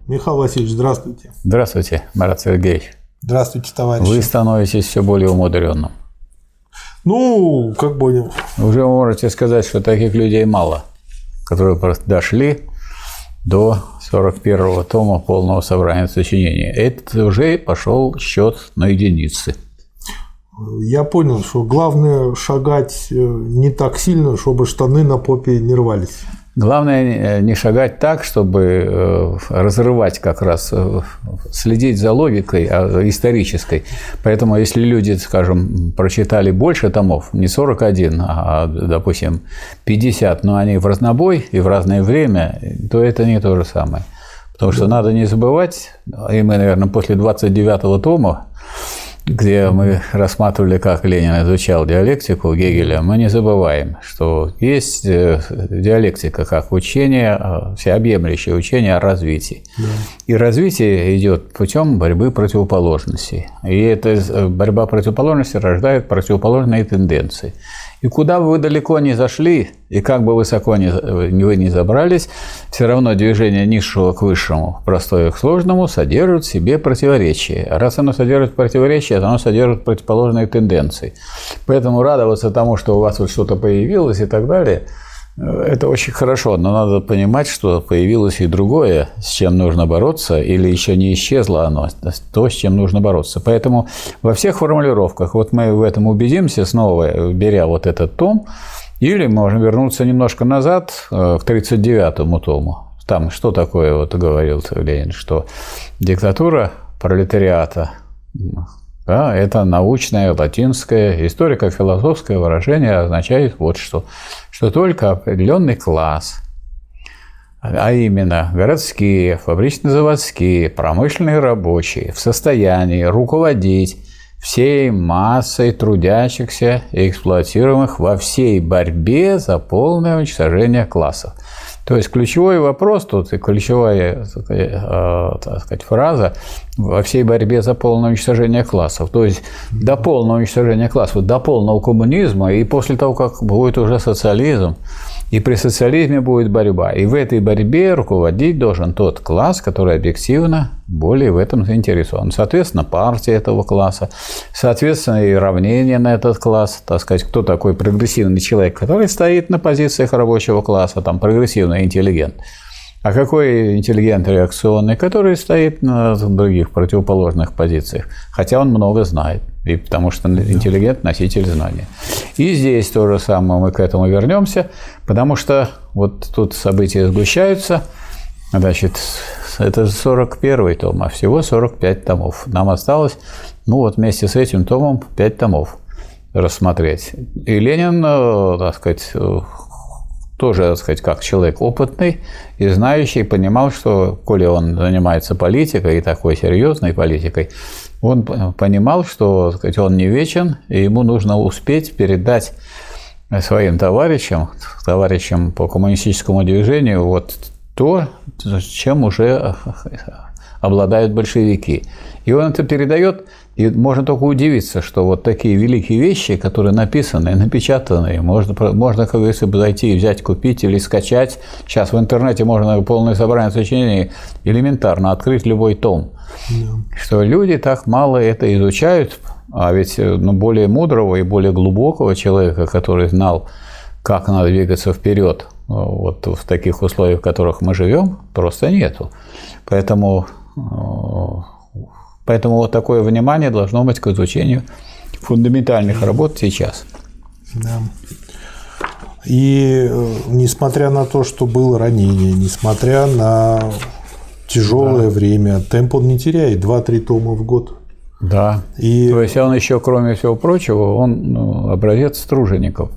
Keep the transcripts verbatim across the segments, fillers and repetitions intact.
Михаил Васильевич, здравствуйте. Здравствуйте, Марат Сергеевич. Здравствуйте, товарищи. Вы становитесь все более умудренным. Ну, как понял. Уже вы можете сказать, что таких людей мало, которые просто дошли до сорок первого тома полного собрания сочинений. Это уже пошел счет на единицы. Я понял, что главное шагать не так сильно, чтобы штаны на попе не рвались. Главное не шагать так, чтобы разрывать как раз, следить за логикой исторической. Поэтому если люди, скажем, прочитали больше томов, не сорок один, а, допустим, пятьдесят, но они в разнобой и в разное время, то это не то же самое. Потому что надо не забывать, и мы, наверное, после двадцать девятого тома, где мы рассматривали, как Ленин изучал диалектику Гегеля, мы не забываем, что есть диалектика как учение, всеобъемлющее учение о развитии. Да. И развитие идет путем борьбы противоположностей. И эта борьба противоположностей рождает противоположные тенденции. И куда бы вы далеко не зашли, и как бы высоко не, вы не забрались, все равно движение низшего к высшему, простое к сложному, содержит в себе противоречие. А раз оно содержит противоречие, то оно содержит противоположные тенденции. Поэтому радоваться тому, что у вас вот что-то появилось и так далее, это очень хорошо, но надо понимать, что появилось и другое, с чем нужно бороться, или еще не исчезло оно, то, с чем нужно бороться. Поэтому во всех формулировках, вот мы в этом убедимся снова, беря вот этот том, или можем вернуться немножко назад к тридцать девятому тому. Там что такое, вот говорил Ленин, что диктатура пролетариата, да, это научное, латинское, историко-философское выражение означает вот что, что только определенный класс, а именно городские, фабрично-заводские, промышленные рабочие, в состоянии руководить всей массой трудящихся и эксплуатируемых во всей борьбе за полное уничтожение классов. То есть ключевой вопрос тут и ключевая, так сказать, фраза во всей борьбе за полное уничтожение классов. То есть до полного уничтожения классов, до полного коммунизма, и после того, как будет уже социализм, и при социализме будет борьба. И в этой борьбе руководить должен тот класс, который объективно более в этом заинтересован. Соответственно, партия этого класса, соответственно, и равнение на этот класс, так сказать, кто такой прогрессивный человек, который стоит на позициях рабочего класса, там, прогрессивный интеллигент. А какой интеллигент реакционный, который стоит на других противоположных позициях, хотя он много знает, и потому что интеллигент – носитель знания. И здесь то же самое, мы к этому вернемся, потому что вот тут события сгущаются, значит, это так первый том, а всего сорок пять томов. Нам осталось, ну вот вместе с этим томом пять томов рассмотреть. И Ленин, так сказать, тоже, так сказать, как человек опытный и знающий, понимал, что, коли он занимается политикой, и такой серьезной политикой, он понимал, что, так сказать, он не вечен, и ему нужно успеть передать своим товарищам, товарищам по коммунистическому движению, вот то, чем уже обладают большевики. И он это передает, и можно только удивиться, что вот такие великие вещи, которые написаны, напечатаны, можно, можно, как говорится, зайти и взять, купить или скачать. Сейчас в интернете можно полное собрание сочинений элементарно открыть любой том. Yeah. Что люди так мало это изучают, а ведь ну, более мудрого и более глубокого человека, который знал, как надо двигаться вперед, вот в таких условиях, в которых мы живем, просто нету. Поэтому Поэтому вот такое внимание должно быть к изучению фундаментальных работ сейчас. Да. И несмотря на то, что было ранение, несмотря на тяжелое да. время, темп он не теряет, два-три тома в год. Да. И... То есть он еще, кроме всего прочего, он ну, образец тружеников.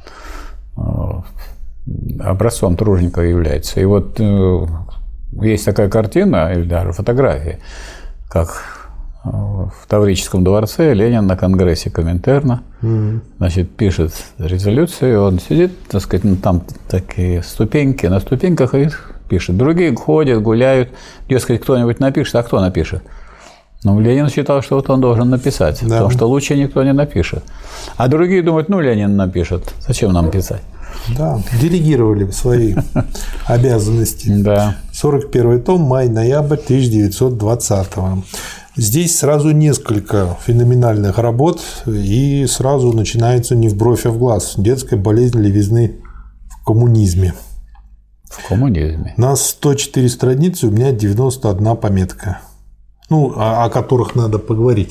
Образцом тружеников является. И вот есть такая картина, или даже фотография, как в Таврическом дворце Ленин на конгрессе Коминтерна, mm-hmm. значит, пишет резолюцию, он сидит, так сказать, ну, там такие ступеньки, на ступеньках и пишет. Другие ходят, гуляют, дескать, кто-нибудь напишет, а кто напишет? Ну, Ленин считал, что вот он должен написать, да. потому что лучше никто не напишет. А другие думают, ну, Ленин напишет, зачем нам писать? Да, делегировали свои обязанности. Да. сорок первый том, май-ноябрь тысяча девятьсот двадцатого. Здесь сразу несколько феноменальных работ, и сразу начинается не в бровь, а в глаз. Детская болезнь левизны в коммунизме. В коммунизме. На сто четыре страницы у меня девяносто одна пометка. Ну, о, о которых надо поговорить.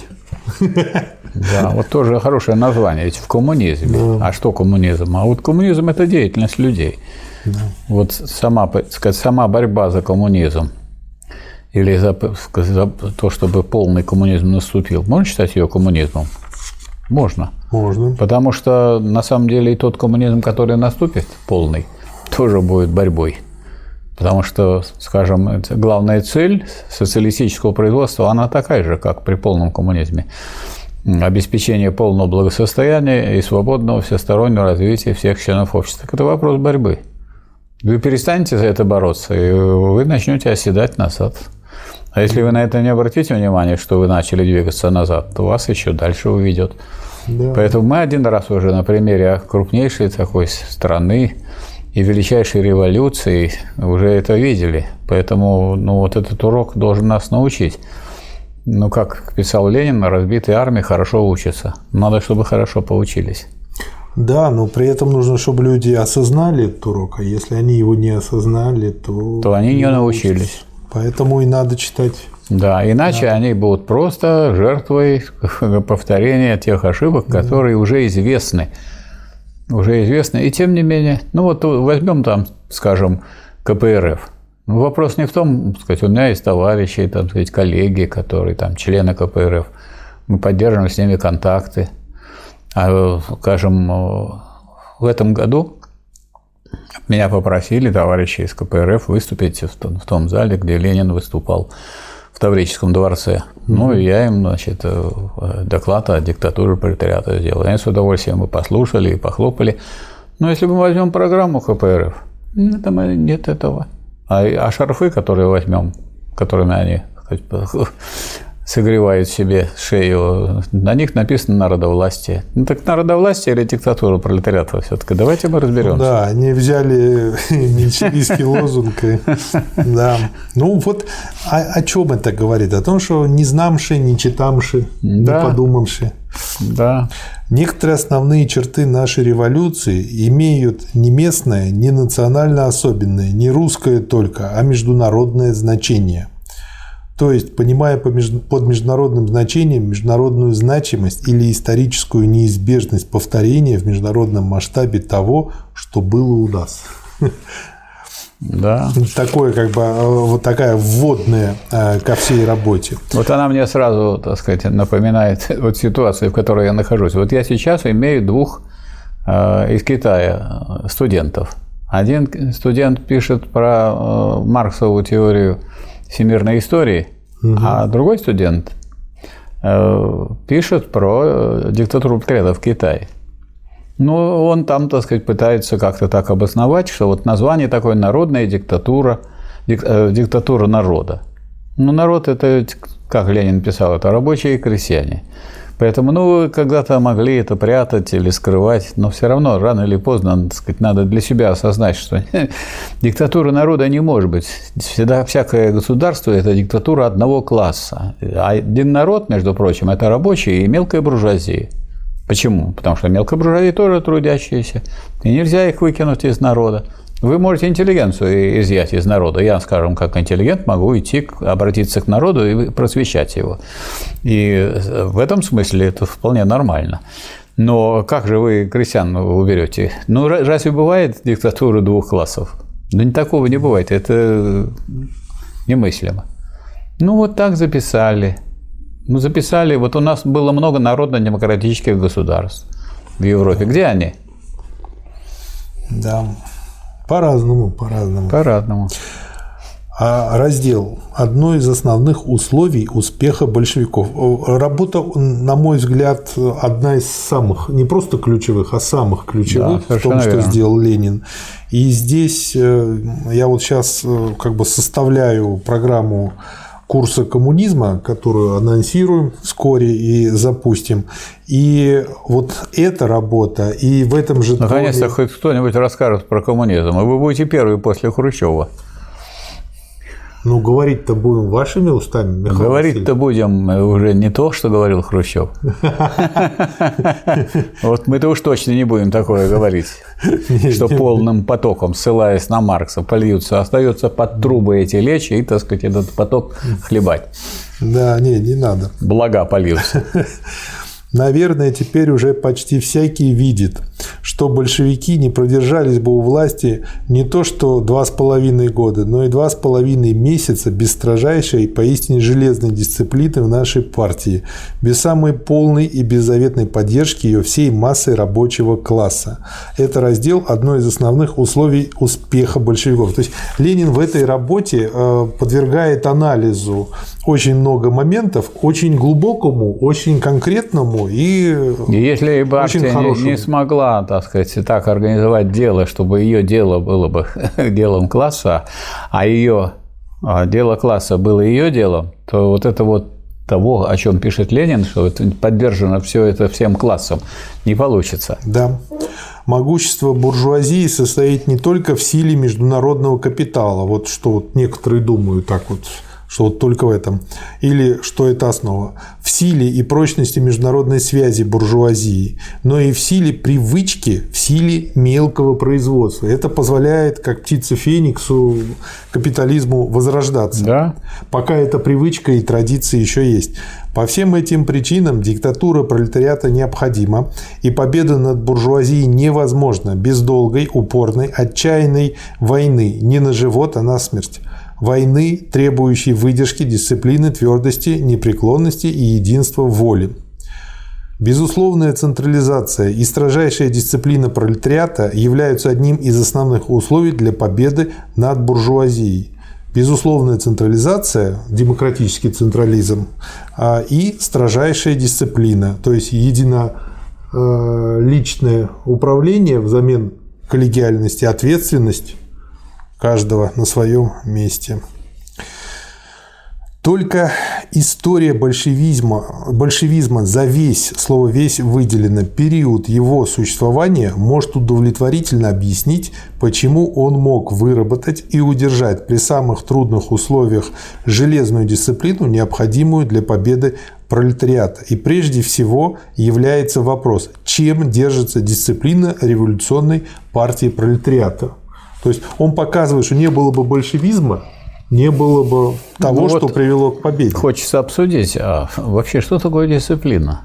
Да, вот тоже хорошее название, ведь в коммунизме. Да. А что коммунизм? А вот коммунизм – это деятельность людей. Да. Вот сама, так сказать, сама борьба за коммунизм или за, за то, чтобы полный коммунизм наступил, можно считать ее коммунизмом? Можно. Можно. Потому что на самом деле и тот коммунизм, который наступит, полный, тоже будет борьбой. Потому что, скажем, главная цель социалистического производства, она такая же, как при полном коммунизме. Обеспечение полного благосостояния и свободного всестороннего развития всех членов общества. Это вопрос борьбы. Вы перестанете за это бороться, и вы начнете оседать назад. А если вы на это не обратите внимание, что вы начали двигаться назад, то вас еще дальше уведет. Да. Поэтому мы один раз уже на примере крупнейшей такой страны и величайшей революции уже это видели. Поэтому ну, вот этот урок должен нас научить. Ну, как писал Ленин, разбитые армии хорошо учатся. Надо, чтобы хорошо поучились. Да, но при этом нужно, чтобы люди осознали этот урок. А если они его не осознали, то… То они не научились. Поэтому и надо читать. Да, иначе да. Они будут просто жертвой повторения тех ошибок, которые да. уже известны. Уже известны. И тем не менее, ну вот возьмем там, скажем, ка пэ эр эф. Ну, вопрос не в том, так сказать, у меня есть товарищи, там, так сказать, коллеги, которые там члены ка пэ эр эф. Мы поддерживаем с ними контакты. А, скажем, в этом году меня попросили товарищи из ка пэ эр эф выступить в том, в том зале, где Ленин выступал в Таврическом дворце. Mm-hmm. Ну, и я им, значит, доклад о диктатуре пролетариата сделал. Они с удовольствием и послушали, и похлопали. Но если мы возьмем программу ка пэ эр эф, нет этого. А, а шарфы, которые возьмем, которыми они согревают себе шею, на них написано «народовластие». Ну, так народовластие или диктатура пролетариата все-таки? Давайте мы разберемся. Да, они взяли меньшевистский лозунг. Да. Ну, вот о чем это говорит? О том, что не знамши, не читамши, не подумамши. Да. Некоторые основные черты нашей революции имеют не местное, не национально особенное, не русское только, а международное значение. То есть, понимая под международным значением международную значимость или историческую неизбежность повторения в международном масштабе того, что было у нас. Да. Такое, как бы, вот такая вводная ко всей работе. Вот она мне сразу, так сказать, напоминает вот ситуацию, в которой я нахожусь. Вот я сейчас имею двух э, из Китая студентов. Один студент пишет про Марксову теорию всемирной истории, угу. а другой студент э, пишет про диктатуру пролетариата в Китае. Ну, он там, так сказать, пытается как-то так обосновать, что вот название такое «народная диктатура», дик, э, диктатура народа. Ну, народ – это, как Ленин писал, это рабочие и крестьяне. Поэтому, ну, вы когда-то могли это прятать или скрывать, но все равно рано или поздно, так сказать, надо для себя осознать, что диктатура народа не может быть. Всегда всякое государство – это диктатура одного класса. А один народ, между прочим, это рабочие и мелкая буржуазия. Почему? Потому что мелкая буржуазия тоже трудящиеся, и нельзя их выкинуть из народа. Вы можете интеллигенцию изъять из народа. Я, скажем, как интеллигент могу идти, обратиться к народу и просвещать его. И в этом смысле это вполне нормально. Но как же вы крестьян уберете? Ну, разве бывает диктатура двух классов? Да такого не бывает. Это немыслимо. Ну, вот так записали. Ну, записали. Вот у нас было много народно-демократических государств в Европе. Где они? Да. По-разному, по-разному. По-разному. А раздел «Одно из основных условий успеха большевиков». Работа, на мой взгляд, одна из самых, не просто ключевых, а самых ключевых, да, в том, что верно. Сделал Ленин. И здесь я вот сейчас как бы составляю программу курса коммунизма, которую анонсируем вскоре и запустим. И вот эта работа, и в этом же... Наконец-то томе... хоть кто-нибудь расскажет про коммунизм, и вы будете первые после Хрущева. Ну, говорить-то будем вашими устами, Михаил Говорить-то будем уже не то, что говорил Хрущев. Вот мы-то уж точно не будем такое говорить, что полным потоком, ссылаясь на Маркса, польются, остается под трубы эти лечь и, так сказать, этот поток хлебать. Да, не, не надо. Блага польются. Наверное, теперь уже почти всякий видит, что большевики не продержались бы у власти не то что два с половиной года, но и два с половиной месяца без строжайшей и поистине железной дисциплины в нашей партии, без самой полной и беззаветной поддержки ее всей массой рабочего класса. Это раздел – одно из основных условий успеха большевиков. То есть Ленин в этой работе подвергает анализу очень много моментов, очень глубокому, очень конкретному и, и если партия не, не смогла, так сказать, так организовать дело, чтобы ее дело было бы делом класса, а ее а дело класса было ее делом, то вот это вот того, о чем пишет Ленин, что поддержано все это всем классом, не получится. Да. Могущество буржуазии состоит не только в силе международного капитала, вот что вот некоторые думают так вот, что вот только в этом, или что это основа, в силе и прочности международной связи буржуазии, но и в силе привычки, в силе мелкого производства. Это позволяет, как птице Фениксу, капитализму возрождаться. Да. Пока эта привычка и традиция еще есть. По всем этим причинам диктатура пролетариата необходима, и победа над буржуазией невозможна без долгой, упорной, отчаянной войны не на живот, а на смерть. Войны, требующей выдержки, дисциплины, твердости, непреклонности и единства воли. Безусловная централизация и строжайшая дисциплина пролетариата являются одним из основных условий для победы над буржуазией. Безусловная централизация, демократический централизм и строжайшая дисциплина, то есть единоличное управление взамен коллегиальности, ответственность каждого на своем месте. Только история большевизма, большевизма за весь, слово «весь» выделено, период его существования может удовлетворительно объяснить, почему он мог выработать и удержать при самых трудных условиях железную дисциплину, необходимую для победы пролетариата. И прежде всего является вопрос, чем держится дисциплина революционной партии пролетариата. То есть он показывает, что не было бы большевизма, не было бы того, ну, что вот привело к победе. Хочется обсудить, а вообще что такое дисциплина?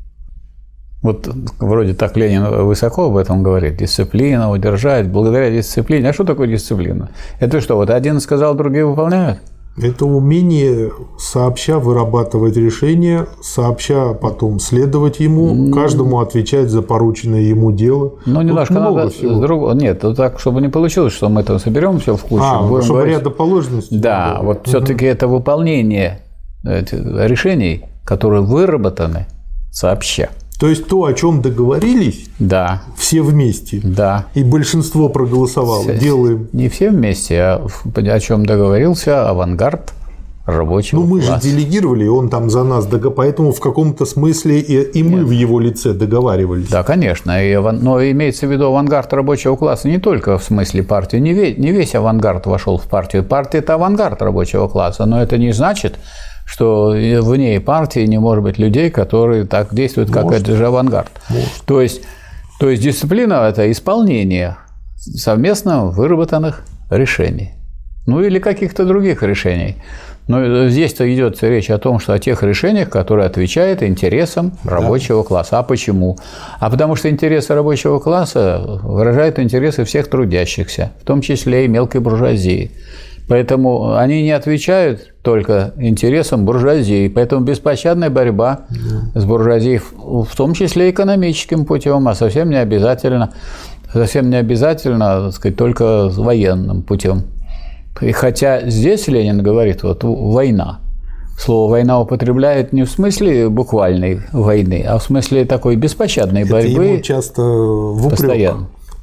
Вот вроде так Ленин высоко об этом говорит. Дисциплина, удержать, благодаря дисциплине. А что такое дисциплина? Это что, вот один сказал, другие выполняют? Это умение сообща вырабатывать решения, сообща потом следовать ему, ну, каждому отвечать за порученное ему дело. Ну, немножко надо с другого. Нет, вот так, чтобы не получилось, что мы это соберем все в кучу. А, чтобы говорить... рядоположности. Да, вот угу. Все-таки это выполнение решений, которые выработаны сообща. То есть то, о чем договорились, да. Все вместе, да. И большинство проголосовало, все, делаем. Не все вместе, а о чем договорился авангард рабочего класса. Ну, мы класса. же делегировали, он там за нас договаривался, поэтому в каком-то смысле и, и мы Нет. в его лице договаривались. Да, конечно, и, но имеется в виду авангард рабочего класса не только в смысле партии, не весь, не весь авангард вошел в партию. Партия – это авангард рабочего класса, но это не значит, что вне партии не может быть людей, которые так действуют, как может. Это же авангард. То есть, то есть дисциплина – это исполнение совместно выработанных решений. Ну или каких-то других решений. Но здесь-то идет речь о том, что о тех решениях, которые отвечают интересам рабочего да. класса. А почему? А потому что интересы рабочего класса выражают интересы всех трудящихся, в том числе и мелкой буржуазии. Поэтому они не отвечают только интересам буржуазии. Поэтому беспощадная борьба да. с буржуазией, в том числе экономическим путем, а совсем не обязательно, совсем не обязательно, так сказать, только военным путем. И хотя здесь Ленин говорит, вот война. Слово «война» употребляет не в смысле буквальной войны, а в смысле такой беспощадной борьбы. Это ему часто в упрек. Постоянно.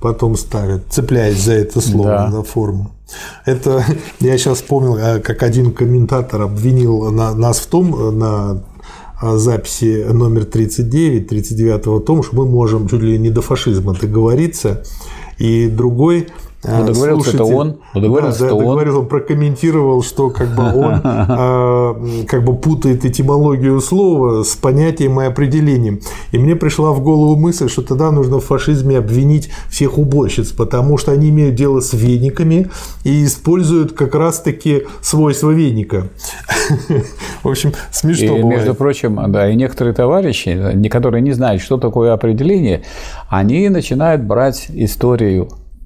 потом ставят, цепляясь за это слово, да. за форму. Это я сейчас вспомнил, как один комментатор обвинил нас в том, на записи номер тридцать девять, тридцать девятого о том, что мы можем чуть ли не до фашизма договориться, и другой Ну, договорился это он, договорился да, это договорился, он. он прокомментировал, что как бы он э, как бы путает этимологию слова с понятием и определением. И мне пришла в голову мысль, что тогда нужно в фашизме обвинить всех уборщиц, потому что они имеют дело с вениками и используют как раз-таки свойства веника. В общем, смешно бывает. И, между прочим, да, и некоторые товарищи, которые не знают, что такое определение, они начинают брать историю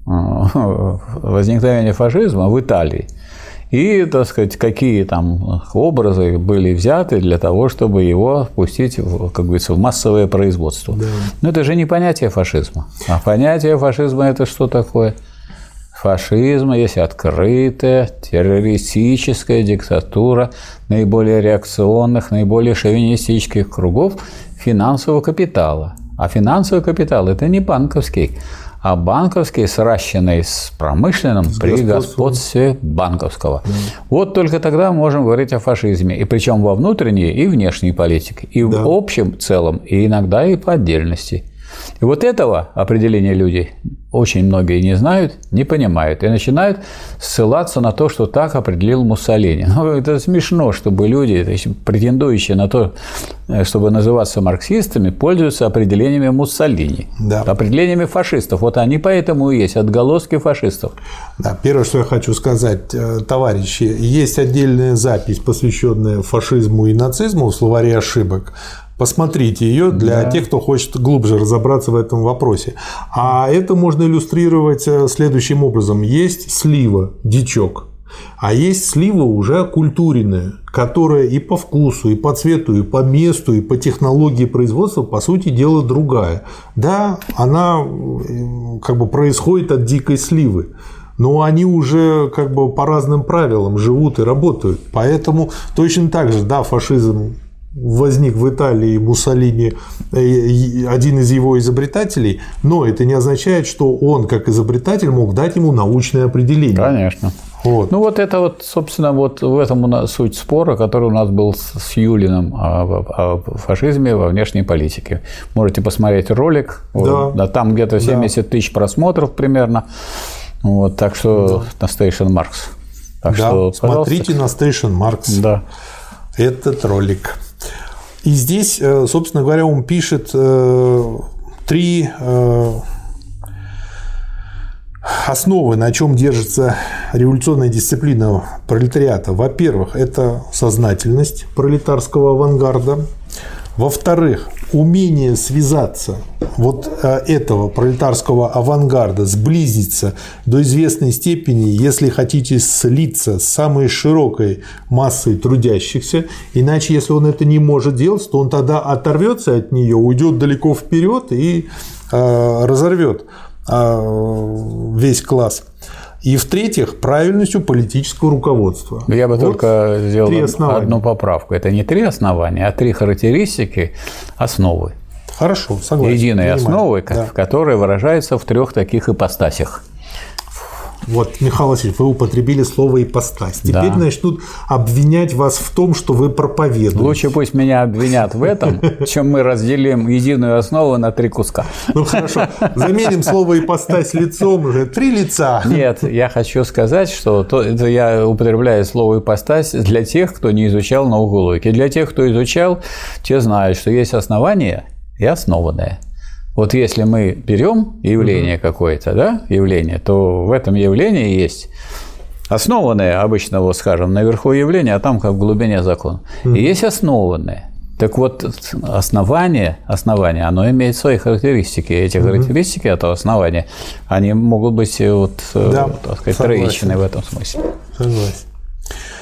возникновения фашизма в Италии. И, так сказать, какие там образы были взяты для того, чтобы его пустить, как говорится, в массовое производство. Да. Но это же не понятие фашизма. А понятие фашизма – это что такое? Фашизм есть открытая террористическая диктатура наиболее реакционных, наиболее шовинистических кругов финансового капитала. А финансовый капитал – это не банковский, а банковский, сращенный с промышленным с при господстве банковского. Да. Вот только тогда мы можем говорить о фашизме, и причем во внутренней и внешней политике, и да. в общем целом, и иногда и по отдельности. И вот этого определения люди очень многие не знают, не понимают, и начинают ссылаться на то, что так определил Муссолини. Ну, это смешно, чтобы люди, то есть, претендующие на то, чтобы называться марксистами, пользуются определениями Муссолини, да. определениями фашистов. Вот они поэтому и есть отголоски фашистов. Да, первое, что я хочу сказать, товарищи, есть отдельная запись, посвященная фашизму и нацизму в словаре ошибок. Посмотрите ее для да. тех, кто хочет глубже разобраться в этом вопросе. А это можно иллюстрировать следующим образом. Есть слива, дичок, а есть слива уже окультуренная, которая и по вкусу, и по цвету, и по месту, и по технологии производства, по сути дела, другая. Да, она как бы происходит от дикой сливы. Но они уже как бы по разным правилам живут и работают. Поэтому точно так же, да, фашизм возник в Италии, Муссолини один из его изобретателей, но это не означает, что он, как изобретатель, мог дать ему научное определение. Конечно. Вот. Ну, вот это вот, собственно, вот в этом суть спора, который у нас был с Юлиным о фашизме во внешней политике. Можете посмотреть ролик, да. Да, там где-то семьдесят да. тысяч просмотров примерно. Вот, так что да. на Station Marks. Так да, что, смотрите на Station Marks да. этот ролик. И здесь, собственно говоря, он пишет три основы, на чем держится революционная дисциплина пролетариата. Во-первых, это сознательность пролетарского авангарда. Во-вторых, умение связаться вот этого пролетарского авангарда, сблизиться до известной степени, если хотите слиться с самой широкой массой трудящихся, иначе, если он это не может делать, то он тогда оторвется от нее, уйдет далеко вперед и э, разорвет э, весь класс. И в-третьих, правильностью политического руководства. Я бы вот только сделал одну поправку. поправку. Это не три основания, а три характеристики основы. Хорошо, согласен. Единой понимаю. основы, да. которая выражается в трех таких ипостасях. Вот, Михаил Васильевич, вы употребили слово «ипостась». Теперь да. начнут обвинять вас в том, что вы проповедуете. Лучше пусть меня обвинят в этом, чем мы разделим единую основу на три куска. Ну, хорошо. Заменим слово «ипостась» лицом уже. Три лица. Нет, я хочу сказать, что то, это я употребляю слово «ипостась» для тех, кто не изучал науку логики. Для тех, кто изучал, те знают, что есть основание и основанное. Вот если мы берем явление mm-hmm. какое-то, да, явление, то в этом явлении есть основанное, обычно, вот скажем, наверху явление, а там как в глубине закон. Mm-hmm. И есть основанное. Так вот, основание, основание, оно имеет свои характеристики. Эти mm-hmm. характеристики этого основания, они могут быть вот, да, так сказать, троичны в этом смысле. Согласен.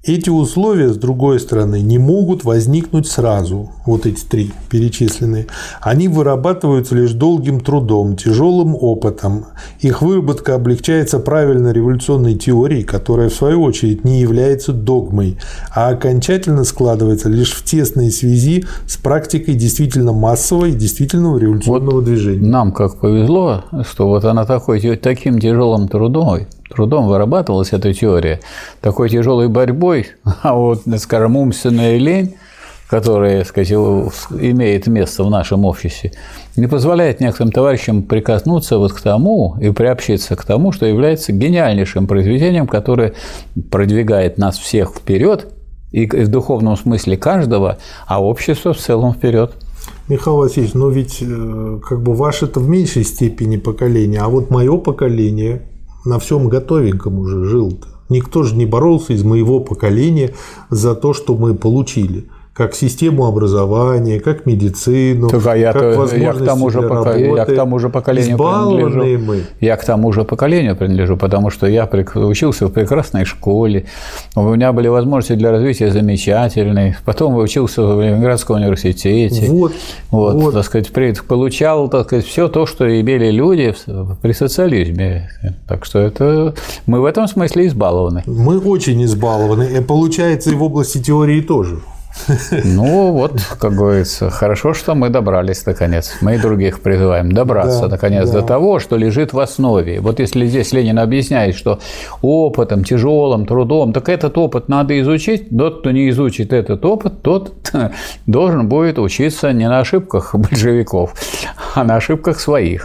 Эти условия, с другой стороны, не могут возникнуть сразу, вот эти три перечисленные. Они вырабатываются лишь долгим трудом, тяжелым опытом. Их выработка облегчается правильной революционной теорией, которая, в свою очередь, не является догмой, а окончательно складывается лишь в тесной связи с практикой действительно массового и действительного революционного вот движения. Нам как повезло, что вот она такой, таким тяжелым трудом, трудом вырабатывалась эта теория, такой тяжелой борьбой, а вот, скажем, умственная лень, которая, так сказать, имеет место в нашем обществе, не позволяет некоторым товарищам прикоснуться вот к тому и приобщиться к тому, что является гениальнейшим произведением, которое продвигает нас всех вперед, и в духовном смысле каждого, а общество в целом вперед. Михаил Васильевич, но ведь как бы ваше-то в меньшей степени поколение, а вот мое поколение на всем готовеньком уже жил-то. Никто же не боролся из моего поколения за то, что мы получили. Как систему образования, как медицину, так, а я как то, возможности я к тому же для пока, работы. Я к тому же поколению Избалованные принадлежу. Мы. Я к тому же поколению принадлежу, потому что я учился в прекрасной школе, у меня были возможности для развития замечательные, потом учился в Ленинградском университете. Вот, вот, вот. Так сказать, получал, так сказать, все то, что имели люди при социализме. Так что это мы в этом смысле избалованы. Мы очень избалованы, и получается и в области теории тоже. Ну, вот, как говорится, хорошо, что мы добрались, наконец. Мы и других призываем добраться, да, наконец, да. до того, что лежит в основе. Вот если здесь Ленин объясняет, что опытом, тяжелым трудом, так этот опыт надо изучить, тот, кто не изучит этот опыт, тот должен будет учиться не на ошибках большевиков, а на ошибках своих.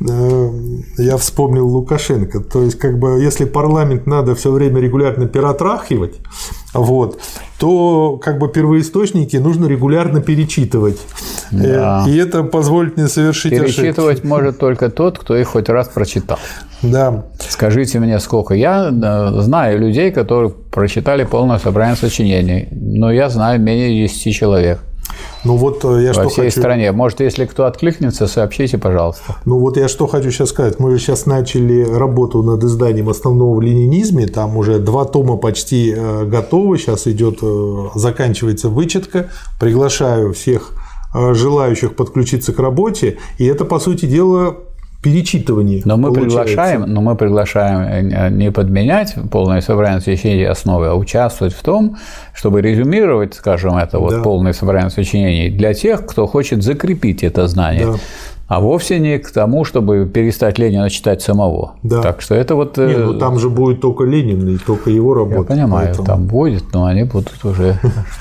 Я вспомнил Лукашенко. То есть, как бы, если парламент надо все время регулярно перетрахивать, вот, то как бы первоисточники нужно регулярно перечитывать. Да. И это позволит мне совершить ошибки. Перечитывать может только тот, кто их хоть раз прочитал. Да. Скажите мне, сколько? Я знаю людей, которые прочитали полное собрание сочинений, но я знаю менее десяти человек. Ну вот я Во что всей хочу... стране. Может, если кто откликнется, сообщите, пожалуйста. Ну вот я что хочу сейчас сказать. Мы же сейчас начали работу над изданием основного в ленинизме. Там уже два тома почти готовы. Сейчас идет, заканчивается вычетка. Приглашаю всех желающих подключиться к работе. И это, по сути дела, перечитывание. Но мы приглашаем, но мы приглашаем не подменять полное собрание сочинений основы, а участвовать в том, чтобы резюмировать, скажем, это вот да. полное собрание сочинений для тех, кто хочет закрепить это знание. Да. А вовсе не к тому, чтобы перестать Ленина читать самого. Да. Так что это вот. Не, ну там же будет только Ленин и только его работа. Я понимаю, поэтому... там будет, но они будут уже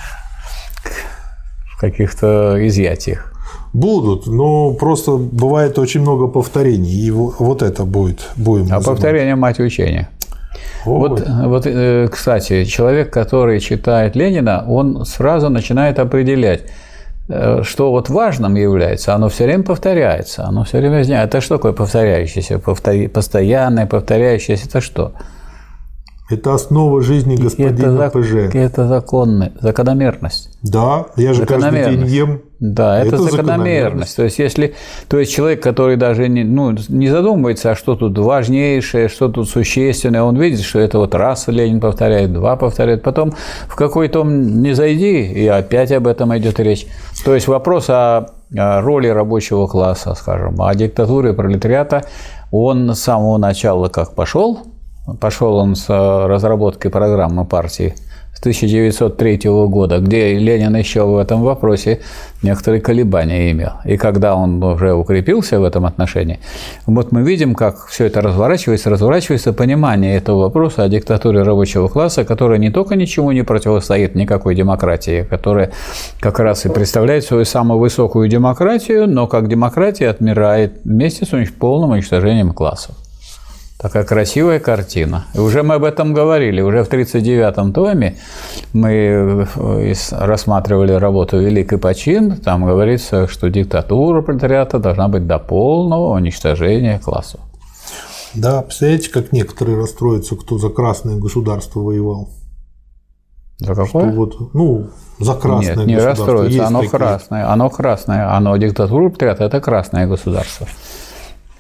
в каких-то изъятиях. Будут, но просто бывает очень много повторений, и вот это будет. Будем а повторение – мать учения. Вот, вот, кстати, человек, который читает Ленина, он сразу начинает определять, что вот важным является, оно все время повторяется, оно все время возникает. Это что такое повторяющееся, повтори, постоянное, повторяющееся, это что? Это основа жизни господина это, ПЖ. Это законная закономерность. Да, я же каждый день ем. Да, это, это закономерность. закономерность. То есть, если, то есть человек, который даже не, ну, не задумывается, а что тут важнейшее, что тут существенное, он видит, что это вот раз Ленин повторяет, два повторяет, потом в какой том не зайди, и опять об этом идет речь. То есть вопрос о роли рабочего класса, скажем, о диктатуре пролетариата, он с самого начала как пошел, пошел он с разработкой программы партии с тысяча девятьсот третьего года, где Ленин еще в этом вопросе некоторые колебания имел. И когда он уже укрепился в этом отношении, вот мы видим, как все это разворачивается, разворачивается понимание этого вопроса о диктатуре рабочего класса, которая не только ничему не противостоит никакой демократии, которая как раз и представляет свою самую высокую демократию, но как демократия отмирает вместе с полным уничтожением классов. Такая красивая картина. И уже мы об этом говорили. Уже в тридцать девятом томе мы рассматривали работу «Великий почин». Там говорится, что диктатура пролетариата должна быть до полного уничтожения классов. Да, представляете, как некоторые расстроятся, кто за красное государство воевал? За какое? Что вот, ну, за красное Нет, не государство. расстроится. Оно такие... красное. Оно красное. Оно диктатура пролетариата – это красное государство.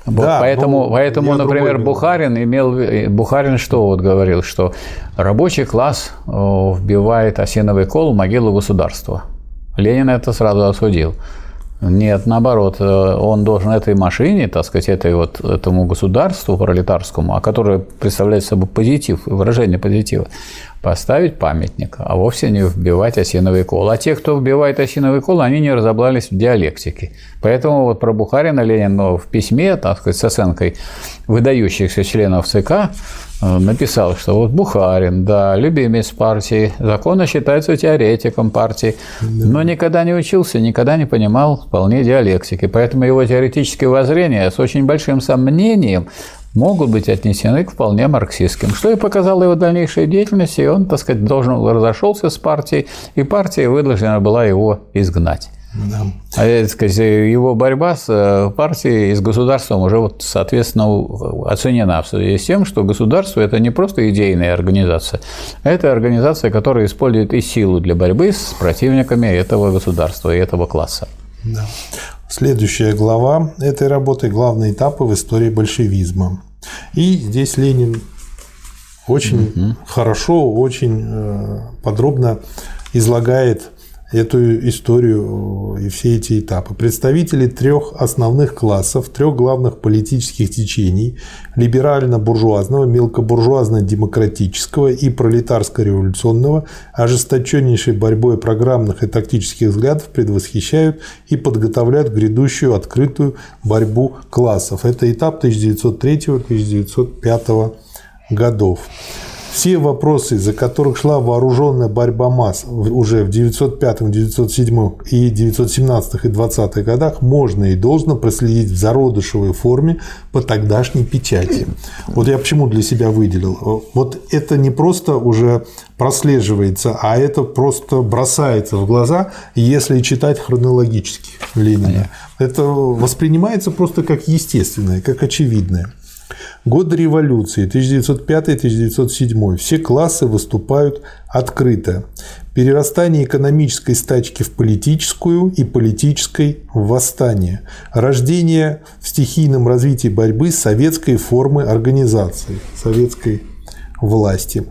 Да, поэтому, ну, поэтому например, Бухарин имел, Бухарин что вот говорил, что рабочий класс вбивает осиновый кол в могилу государства. Ленин это сразу осудил. Нет, наоборот, он должен этой машине, так сказать, этой вот, этому государству пролетарскому, а которое представляет собой позитив, выражение позитива, поставить памятник, а вовсе не вбивать осиновый кол. А те, кто вбивает осиновый кол, они не разобрались в диалектике. Поэтому вот про Бухарина Ленин в письме, так сказать, с оценкой выдающихся членов ЦК написал, что вот Бухарин, да, любимец партии, законно считается теоретиком партии, но никогда не учился, никогда не понимал вполне диалектики. Поэтому его теоретические воззрения с очень большим сомнением могут быть отнесены к вполне марксистским, что и показало его дальнейшей деятельности, и он, так сказать, должен разошелся с партией, и партия вынуждена была его изгнать. Да. А, так сказать, его борьба с партией и с государством уже, вот, соответственно, оценена в связи с тем, что государство – это не просто идейная организация, а это организация, которая использует и силу для борьбы с противниками этого государства и этого класса. Да. Следующая глава этой работы – главные этапы в истории большевизма. И здесь Ленин очень угу. хорошо, очень подробно излагает эту историю и все эти этапы. Представители трех основных классов, трех главных политических течений – либерально-буржуазного, мелкобуржуазно-демократического и пролетарско-революционного – ожесточеннейшей борьбой программных и тактических взглядов предвосхищают и подготовляют грядущую открытую борьбу классов. Это этап тысяча девятьсот третьего — тысяча девятьсот пятого годов. Все вопросы, из-за которых шла вооруженная борьба масс уже в девятьсот пятом, девятьсот седьмом и девятьсот семнадцатом и двадцатых годах, можно и должно проследить в зародышевой форме по тогдашней печати. Вот я почему для себя выделил. Вот это не просто уже прослеживается, а это просто бросается в глаза, если читать хронологически Ленина. Это воспринимается просто как естественное, как очевидное. Годы революции тысяча девятьсот пятый — тысяча девятьсот седьмой. Все классы выступают открыто. Перерастание экономической стачки в политическую и политической в восстание. Рождение в стихийном развитии борьбы советской формы организации, советской власти.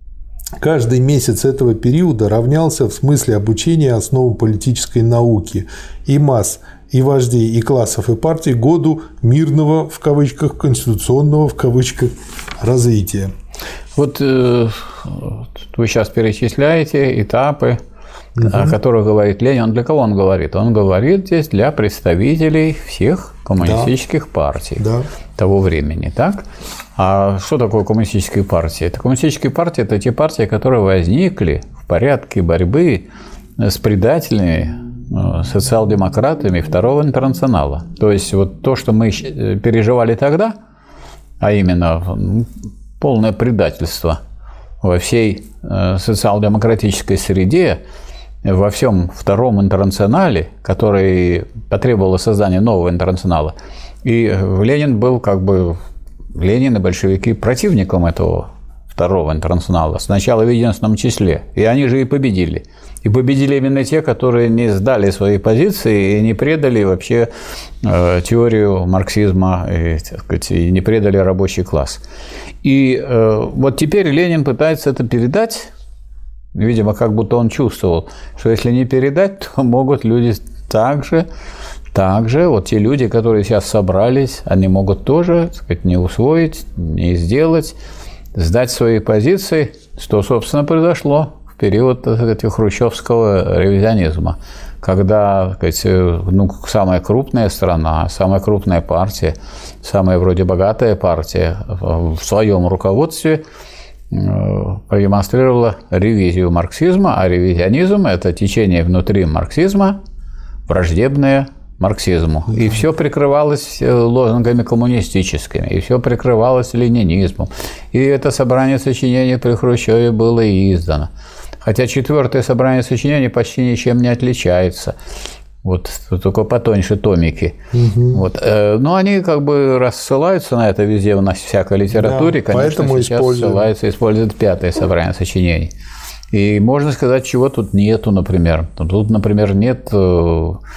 Каждый месяц этого периода равнялся в смысле обучения основам политической науки и масс, и вождей, и классов, и партий году мирного, в кавычках, конституционного, в кавычках, развития. Вот э, вы сейчас перечисляете этапы, угу. о которых говорит Ленин. Для кого он говорит? Он говорит здесь для представителей всех коммунистических да. партий да. того времени. Так? А что такое коммунистические партии? Это коммунистические партии – это те партии, которые возникли в порядке борьбы с предателями, социал-демократами Второго интернационала. То есть вот то, что мы переживали тогда, а именно полное предательство во всей социал-демократической среде, во всем Втором интернационале, который потребовало создания нового интернационала. И Ленин был как бы, Ленин и большевики противником этого Второго интернационала, сначала в единственном числе, и они же и победили. И победили именно те, которые не сдали свои позиции и не предали вообще э, теорию марксизма, и, так сказать, и не предали рабочий класс. И э, вот теперь Ленин пытается это передать, видимо, как будто он чувствовал, что если не передать, то могут люди также, также вот те люди, которые сейчас собрались, они могут тоже, так сказать, не усвоить, не сделать, сдать свои позиции, что, собственно, произошло в период, так сказать, хрущевского ревизионизма, когда, так сказать, ну, самая крупная страна, самая крупная партия, самая вроде богатая партия в своем руководстве продемонстрировала ревизию марксизма, а ревизионизм – это течение внутри марксизма, враждебное марксизму. И все прикрывалось лозунгами коммунистическими, и все прикрывалось ленинизмом. И это собрание сочинений при Хрущеве было издано. Хотя четвертое собрание сочинений почти ничем не отличается. Вот только потоньше томики. Угу. Вот. Но они как бы рассылаются на это везде, у нас всякой литературе, да, конечно, сейчас ссылаются, используют пятое собрание сочинений. И можно сказать, чего тут нету, например. Тут, например, нет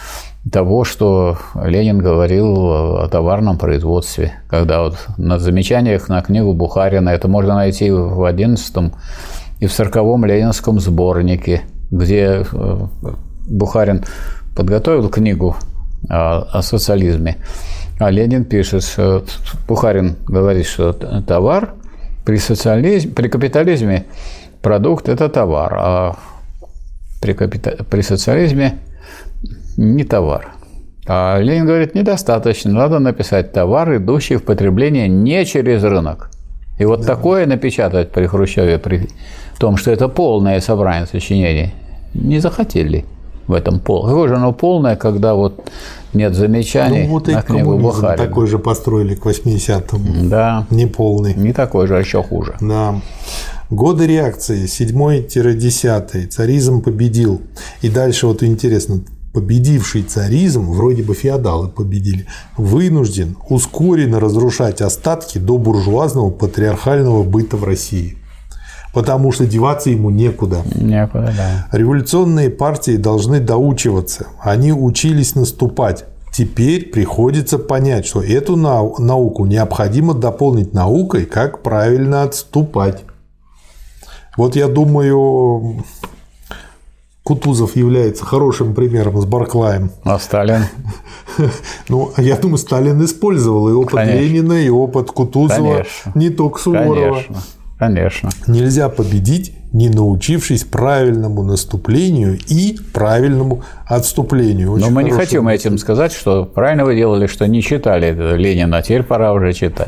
того, что Ленин говорил о товарном производстве. Когда вот на замечаниях на книгу Бухарина, это можно найти в одиннадцатом и в сороковом ленинском сборнике, где Бухарин подготовил книгу о, о социализме, а Ленин пишет, что Бухарин говорит, что товар при социализме, при капитализме продукт – это товар, а при, капита... при социализме не товар. А Ленин говорит, недостаточно, надо написать товар, идущий в потребление не через рынок. И вот да. такое напечатать при Хрущеве, при том, что это полное собрание сочинений, не захотели в этом пол. Какое же оно полное, когда вот нет замечаний ну, вот на книгу Бухарина. Такой же построили к восьмидесятым. Да. Не полный. Не такой же, а еще хуже. Да. Годы реакции, седьмой-десятый. Царизм победил. И дальше вот интересно, победивший царизм, вроде бы феодалы победили, вынужден ускоренно разрушать остатки до буржуазного патриархального быта в России. Потому что деваться ему некуда. Некуда, да. Революционные партии должны доучиваться. Они учились наступать. Теперь приходится понять, что эту науку необходимо дополнить наукой, как правильно отступать. Вот я думаю, Кутузов является хорошим примером с Барклаем. А Сталин? Ну, я думаю, Сталин использовал и опыт Конечно. Ленина, и опыт Кутузова, Конечно. Не только Суворова. Конечно. Конечно. Нельзя победить, не научившись правильному наступлению и правильному отступлению. Очень Но мы не хотим мысль. Этим сказать, что правильно вы делали, что не читали Ленина, а теперь пора уже читать.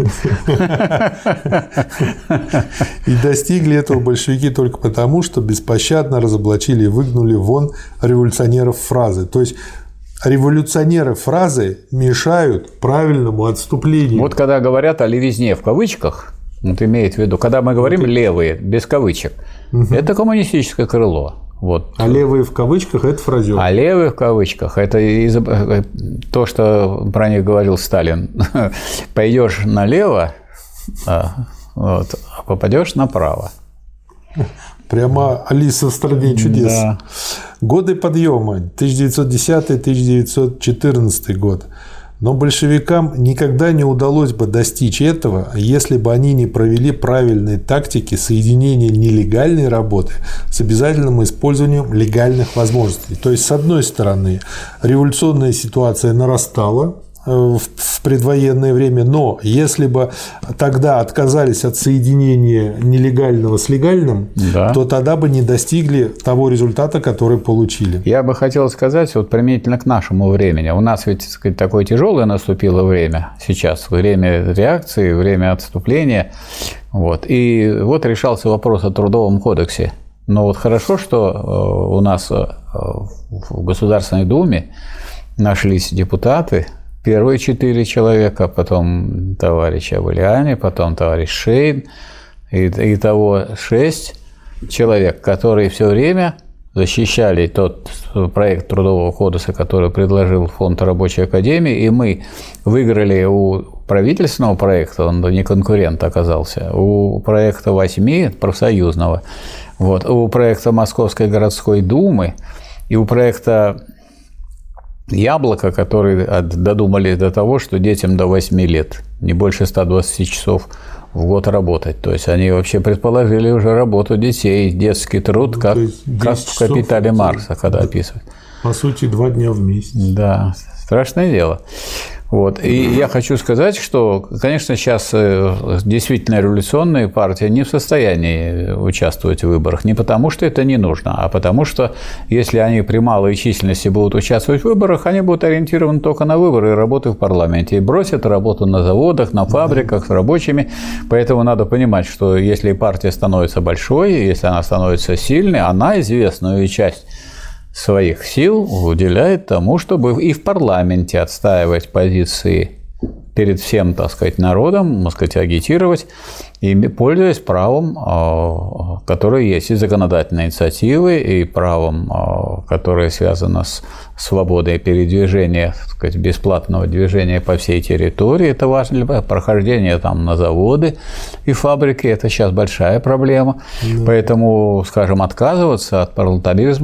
И достигли этого большевики только потому, что беспощадно разоблачили и выгнали вон революционеров фразы. То есть революционеры фразы мешают правильному отступлению. Вот когда говорят о левизне в кавычках, вот имеет в виду, когда мы говорим вот «левые», без кавычек, угу. это коммунистическое крыло. Вот. А левые в кавычках – это фразёр. А левые в кавычках – это из... то, что про них говорил Сталин. Пойдешь налево, вот, а попадешь направо. Прямо Алиса в стране чудес. Да. Годы подъема тысяча девятьсот десятый — тысяча девятьсот четырнадцатый год. Но большевикам никогда не удалось бы достичь этого, если бы они не провели правильные тактики соединения нелегальной работы с обязательным использованием легальных возможностей. То есть, с одной стороны, революционная ситуация нарастала в предвоенное время, но если бы тогда отказались от соединения нелегального с легальным, да. то тогда бы не достигли того результата, который получили. Я бы хотел сказать, вот применительно к нашему времени, у нас ведь, так сказать, такое тяжелое наступило время сейчас, время реакции, время отступления, вот, и вот решался вопрос о Трудовом кодексе. Но вот хорошо, что у нас в Государственной Думе нашлись депутаты. Первые четыре человека, потом товарищ Абулиани, потом товарищ Шейн, и итого шесть человек, которые все время защищали тот проект Трудового кодекса, который предложил Фонд Рабочей Академии, и мы выиграли у правительственного проекта, он не конкурент оказался, у проекта восьми профсоюзного, вот, у проекта Московской городской думы и у проекта Яблоко, которые додумались до того, что детям до восьми лет не больше ста двадцати часов в год работать. То есть они вообще предположили уже работу детей, детский труд, ну, как, как в «Капитале Маркса», когда да, описывают. По сути, два дня в месяц. Да, страшное дело. Вот. И я хочу сказать, что, конечно, сейчас действительно революционные партии не в состоянии участвовать в выборах. Не потому, что это не нужно, а потому, что если они при малой численности будут участвовать в выборах, они будут ориентированы только на выборы и работу в парламенте. И бросят работу на заводах, на фабриках с рабочими. Поэтому надо понимать, что если партия становится большой, если она становится сильной, она известную часть своих сил уделяет тому, чтобы и в парламенте отстаивать позиции перед всем, так сказать, народом, так сказать, агитировать, и пользуясь правом, которое есть и законодательной инициативы, и правом, которое связано с свободой передвижения, так сказать, бесплатного движения по всей территории. Это важно для прохождения там на заводы и фабрики. Это сейчас большая проблема. Да. Поэтому, скажем, отказываться от парламентаризма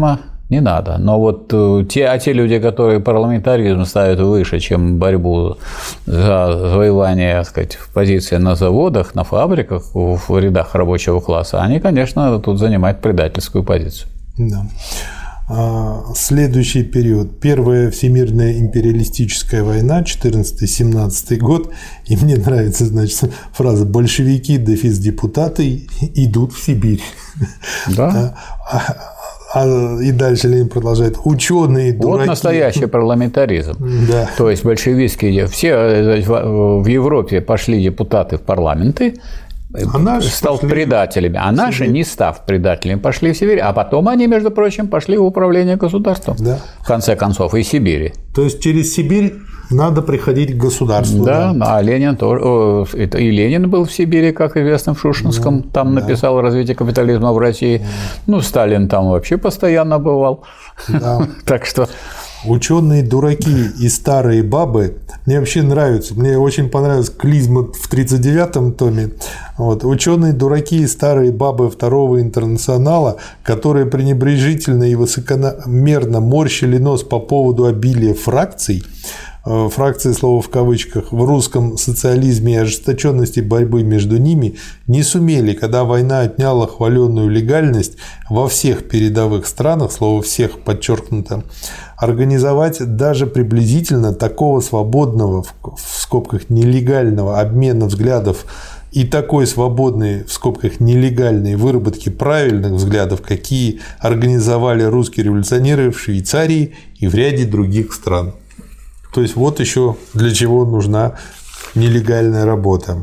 не надо. Но вот те, а те люди, которые парламентаризм ставят выше, чем борьбу за завоевание, так сказать, позиции на заводах, на фабриках, в рядах рабочего класса, они, конечно, тут занимают предательскую позицию. Да. Следующий период. Первая всемирная империалистическая война, четырнадцатый-семнадцатый год. И мне нравится, значит, фраза «большевики, дефис депутаты идут в Сибирь». Да. А, и дальше Ленин продолжает. Ученые, дураки. Вот настоящий парламентаризм. Да. То есть большевистские, все в Европе пошли депутаты в парламенты, а наши став предателями, а наши, не став предателями, пошли в Сибирь, а потом они, между прочим, пошли в управление государством, да. В конце концов, и Сибири. То есть через Сибирь надо приходить к государству. Да, да. А Ленин тоже, и Ленин был в Сибири, как известно, в Шушинском, да, там да. написал «Развитие капитализма в России». Да. Ну, Сталин там вообще постоянно бывал. Да. Так что… Ученые дураки и старые бабы. Мне вообще нравится. Мне очень понравилась клизма в тридцать девятом томе. Вот. Ученые дураки и старые бабы Второго интернационала, которые пренебрежительно и высокомерно морщили нос по поводу обилия фракций, фракции слова в кавычках, в русском социализме и ожесточенности борьбы между ними, не сумели, когда война отняла хваленную легальность во всех передовых странах, слово «всех» подчеркнуто, организовать даже приблизительно такого свободного, в скобках нелегального обмена взглядов и такой свободной, в скобках нелегальной выработки правильных взглядов, какие организовали русские революционеры в Швейцарии и в ряде других стран. То есть вот еще для чего нужна нелегальная работа.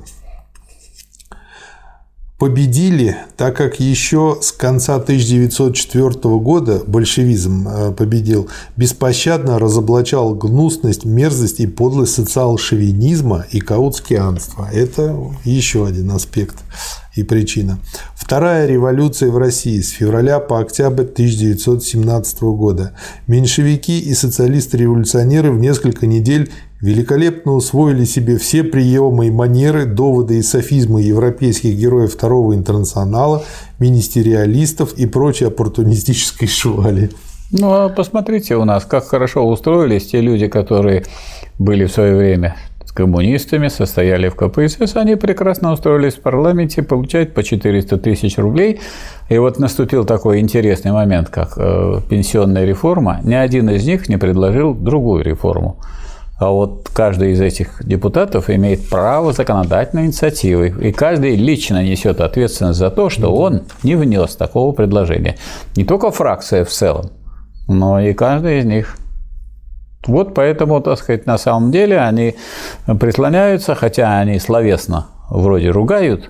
Победили, так как еще с конца тысяча девятьсот четвёртого года большевизм победил, беспощадно разоблачал гнусность, мерзость и подлость социал-шовинизма и каутскианства. Это еще один аспект и причина. Вторая революция в России с февраля по октябрь тысяча девятьсот семнадцатого года. Меньшевики и социалисты-революционеры в несколько недель великолепно усвоили себе все приемы и манеры, доводы и софизмы европейских героев Второго интернационала, министериалистов и прочей оппортунистической швали. Ну, а посмотрите у нас, как хорошо устроились те люди, которые были в свое время коммунистами, состояли в ка пэ эс эс, они прекрасно устроились в парламенте, получают по четыреста тысяч рублей. И вот наступил такой интересный момент, как э, пенсионная реформа. Ни один из них не предложил другую реформу. А вот каждый из этих депутатов имеет право законодательной инициативы, и каждый лично несет ответственность за то, что он не внес такого предложения. Не только фракция в целом, но и каждый из них. Вот поэтому, так сказать, на самом деле они прислоняются, хотя они словесно вроде ругают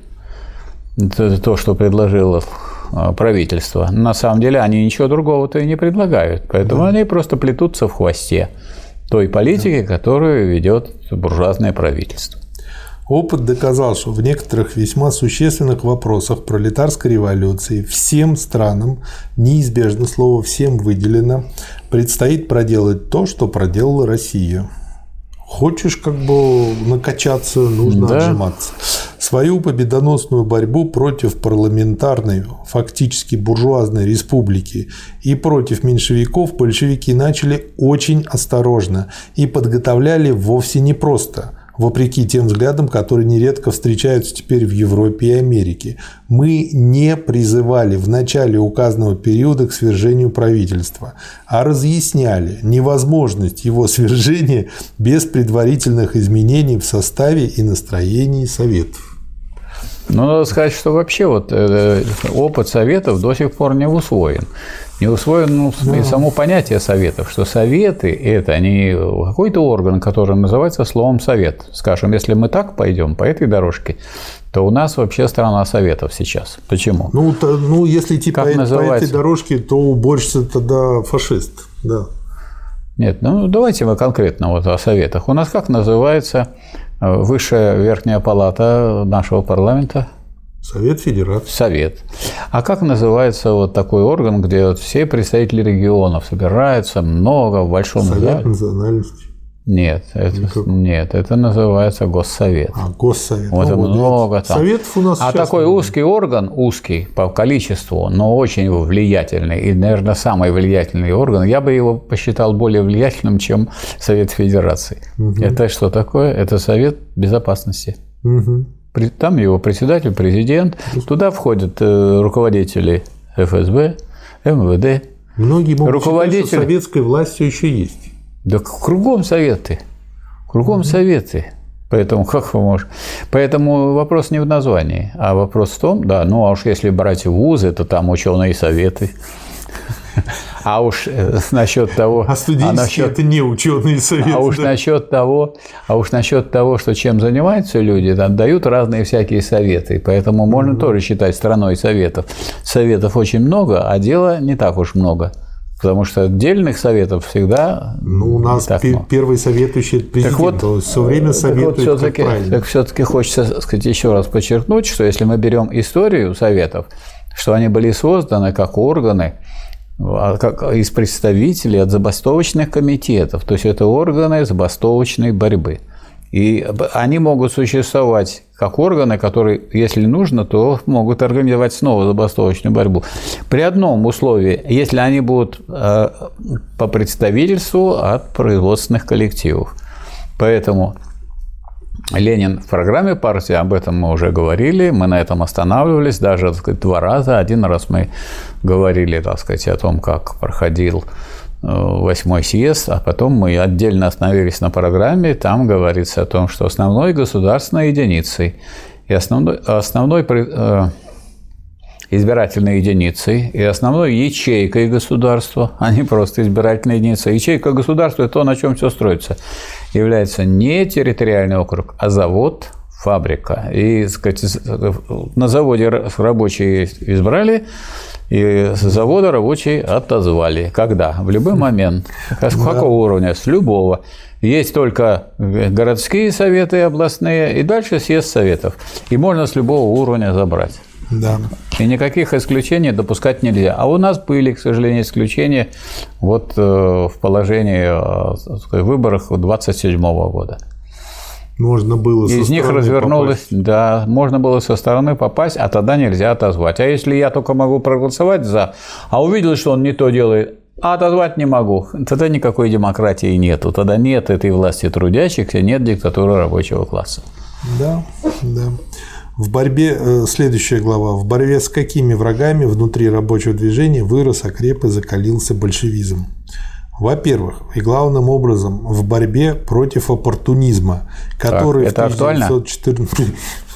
то, что предложило правительство. На самом деле они ничего другого-то и не предлагают. Поэтому да. они просто плетутся в хвосте той политики, да. которую ведет буржуазное правительство. Опыт доказал, что в некоторых весьма существенных вопросах пролетарской революции всем странам, неизбежно слово «всем» выделено, предстоит проделать то, что проделала Россия. Хочешь как бы накачаться, нужно да. отжиматься. Свою победоносную борьбу против парламентарной, фактически буржуазной республики и против меньшевиков большевики начали очень осторожно и подготовляли вовсе не просто. Вопреки тем взглядам, которые нередко встречаются теперь в Европе и Америке. Мы не призывали в начале указанного периода к свержению правительства, а разъясняли невозможность его свержения без предварительных изменений в составе и настроении Советов. Ну, надо сказать, что вообще вот опыт Советов до сих пор не усвоен. Не усвоено ну, да. и само понятие советов, что советы – это не какой-то орган, который называется словом «совет». Скажем, если мы так пойдем по этой дорожке, то у нас вообще страна советов сейчас. Почему? Ну, то, ну если идти по, по этой дорожке, то уборщица тогда фашист. Да. Нет, ну давайте мы конкретно вот о советах. У нас как называется высшая верхняя палата нашего парламента? Совет Федерации. Совет. А как называется вот такой орган, где вот все представители регионов собираются много в большом зале? Совет национальностей. Нет, это, нет, это называется Госсовет. А, Госсовет. Вот ну, много там. Советов у нас а такой много. Узкий орган, узкий по количеству, но очень влиятельный, и, наверное, самый влиятельный орган, я бы его посчитал более влиятельным, чем Совет Федерации. Угу. Это что такое? Это Совет Безопасности. Угу. Там его председатель, президент, туда входят руководители эф эс бэ, эм вэ дэ. Многие могут руководители... считать, что советской властью еще есть. Да кругом советы, кругом mm-hmm. советы. Поэтому как вы можете? Поэтому вопрос не в названии, а вопрос в том, да, ну а уж если брать вузы, то там ученые советы. А уж насчет того, а студенческие а насчет, это не ученые советы. А уж да? насчет того, а уж насчет того, что чем занимаются люди, там дают разные всякие советы, поэтому mm-hmm. можно тоже считать страной советов. Советов очень много, а дела не так уж много. Потому что отдельных советов всегда. Ну, у нас пи- первый советующий президент, вот, все время советует, так вот, все-таки, так все-таки хочется сказать, еще раз подчеркнуть, что если мы берем историю советов, что они были созданы как органы, как из представителей от забастовочных комитетов, то есть это органы забастовочной борьбы. И они могут существовать как органы, которые, если нужно, то могут организовать снова забастовочную борьбу. При одном условии, если они будут по представительству от производственных коллективов. Поэтому Ленин в программе партии, об этом мы уже говорили, мы на этом останавливались даже, так сказать, два раза. Один раз мы говорили, так сказать, о том, как проходил восьмой съезд, а потом мы отдельно остановились на программе, там говорится о том, что основной государственной единицей и основной, основной э, избирательной единицей и основной ячейкой государства, а не просто избирательная единица. Ячейка государства – это то, на чем все строится, является не территориальный округ, а завод, фабрика. И, так сказать, на заводе рабочие избрали, и с завода рабочие отозвали. Когда? В любой момент. С какого да. уровня? С любого. Есть только городские советы областные, и дальше съезд советов. И можно с любого уровня забрать. Да. И никаких исключений допускать нельзя. А у нас были, к сожалению, исключения вот в положении в выборах двадцать седьмого года. Можно было Из них развернулось, попасть. Да, можно было со стороны попасть, а тогда нельзя отозвать. А если я только могу проголосовать за, а увидел, что он не то делает, а отозвать не могу, тогда никакой демократии нету. Тогда нет этой власти трудящихся, нет диктатуры рабочего класса. Да, да. В борьбе, следующая глава, в борьбе с какими врагами внутри рабочего движения вырос, окреп и закалился большевизм? Во-первых, и главным образом в борьбе против оппортунизма, который так, в тысяча девятьсот четырнадцатом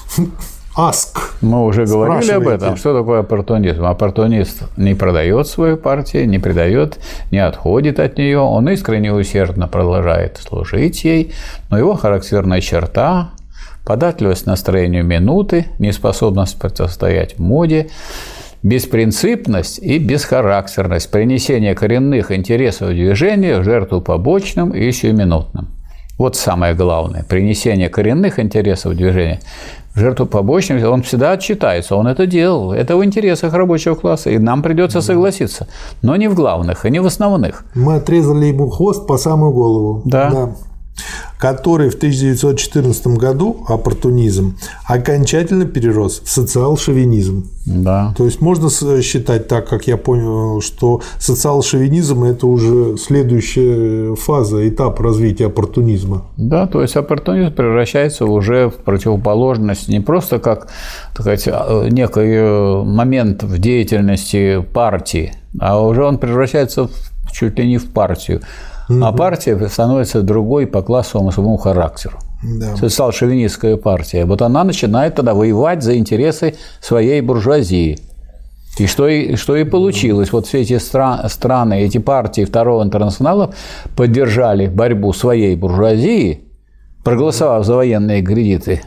Аск. Мы уже говорили об этом. Что такое оппортунизм? Оппортунист не продает свою партию, не предает, не отходит от нее. Он искренне усердно продолжает служить ей, но его характерная черта – податливость настроению минуты, неспособность противостоять моде, беспринципность и бесхарактерность, принесение коренных интересов движения в жертву побочным и сиюминутным. Вот самое главное – принесение коренных интересов движения в жертву побочным. Он всегда отчитается, он это делал, это в интересах рабочего класса, и нам придется согласиться, но не в главных и не в основных. Мы отрезали ему хвост по самую голову. Да. да. Который в тысяча девятьсот четырнадцатом году, оппортунизм, окончательно перерос в социал-шовинизм. Да. То есть можно считать так, как я понял, что социал-шовинизм – это уже следующая фаза, этап развития оппортунизма. Да, то есть оппортунизм превращается уже в противоположность не просто как, так сказать, некий момент в деятельности партии, а уже он превращается в, чуть ли не в партию. А партия становится другой по классовому своему характеру. Да. Социал-шовинистская партия. Вот она начинает тогда воевать за интересы своей буржуазии. И что и, что и получилось. Вот все эти стра- страны, эти партии Второго интернационала поддержали борьбу своей буржуазии, проголосовав за военные кредиты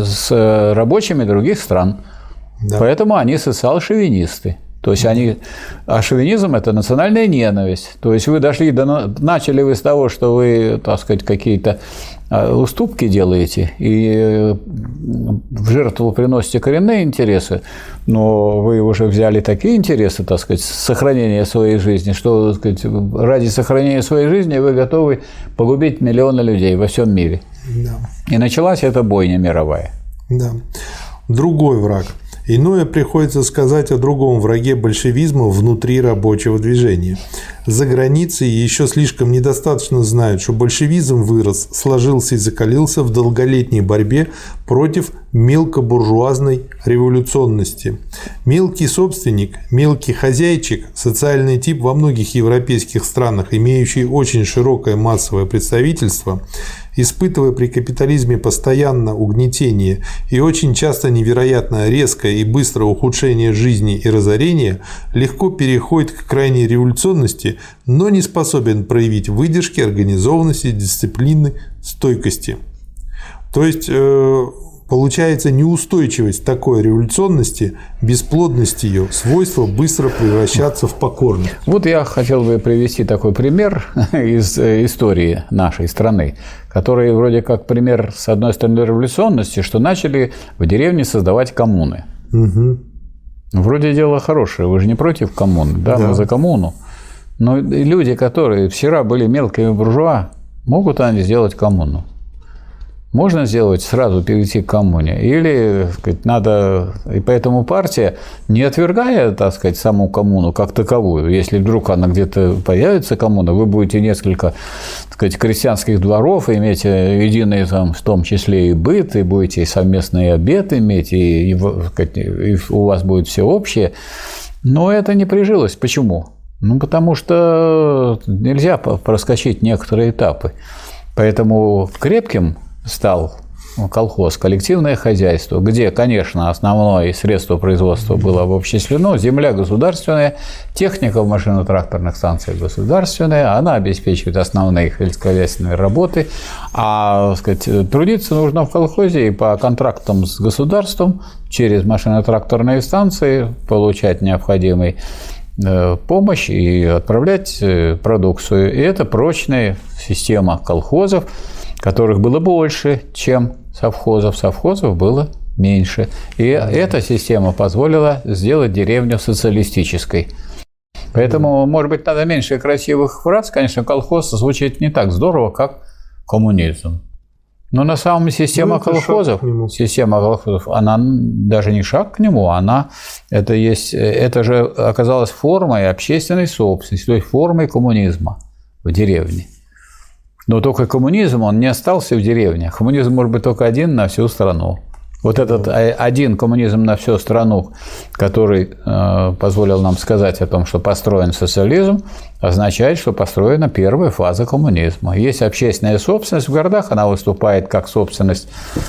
с рабочими других стран. Да. Поэтому они социал-шовинисты. То есть они, а шовинизм – это национальная ненависть. То есть вы дошли до, начали вы с того, что вы, так сказать, какие-то уступки делаете и в жертву приносите коренные интересы, но вы уже взяли такие интересы, так сказать, сохранения своей жизни, что, так сказать, ради сохранения своей жизни вы готовы погубить миллионы людей во всем мире. Да. И началась эта бойня мировая. Да. Другой враг. Иное приходится сказать о другом враге большевизма внутри рабочего движения. За границей еще слишком недостаточно знают, что большевизм вырос, сложился и закалился в долголетней борьбе против мелкобуржуазной революционности. Мелкий собственник, мелкий хозяйчик – социальный тип во многих европейских странах, имеющий очень широкое массовое представительство, испытывая при капитализме постоянно угнетение и очень часто невероятно резкое и быстрое ухудшение жизни и разорение, легко переходит к крайней революционности, но не способен проявить выдержки, организованности, дисциплины, стойкости. То есть получается неустойчивость такой революционности, бесплодность ее, свойство быстро превращаться в покорность. Вот я хотел бы привести такой пример из истории нашей страны, который вроде как пример, с одной стороны, революционности, что начали в деревне создавать коммуны. Угу. Вроде дело хорошее, вы же не против коммуны, да, да. Мы за коммуну. Но люди, которые вчера были мелкими буржуа, могут они сделать коммуну? Можно сделать, сразу перейти к коммуне? Или, так сказать, надо… И поэтому партия, не отвергая, так сказать, саму коммуну как таковую, если вдруг она где-то появится, коммуна, вы будете несколько, так сказать, крестьянских дворов иметь, единый там, в том числе и быт, и будете и совместный обед иметь, и, и, и у вас будет все общее. Но это не прижилось. Почему? Ну, потому что нельзя проскочить некоторые этапы. Поэтому крепким стал колхоз, коллективное хозяйство, где, конечно, основное средство производства было обобществлено, земля государственная, техника в машино-тракторных станциях государственная, она обеспечивает основные сельскохозяйственные работы, а, так сказать, трудиться нужно в колхозе и по контрактам с государством через машино-тракторные станции получать необходимый помощь и отправлять продукцию. И это прочная система колхозов, которых было больше, чем совхозов. Совхозов было меньше. И эта система позволила сделать деревню социалистической. Поэтому, может быть, надо меньше красивых фраз. Конечно, колхоз звучит не так здорово, как коммунизм. Но на самом деле система ну, колхозов, система колхозов, она даже не шаг к нему, она это есть, это же оказалась формой общественной собственности, то есть формой коммунизма в деревне. Но только коммунизм, он не остался в деревне. Коммунизм может быть только один на всю страну. Вот этот один коммунизм на всю страну, который э, позволил нам сказать о том, что построен социализм, означает, что построена первая фаза коммунизма. Есть общественная собственность в городах, она выступает как собственность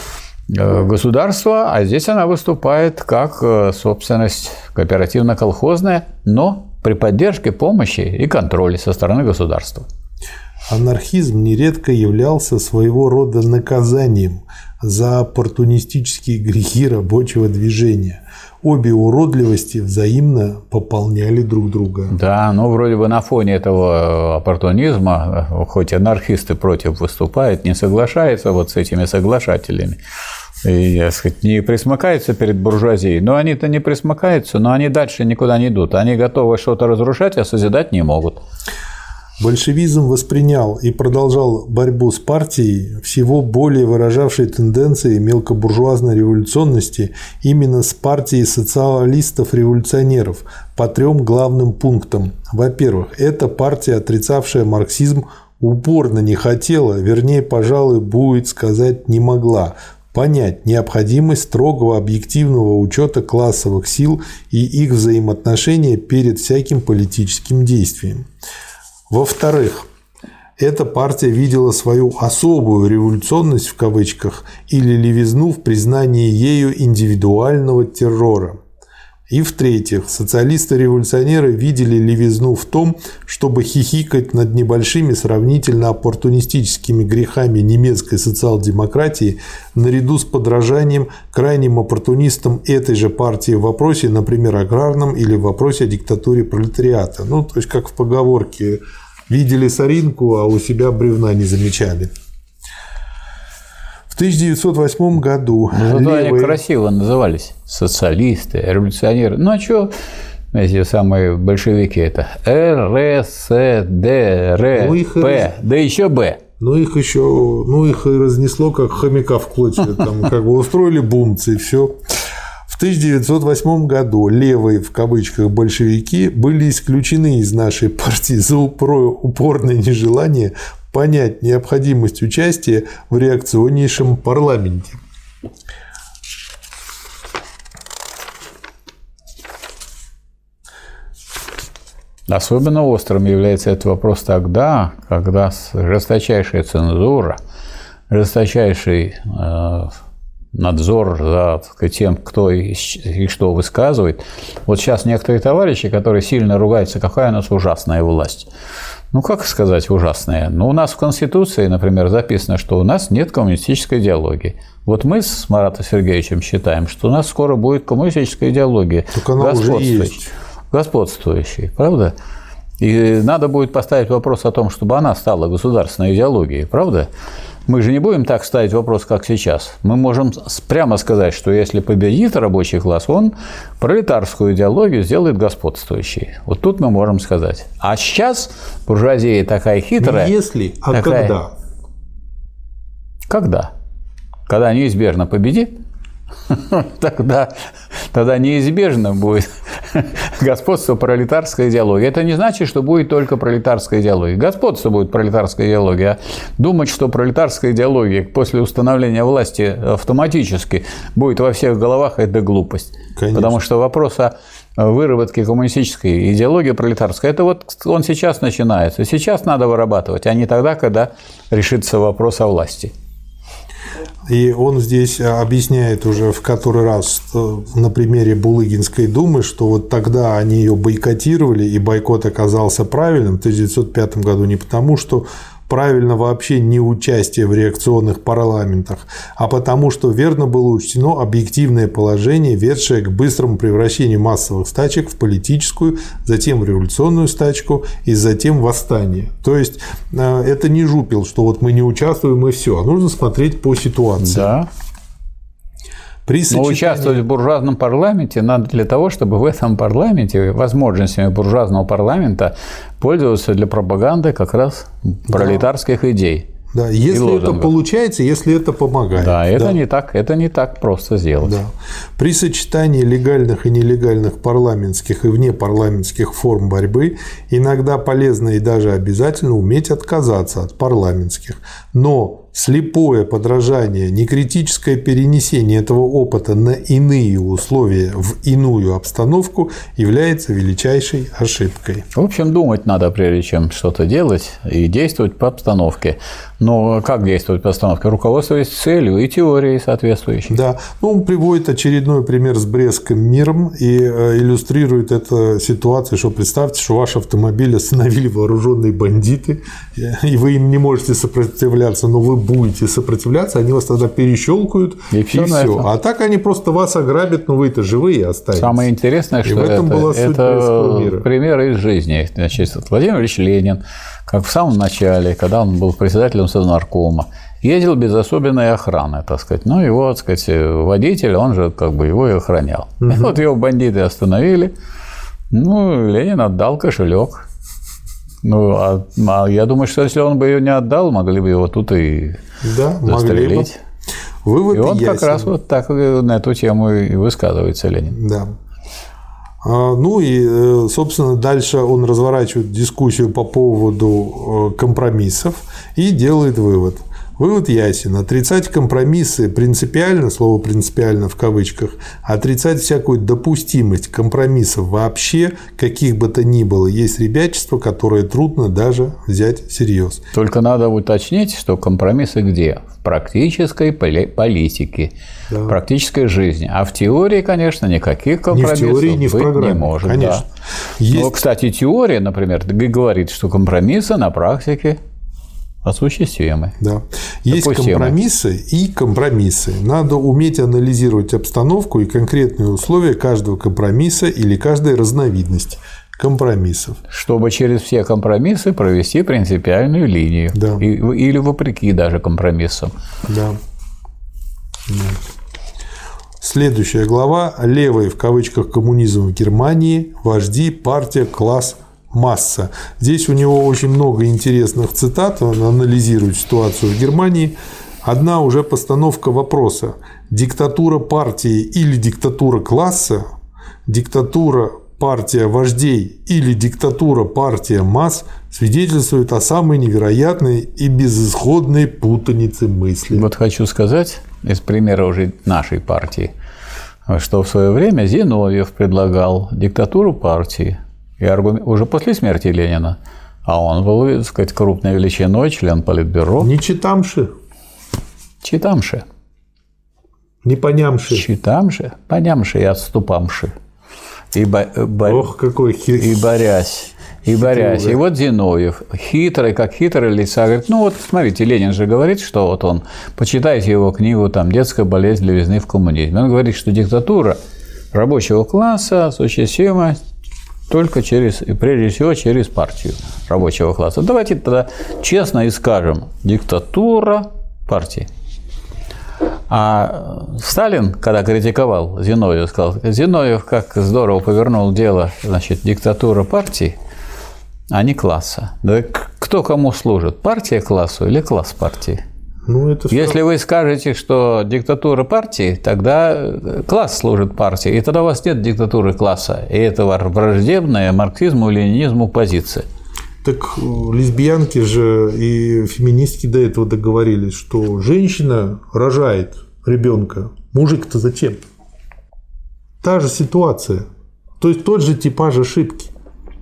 э, государства, а здесь она выступает как э, собственность кооперативно-колхозная, но при поддержке, помощи и контроле со стороны государства. Анархизм нередко являлся своего рода наказанием за оппортунистические грехи рабочего движения. Обе уродливости взаимно пополняли друг друга. Да, ну вроде бы на фоне этого оппортунизма, хоть анархисты против выступают, не соглашаются вот с этими соглашателями. И, так сказать, не присмыкаются перед буржуазией. Но они-то не присмыкаются, но они дальше никуда не идут. Они готовы что-то разрушать, а созидать не могут. Большевизм воспринял и продолжал борьбу с партией, всего более выражавшей тенденции мелкобуржуазной революционности, именно с партией социалистов-революционеров по трем главным пунктам. Во-первых, эта партия, отрицавшая марксизм, упорно не хотела, вернее, пожалуй, будет сказать, не могла понять необходимость строгого объективного учета классовых сил и их взаимоотношения перед всяким политическим действием. Во-вторых, эта партия видела свою особую революционность в кавычках или левизну в признании ею индивидуального террора. И в-третьих, социалисты-революционеры видели левизну в том, чтобы хихикать над небольшими сравнительно оппортунистическими грехами немецкой социал-демократии наряду с подражанием крайним оппортунистам этой же партии в вопросе, например, аграрном или в вопросе о диктатуре пролетариата. Ну, то есть, как в поговорке: видели соринку, а у себя бревна не замечали. тысяча девятьсот восьмом году ну, левые... они красиво назывались. Социалисты, революционеры. Ну, а что эти самые большевики это? Р, С, Д, Р, ну, П, раз... да еще Б. Ну, их еще, ну, их и разнесло, как хомяка в клочья. Там как бы устроили бумцы, и все. В тысяча девятьсот восьмом году левые, в кавычках, большевики были исключены из нашей партии за упорное нежелание понять необходимость участия в реакционнейшем парламенте. Особенно острым является этот вопрос тогда, когда жесточайшая цензура, жесточайший э, надзор за, так сказать, тем, кто и, и что высказывает. Вот сейчас некоторые товарищи, которые сильно ругаются, какая у нас ужасная власть. Ну, как сказать ужасная? Ну, у нас в Конституции, например, записано, что у нас нет коммунистической идеологии. Вот мы с Маратом Сергеевичем считаем, что у нас скоро будет коммунистическая идеология. Так она уже есть. Господствующей, правда? И надо будет поставить вопрос о том, чтобы она стала государственной идеологией, правда? Мы же не будем так ставить вопрос, как сейчас. Мы можем прямо сказать, что если победит рабочий класс, он пролетарскую идеологию сделает господствующей. Вот тут мы можем сказать. А сейчас буржуазия такая хитрая. Не если, а такая... когда? Когда? Когда неизбежно победит? Тогда, тогда неизбежно будет господство пролетарской идеологии. Это не значит, что будет только пролетарская идеология. Господство будет пролетарская идеология. А думать, что пролетарская идеология после установления власти автоматически будет во всех головах, это глупость. Конечно. Потому что вопрос о выработке коммунистической идеологии пролетарской, это вот он сейчас начинается. Сейчас надо вырабатывать, а не тогда, когда решится вопрос о власти. И он здесь объясняет уже в который раз на примере Булыгинской думы, что вот тогда они ее бойкотировали, и бойкот оказался правильным в тысяча девятьсот пятом году не потому, что правильно вообще не участие в реакционных парламентах, а потому что верно было учтено объективное положение, ведшее к быстрому превращению массовых стачек в политическую, затем в революционную стачку и затем в восстание. То есть это не жупел, что вот мы не участвуем и все, а нужно смотреть по ситуации. Да. Но участвовать в буржуазном парламенте надо для того, чтобы в этом парламенте возможностями буржуазного парламента пользоваться для пропаганды как раз пролетарских да. идей. Да, если это получается, если это помогает. Да, это, да. Не так, это не так просто сделать. Да. При сочетании легальных и нелегальных парламентских и внепарламентских форм борьбы иногда полезно и даже обязательно уметь отказаться от парламентских. Но слепое подражание, некритическое перенесение этого опыта на иные условия в иную обстановку является величайшей ошибкой. В общем, думать надо, прежде чем что-то делать, и действовать по обстановке. Но как действовать по обстановке? Руководствуясь целью и теорией соответствующей. Да. Ну, он приводит очередной пример с Брестским миром и иллюстрирует эту ситуацию, что представьте, что ваш автомобиль остановили вооруженные бандиты, и вы им не можете сопротивляться, но вы будете сопротивляться, они вас тогда перещелкают, и, и все. А так они просто вас ограбят, но вы-то живые останетесь. Самое интересное, что это, это пример из жизни. Значит, Владимир Ильич Ленин, как в самом начале, когда он был председателем Совнаркома, ездил без особенной охраны, так сказать. Ну, его, так сказать, водитель, он же как бы его и охранял. Угу. И вот его бандиты остановили, ну, Ленин отдал кошелек. Ну, а, а я думаю, что если он бы ее не отдал, могли бы его тут и да, застрелить. Вывод и он ясен. Как раз вот так на эту тему и высказывается, Ленин. Да. Ну и, собственно, дальше он разворачивает дискуссию по поводу компромиссов и делает вывод. Вывод ясен. Отрицать компромиссы принципиально, слово «принципиально» в кавычках, отрицать всякую допустимость компромиссов вообще, каких бы то ни было, есть ребячество, которое трудно даже взять всерьез. Только надо уточнить, что компромиссы где? В практической политике, да. В практической жизни. А в теории, конечно, никаких компромиссов ни в теории, ни в быть программе, не может. Конечно. Да. Есть... Но, кстати, теория, например, говорит, что компромиссы на практике осуществимы. Да. Есть допустимы. Компромиссы и компромиссы. Надо уметь анализировать обстановку и конкретные условия каждого компромисса или каждой разновидности компромиссов. Чтобы через все компромиссы провести принципиальную линию. Да. И, или вопреки даже компромиссам. Да. Следующая глава. Левый, в кавычках, коммунизм в Германии. Вожди, партия, класс, масса. Здесь у него очень много интересных цитат. Он анализирует ситуацию в Германии. Одна уже постановка вопроса. Диктатура партии или диктатура класса? Диктатура партия вождей или диктатура партия масс свидетельствует о самой невероятной и безысходной путанице мыслей. Вот хочу сказать из примера уже нашей партии, что в свое время Зиновьев предлагал диктатуру партии, и аргумент, уже после смерти Ленина, а он был, так сказать, крупной величиной, член Политбюро. Не читамши. Читамши. Не понямши. Читамши, понямши и отступамши. И, бо, бо, Ох, какой хи... и борясь. И борясь. И вот Зиновьев, хитрый, как хитрый лица, говорит, ну вот смотрите, Ленин же говорит, что вот он, почитайте его книгу там «Детская болезнь левизны в коммунизме». Он говорит, что диктатура рабочего класса осуществима только через, и прежде всего через партию рабочего класса. Давайте тогда честно и скажем, диктатура партии. А Сталин, когда критиковал Зиновьева, сказал, Зиновьев как здорово повернул дело, значит, диктатура партии, а не класса. Да кто кому служит? Партия классу или класс партии? Ну, это Если вы скажете, что диктатура партии, тогда класс служит партии, и тогда у вас нет диктатуры класса, и это враждебная марксизму и ленинизму позиция. Так лесбиянки же и феминистки до этого договорились, что женщина рожает ребенка, мужик-то зачем? Та же ситуация, то есть тот же типаж ошибки.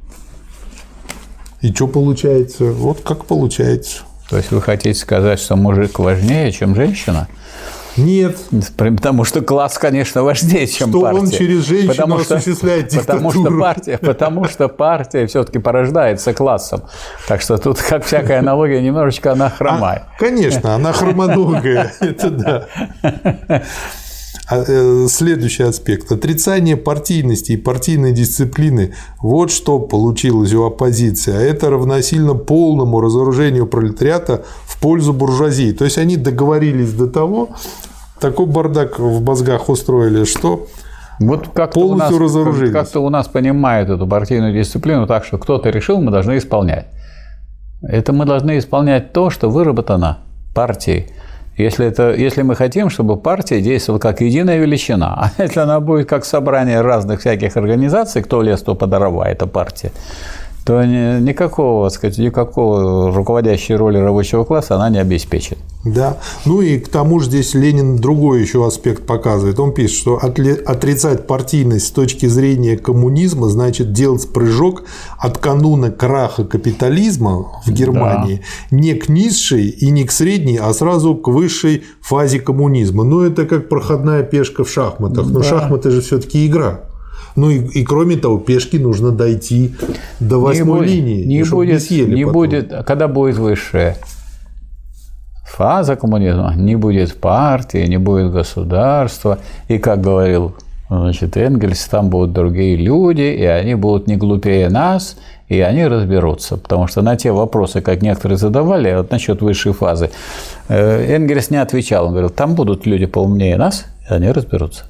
И что получается? Вот как получается. То есть вы хотите сказать, что мужик важнее, чем женщина? Нет. Потому что класс, конечно, важнее, чем что партия. Он через женщину потому что, осуществляет диктатуру. Потому что партия, потому что партия все-таки порождается классом. Так что тут, как всякая аналогия, немножечко она хромая. А, конечно, она хромоногая. Это да. Следующий аспект. Отрицание партийности и партийной дисциплины. Вот что получилось у оппозиции. А это равносильно полному разоружению пролетариата в пользу буржуазии. То есть они договорились до того, такой бардак в мозгах устроили, что вот как-то полностью у нас, разоружились. Как-то у нас понимают эту партийную дисциплину так, что кто-то решил, мы должны исполнять. Это мы должны исполнять то, что выработано партией. Если, это, если мы хотим, чтобы партия действовала как единая величина, а если она будет как собрание разных всяких организаций, кто лес, то по дрова, это партия, то никакого, так сказать, никакого руководящей роли рабочего класса она не обеспечит. Да. Ну и к тому же здесь Ленин другой еще аспект показывает. Он пишет, что отрицать партийность с точки зрения коммунизма значит делать прыжок от кануна краха капитализма в Германии да. не к низшей и не к средней, а сразу к высшей фазе коммунизма. Ну это как проходная пешка в шахматах. Но да. шахматы же все-таки игра. Ну и, и кроме того, пешке нужно дойти до восьмой не линии. Не будет, не, не будет, когда будет высшая фаза коммунизма, не будет партии, не будет государства. И, как говорил значит, Энгельс, там будут другие люди, и они будут не глупее нас, и они разберутся. Потому что на те вопросы, как некоторые задавали, вот насчет высшей фазы, Энгельс не отвечал. Он говорил, там будут люди поумнее нас, и они разберутся.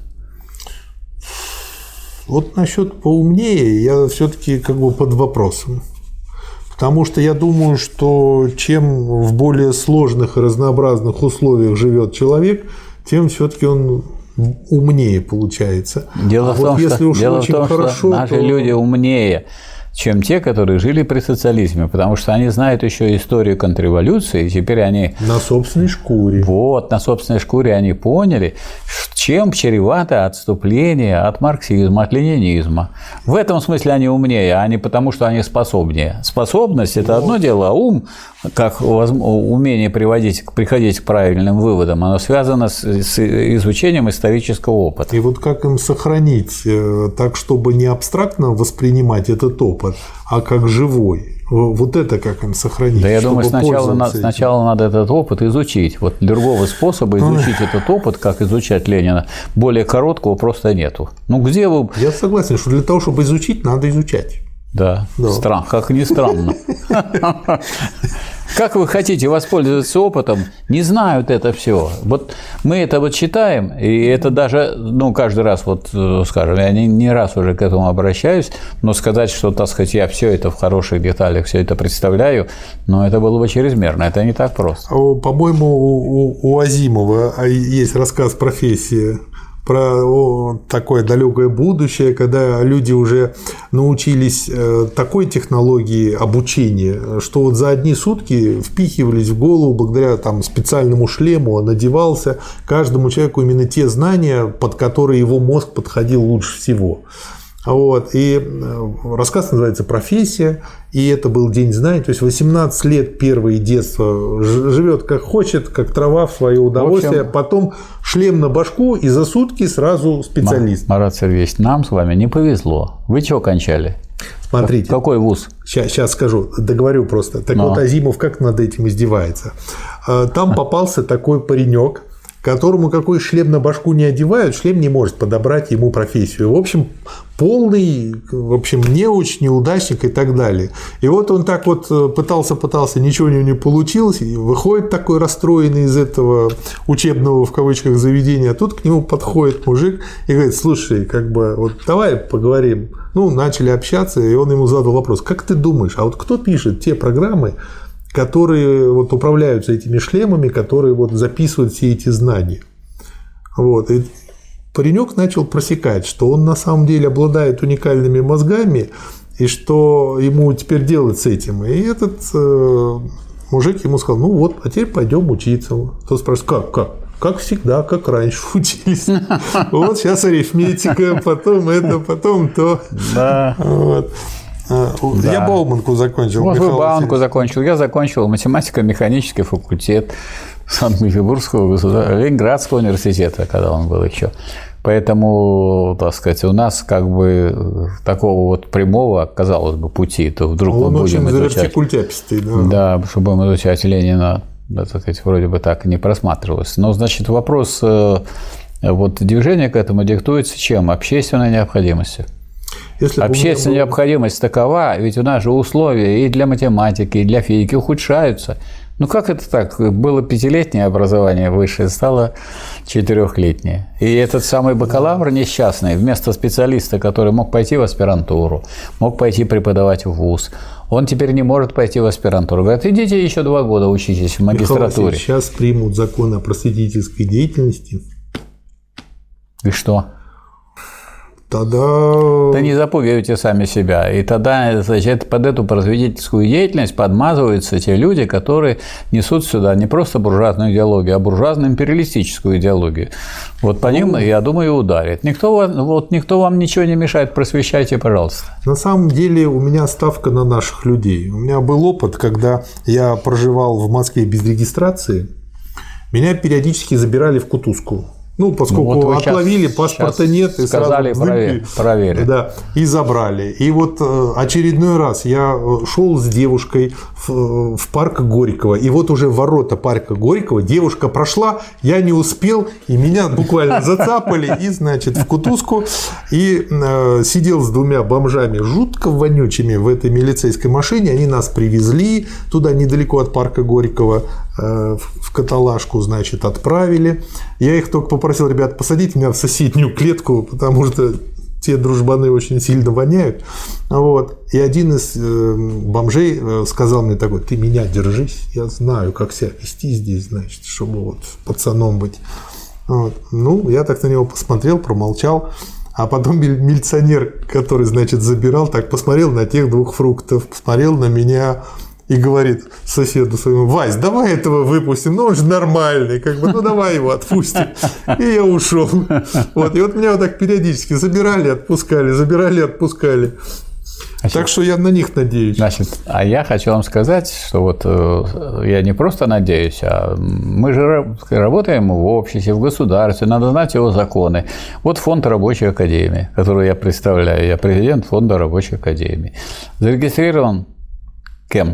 Вот насчет поумнее я все-таки как бы под вопросом. Потому что я думаю, что чем в более сложных и разнообразных условиях живет человек, тем все-таки он умнее получается. Дело а в вот том, если что, уж дело очень в том, хорошо, что наши то... люди умнее, чем те, которые жили при социализме, потому что они знают еще историю контрреволюции, и теперь они… На собственной шкуре. Вот, на собственной шкуре они поняли, чем чревато отступление от марксизма, от ленинизма. В этом смысле они умнее, а не потому, что они способнее. Способность – это одно дело, а ум, как умение приводить, приходить к правильным выводам, оно связано с, с изучением исторического опыта. И вот как им сохранить так, чтобы не абстрактно воспринимать этот опыт, а как живой? Вот это как им сохранить? Да я думаю, сначала, на, сначала надо этот опыт изучить. Вот другого способа изучить Ой. этот опыт, как изучать Ленина, более короткого просто нету. Ну где вы… Я согласен, что для того, чтобы изучить, надо изучать. Да, да. Стран, как ни странно. Как вы хотите воспользоваться опытом, не знают это все. Вот мы это вот читаем, и это даже, ну, каждый раз, вот, скажем, я не, не раз уже к этому обращаюсь, но сказать, что, так сказать, я все это в хороших деталях, все это представляю, но это было бы чрезмерно, это не так просто. По-моему, у, у Азимова есть рассказ «Профессия», про такое далекое будущее, когда люди уже научились такой технологии обучения, что вот за одни сутки впихивались в голову благодаря там, специальному шлему, он одевался каждому человеку именно те знания, под которые его мозг подходил лучше всего. Вот. И рассказ называется «Профессия», и это был День знаний, то есть восемнадцать лет первое детство, живет как хочет, как трава в свое удовольствие, в общем, потом шлем на башку и за сутки сразу специалист. Марат Сергеевич, нам с вами не повезло. Вы что кончали? Смотрите. Какой вуз? Сейчас, сейчас скажу, договорю просто. Так Но. вот Азимов как над этим издевается. Там попался такой паренек, которому какой шлем на башку не одевают, шлем не может подобрать ему профессию. В общем, полный, в общем, неуч, неудачник и так далее. И вот он так вот пытался-пытался, ничего у него не получилось, и выходит такой расстроенный из этого учебного, в кавычках, заведения, а тут к нему подходит мужик и говорит: слушай, как бы, вот давай поговорим. Ну, начали общаться, и он ему задал вопрос: как ты думаешь, а вот кто пишет те программы, которые вот управляются этими шлемами, которые вот записывают все эти знания? Вот. И паренек начал просекать, что он на самом деле обладает уникальными мозгами, и что ему теперь делать с этим. И этот э, мужик ему сказал: ну вот, а теперь пойдем учиться. Тот спрашивает: как, как? Как всегда, как раньше учились. Вот сейчас арифметика, потом это, потом то. Да. Вот. Да. Я Бауманку закончил. Вот вы Бауманку закончил. Я закончил математико-механический факультет Санкт-Петербургского государственного Ленинградского университета, когда он был еще. Поэтому, так сказать, у нас как бы такого вот прямого, казалось бы, пути, то вдруг он мы будем изучать. Да. Да, чтобы мы изучать Ленина, да, так сказать, вроде бы так не просматривалось. Но, значит, вопрос вот движения к этому диктуется чем? Общественной необходимостью. Если Общественная было... необходимость такова, ведь у нас же условия и для математики, и для физики ухудшаются. Ну как это так? Было пятилетнее образование высшее, стало четырехлетнее. И этот самый бакалавр несчастный, вместо специалиста, который мог пойти в аспирантуру, мог пойти преподавать в вуз, он теперь не может пойти в аспирантуру. Говорят: идите еще два года учитесь в магистратуре. Сейчас примут закон о просветительской деятельности. И что? Тогда... Да не запугивайте сами себя. И тогда, значит, под эту просветительскую деятельность подмазываются те люди, которые несут сюда не просто буржуазную идеологию, а буржуазно-империалистическую идеологию. Вот по ним, я думаю, ударит. Никто, вот, никто вам ничего не мешает, просвещайте, пожалуйста. На самом деле у меня ставка на наших людей. У меня был опыт, когда я проживал в Москве без регистрации, меня периодически забирали в кутузку. Ну, поскольку ну, вот отловили, сейчас, паспорта сейчас нет, и сказали, сразу проверили, проверили. Да, и забрали. И вот очередной раз я шел с девушкой в, в парк Горького, и вот уже ворота парка Горького, девушка прошла, я не успел, и меня буквально зацапали, и, значит, в кутузку, и э, сидел с двумя бомжами жутко вонючими в этой милицейской машине, они нас привезли туда недалеко от парка Горького, э, в каталажку, значит, отправили. Я их только попросил: ребят, посадите меня в соседнюю клетку, потому что те дружбаны очень сильно воняют. Вот. И один из бомжей сказал мне такой: ты меня держись, я знаю, как себя вести здесь, значит, чтобы вот пацаном быть. Вот. Ну, я так на него посмотрел, промолчал. А потом милиционер, который, значит, забирал, так посмотрел на тех двух фруктов, посмотрел на меня и говорит соседу своему: Вась, давай этого выпустим, ну он же нормальный, как бы, ну давай его отпустим. И я ушел. Вот. И вот меня вот так периодически забирали, отпускали, забирали, отпускали. Значит, так что я на них надеюсь. Значит, а я хочу вам сказать, что вот я не просто надеюсь, а мы же работаем в обществе, в государстве, надо знать его законы. Вот фонд Рабочей Академии, который я представляю, я президент фонда Рабочей Академии, зарегистрирован кем?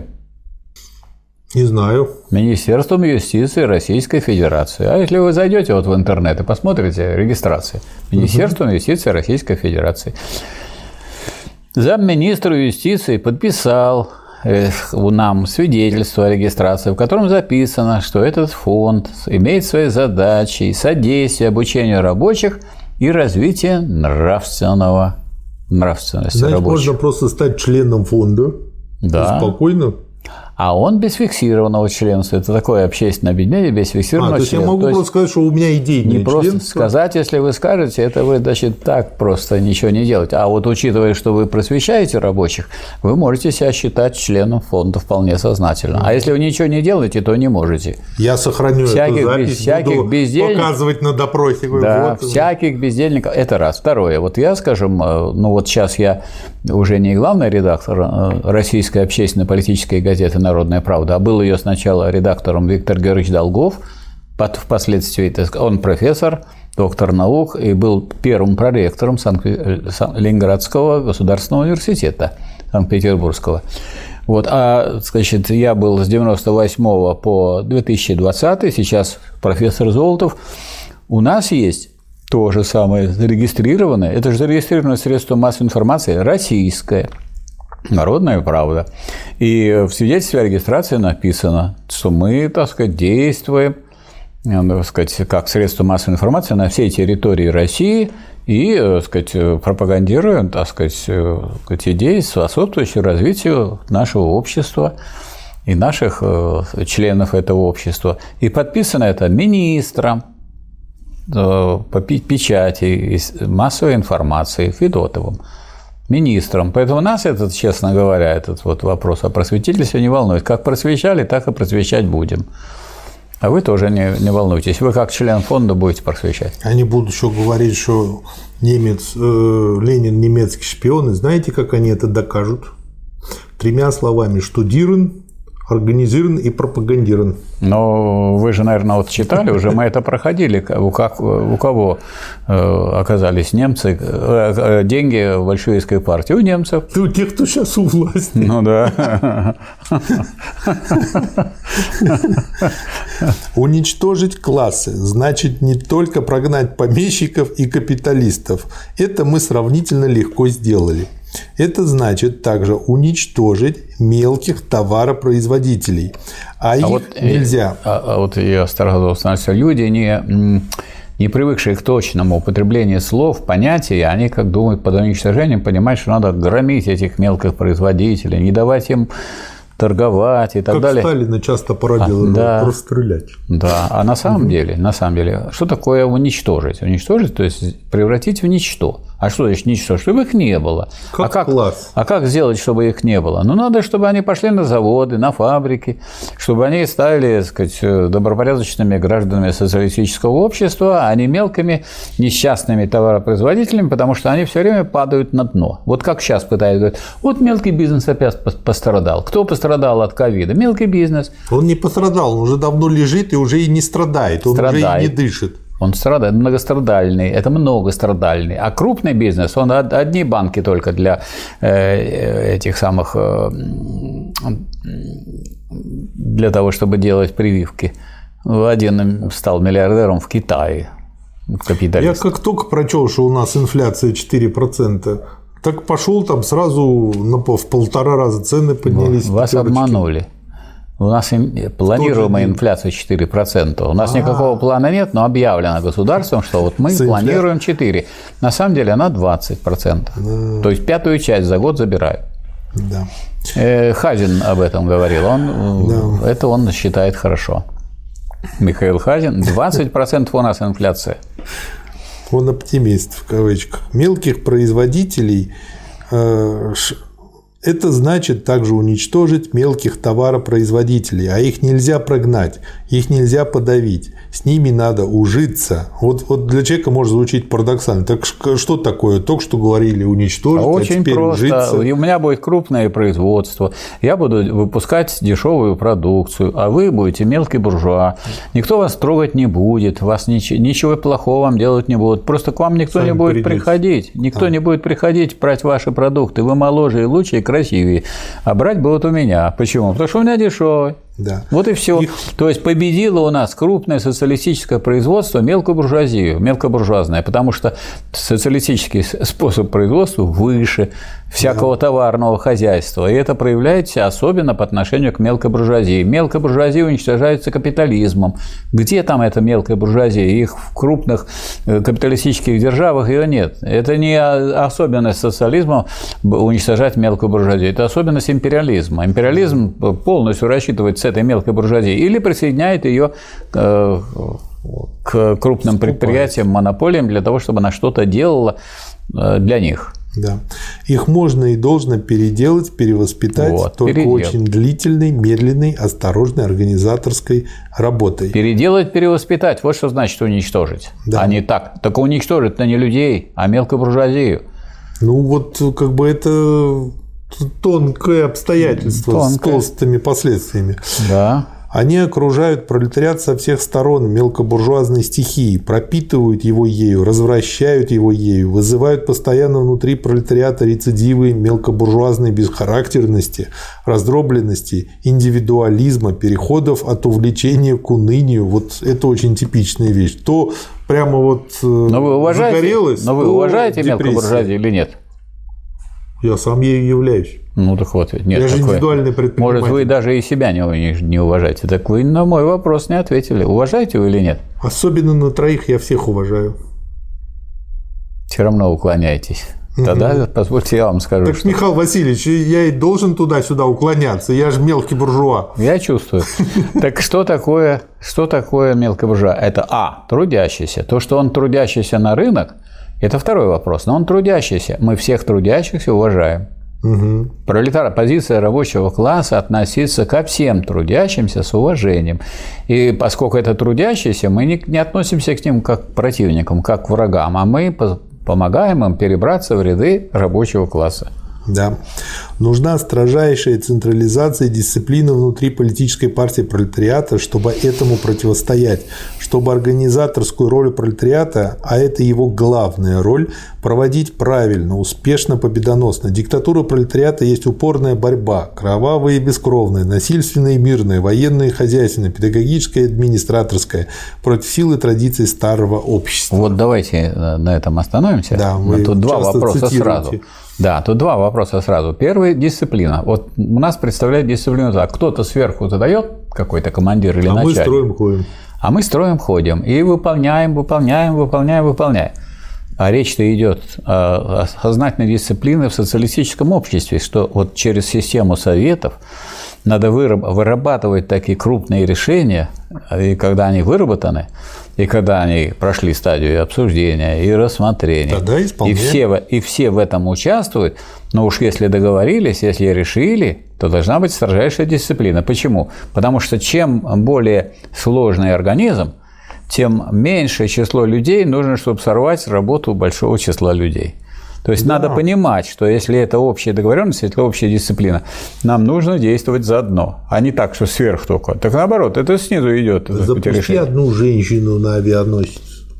Не знаю. Министерством юстиции Российской Федерации. А если вы зайдете вот в интернет и посмотрите регистрацию, Министерством угу. юстиции Российской Федерации. Замминистра юстиции подписал нам свидетельство о регистрации, в котором записано, что этот фонд имеет свои задачи содействие обучению рабочих и развитие нравственного нравственности Значит, рабочих. можно просто стать членом фонда, да. спокойно. А он без фиксированного членства. Это такое общественное объединение без фиксированного а, то есть членства. я могу то просто сказать, что у меня идейное не просто членство. сказать, если вы скажете, это вы, значит, так просто ничего не делаете. А вот учитывая, что вы просвещаете рабочих, вы можете себя считать членом фонда вполне сознательно. А если вы ничего не делаете, то не можете. Я сохраню всяких, эту запись, без, всяких буду бездельников, показывать на допросе. Да, вот. всяких бездельников. Это раз. Второе. Вот я, скажем, ну вот сейчас я уже не главный редактор российской общественно-политической газеты «Народная правда», а был ее сначала редактором Виктор Георгиевич Долгов, впоследствии он профессор, доктор наук и был первым проректором Ленинградского государственного университета Санкт-Петербургского. Вот, а, значит, я был с девяносто восьмого по две тысячи двадцатый, сейчас профессор Золотов. У нас есть то же самое зарегистрированное, это же зарегистрированное средство массовой информации российское, «Народная правда». И в свидетельстве о регистрации написано, что мы, так сказать, действуем, так сказать, как средство массовой информации на всей территории России и, так сказать, пропагандируем, так сказать, идеи, способствующие развитию нашего общества и наших членов этого общества. И подписано это министром по печати массовой информации Федотовым. Министром. Поэтому нас этот, честно говоря, этот вот вопрос о просветительстве не волнует. Как просвещали, так и просвещать будем. А вы тоже не, не волнуйтесь. Вы как член фонда будете просвещать. Они будут еще говорить, что немец, э, Ленин немецкий шпион. И знаете, как они это докажут? Тремя словами: штудирован, организирован и пропагандирован. Но вы же, наверное, вот читали, уже мы это проходили. У, как, у кого оказались немцы, деньги в большевистской партии? У немцев. Ты у тех, кто сейчас у власти. Ну да. Уничтожить классы значит не только прогнать помещиков и капиталистов. Это мы сравнительно легко сделали. Это значит также уничтожить мелких товаропроизводителей, а, а их вот, нельзя. А, а вот я старался, что люди, не, не привыкшие к точному употреблению слов, понятий, они, как думают, под уничтожением понимают, что надо громить этих мелких производителей, не давать им торговать и так как далее. Как Сталина часто породил, а, да, расстрелять. Да, а на самом угу. деле, на самом деле, что такое уничтожить? Уничтожить, то есть превратить в ничто. А что значит ничто? Чтобы их не было. Как а, как, класс. а как сделать, чтобы их не было? Ну, надо, чтобы они пошли на заводы, на фабрики, чтобы они стали, так сказать, добропорядочными гражданами социалистического общества, а не мелкими несчастными товаропроизводителями, потому что они все время падают на дно. Вот как сейчас пытаются говорить, вот мелкий бизнес опять пострадал. Кто пострадал от ковида? Мелкий бизнес. Он не пострадал, он уже давно лежит и уже и не страдает, он страдает. уже и не дышит. Он страдает, многострадальный, это многострадальный. А крупный бизнес, он одни банки только для этих самых, для того, чтобы делать прививки. Один стал миллиардером в Китае, капиталист. Я как только прочел, что у нас инфляция четыре процента, так пошел там сразу в полтора раза цены поднялись. Вас пятерочки. Обманули. У нас планируемая инфляция четыре процента. У нас А-а-а. никакого плана нет, но объявлено государством, что вот мы планируем четыре процента. На самом деле она двадцать процентов. Да. То есть пятую часть за год забирают. Да. Хазин об этом говорил. Он, да. Это он считает хорошо. Михаил Хазин. двадцать процентов у нас инфляция. Он оптимист, в кавычках. Мелких производителей... Э- Это значит также уничтожить мелких товаропроизводителей, а их нельзя прогнать, их нельзя подавить, с ними надо ужиться. Вот, вот для человека может звучить парадоксально. Так что такое? Только что говорили уничтожить, Очень а теперь просто. ужиться. У меня будет крупное производство, я буду выпускать дешевую продукцию, а вы будете мелкий буржуа. Никто вас трогать не будет, вас ничего, ничего плохого вам делать не будут. Просто к вам никто Сами не будет придете. приходить. Никто а. не будет приходить брать ваши продукты. Вы моложе и лучше, и красивее. А брать будут у меня. Почему? Потому что у меня дешевый. Да. Вот и все. Их... То есть победило у нас крупное социалистическое производство мелкую буржуазию, мелкобуржуазное, потому что социалистический способ производства выше всякого да. товарного хозяйства. И это проявляется особенно по отношению к мелкой буржуазии. Мелкая буржуазия уничтожается капитализмом. Где там эта мелкая буржуазия? Их в крупных капиталистических державах ее нет. Это не особенность социализма уничтожать мелкую буржуазию. Это особенность империализма. Империализм полностью рассчитывает с этой мелкой буржуазией или присоединяет ее к крупным предприятиям, монополиям для того, чтобы она что-то делала для них. Да. Их можно и должно переделать, перевоспитать вот, только передел. очень длительной, медленной, осторожной организаторской работой. Переделать, перевоспитать – вот что значит уничтожить. Да. А не так. Только уничтожить-то не людей, а мелкую буржуазию. Ну, вот как бы это тонкое обстоятельство Тонкое. с толстыми последствиями. Да. Они окружают пролетариат со всех сторон мелкобуржуазной стихией, пропитывают его ею, развращают его ею, вызывают постоянно внутри пролетариата рецидивы мелкобуржуазной бесхарактерности, раздробленности, индивидуализма, переходов от увлечения к унынию. Вот это очень типичная вещь. То прямо вот но вы уважаете, загорелось, но вы уважаете мелкобуржуазию или нет? Я сам ею являюсь. Ну так вот, нет. Я же такой... индивидуальный предприниматель. Может, вы даже и себя не, не уважаете. Так вы на мой вопрос не ответили. Уважаете вы или нет? Особенно на троих я всех уважаю. Все равно уклоняетесь. Тогда, угу. позвольте, я вам скажу. Так, что... Михаил Васильевич, я и должен туда-сюда уклоняться. Я же мелкий буржуа. Я чувствую. Так что такое, что такое мелкий буржуа? Это а. трудящийся. То, что он трудящийся на рынок, это второй вопрос. Но он трудящийся. Мы всех трудящихся уважаем. Угу. Пролетар, позиция рабочего класса относиться ко всем трудящимся с уважением. И поскольку это трудящиеся, мы не, не относимся к ним как к противникам, как к врагам, а мы помогаем им перебраться в ряды рабочего класса. Да. Нужна строжайшая централизация и дисциплина внутри политической партии пролетариата, чтобы этому противостоять, чтобы организаторскую роль пролетариата, а это его главная роль, проводить правильно, успешно, победоносно. Диктатура пролетариата есть упорная борьба, кровавая и бескровная, насильственная и мирная, военная и хозяйственная, педагогическая и администраторская, против сил и традиций старого общества. Вот давайте на этом остановимся. Да, вы тут два вопроса цитируете. сразу. Да, тут два вопроса сразу. Первый – дисциплина. Вот у нас представляет дисциплину так. Кто-то сверху задает, какой-то командир или а начальник. А мы строим, ходим. А мы строим, ходим. И выполняем, выполняем, выполняем, выполняем. А речь-то идет о сознательной дисциплине в социалистическом обществе, что вот через систему советов надо вырабатывать такие крупные решения, и когда они выработаны, и когда они прошли стадию обсуждения и рассмотрения, и все, и все в этом участвуют, но уж если договорились, если решили, то должна быть строжайшая дисциплина. Почему? Потому что чем более сложный организм, тем меньшее число людей нужно, чтобы сорвать работу большого числа людей. То есть, да. надо понимать, что если это общая договоренность, если это общая дисциплина, нам нужно действовать заодно, а не так, что сверху только. Так наоборот, это снизу идет. Запусти одну женщину на авианосец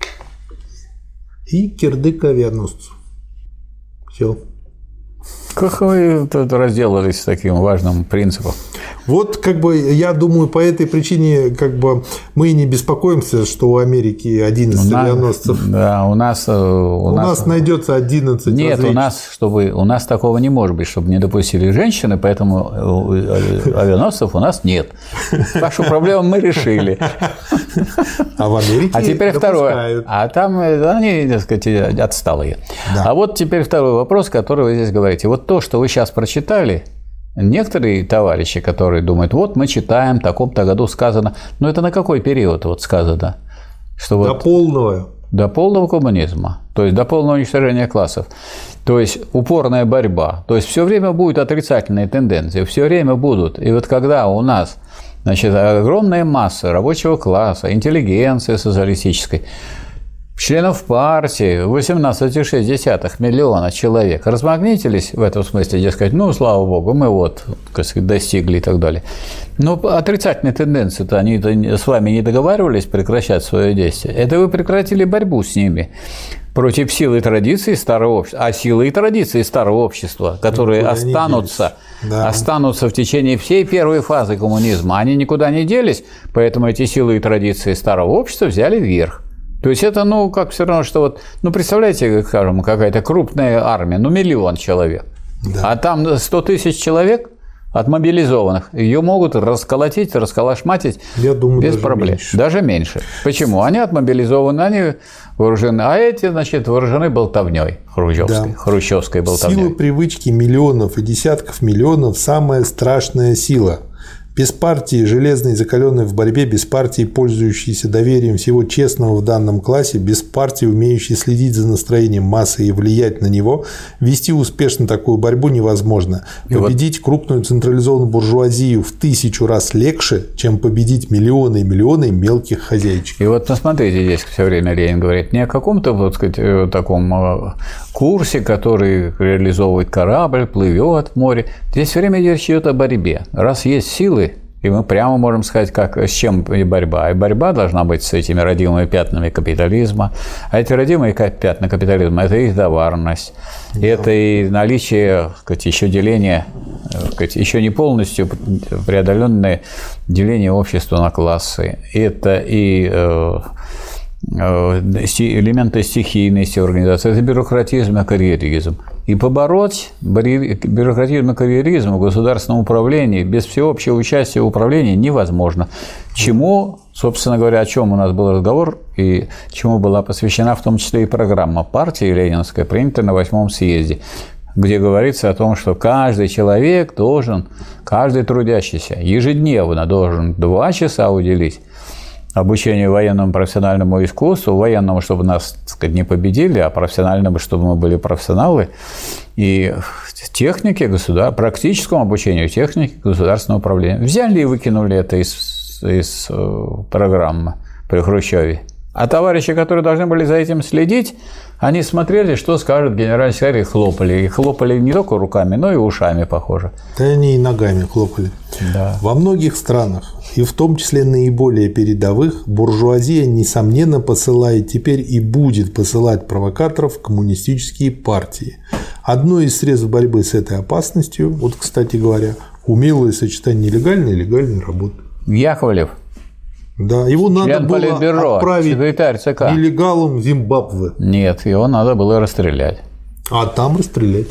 и кирдык авианосцу. Все. Как вы тут разделались с таким важным принципом? Вот, как бы, я думаю, по этой причине, как бы, мы не беспокоимся, что у Америки одиннадцать авианосцев. Да, у нас... У, у нас, нас найдется одиннадцать Нет, различных. у нас, чтобы, у нас такого не может быть, чтобы не допустили женщины, поэтому авианосцев у нас нет. Вашу проблему мы решили. А в Америке А теперь второе. Допускают. А там они, так сказать, отсталые. Да. А вот теперь второй вопрос, который вы здесь говорите. Вот то, что вы сейчас прочитали, некоторые товарищи, которые думают, вот мы читаем, в таком-то году сказано, но это на какой период вот сказано? Что до вот, полного. До полного коммунизма, то есть до полного уничтожения классов, то есть упорная борьба, то есть все время будут отрицательные тенденции, все время будут. И вот когда у нас, значит, огромная масса рабочего класса, интеллигенции социалистической, членов партии, восемнадцать целых шесть десятых миллиона человек размагнитились в этом смысле, дескать, ну, слава богу, мы вот, так сказать, достигли и так далее. Но отрицательные тенденции-то, они с вами не договаривались прекращать свое действие. Это вы прекратили борьбу с ними. Против силы и традиций старого общества. А силы и традиции старого общества, которые никуда останутся, да. останутся в течение всей первой фазы коммунизма, они никуда не делись, поэтому эти силы и традиции старого общества взяли вверх. То есть это, ну, как все равно, что вот, ну, представляете, скажем, какая-то крупная армия, ну, миллион человек, да. а там сто тысяч человек отмобилизованных, ее могут расколотить, расколошматить Я думаю, без даже проблем. Меньше. Даже меньше. Почему? Они отмобилизованы, они вооружены, а эти, значит, вооружены болтовней хрущевской, да. хрущевской болтовней. Сила привычки миллионов и десятков миллионов – самая страшная сила. Без партии, железной, закаленной в борьбе, без партии, пользующейся доверием всего честного в данном классе, без партии, умеющей следить за настроением массы и влиять на него, вести успешно такую борьбу невозможно. Победить вот... крупную централизованную буржуазию в тысячу раз легче, чем победить миллионы и миллионы мелких хозяйчиков. И вот посмотрите, здесь все время Ленин говорит не о каком-то, вот сказать, таком курсе, который реализовывает корабль, плывет в море. Здесь все время речь идет о борьбе. Раз есть силы, и мы прямо можем сказать, как, с чем борьба. И борьба должна быть с этими родимыми пятнами капитализма. А эти родимые пятна капитализма – это их товарность, да. это и наличие, сказать, еще деления, сказать, еще не полностью преодоленное деление общества на классы. Это и элементы стихийности организации, это бюрократизм и карьеризм. И побороть бюрократизм и карьеризм в государственном управлении без всеобщего участия в управлении невозможно. Чему, собственно говоря, о чем у нас был разговор и чему была посвящена в том числе и программа партии ленинская, принятая на восьмом съезде, где говорится о том, что каждый человек должен, каждый трудящийся ежедневно должен два часа уделить обучению военному профессиональному искусству, военному, чтобы нас, так сказать, не победили, а профессиональному, чтобы мы были профессионалы, и технике государ... практическому обучению техники государственного управления. Взяли и выкинули это из, из программы при Хрущеве. А товарищи, которые должны были за этим следить, они смотрели, что скажет генеральный секретарь, и хлопали. И хлопали не только руками, но и ушами, похоже. Да они и ногами хлопали. Да. Во многих странах, и в том числе наиболее передовых, буржуазия, несомненно, посылает теперь и будет посылать провокаторов в коммунистические партии. Одно из средств борьбы с этой опасностью, вот, кстати говоря, умелое сочетание нелегальной и легальной работы. Яковлев. Да, его надо Член было Политбюро, отправить секретарь ЦК. нелегалом в Зимбабве. Нет, его надо было расстрелять. А там расстрелять?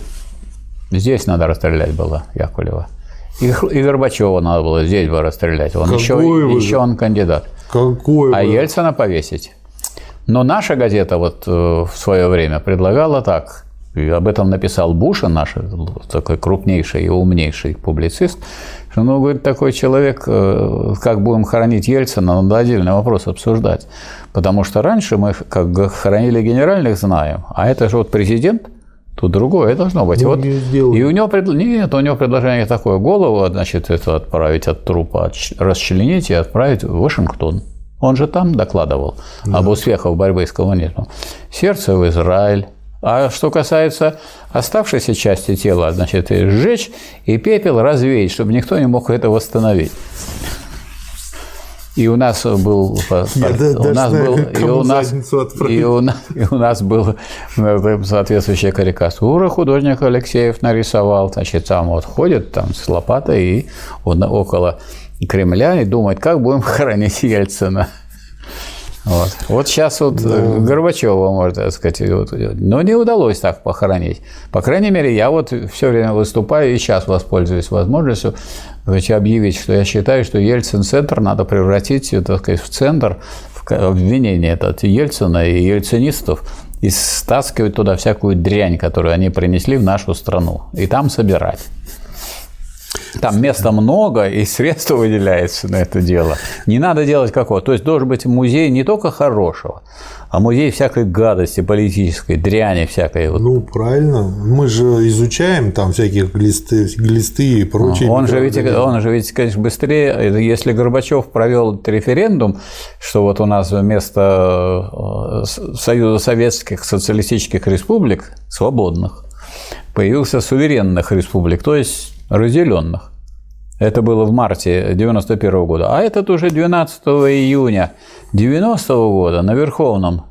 Здесь надо расстрелять было Яковлева. И, и Горбачева надо было здесь бы расстрелять. Он еще, еще он кандидат. Какой а вы? Ельцина повесить. Но наша газета вот в свое время предлагала так. И об этом написал Бушин, наш такой крупнейший и умнейший публицист, что, ну, говорит, такой человек, как будем хоронить Ельцина, надо отдельный вопрос обсуждать. Потому что раньше мы как хоронили генеральных, знаем, а это же вот президент, тут другое должно быть. Вот, и у него, нет, у него предложение такое: голову, значит, это отправить от трупа, расчленить и отправить в Вашингтон. Он же там докладывал да. об успехах борьбы с коммунизмом. Сердце в Израиль. А что касается оставшейся части тела, значит, сжечь и пепел развеять, чтобы никто не мог это восстановить. И у нас был, Я у нас был, и у нас, и у нас, и у нас была соответствующая карикатура, художник Алексеев нарисовал, значит, там вот ходит там с лопатой и он около Кремля и думает, как будем хоронить Ельцина. Вот. вот сейчас вот да. Горбачева, можно сказать, вот, но не удалось так похоронить. По крайней мере, я вот все время выступаю и сейчас воспользуюсь возможностью объявить, что я считаю, что Ельцин-центр надо превратить, так сказать, в центр в обвинения от Ельцина и ельцинистов и стаскивать туда всякую дрянь, которую они принесли в нашу страну, и там собирать. Там места много, и средства выделяются на это дело. Не надо делать какого. То есть должен быть музей не только хорошего, а музей всякой гадости, политической, дряни всякой. Ну, правильно. Мы же изучаем там всякие глисты, глисты и прочие. Он же, ведь, он же ведь, конечно, быстрее, если Горбачев провел референдум, что вот у нас вместо Союза Советских Социалистических Республик, свободных, появился суверенных республик, то есть разделенных. Это было в марте девяносто первого года. А этот уже двенадцатого июня девяностого года на Верховном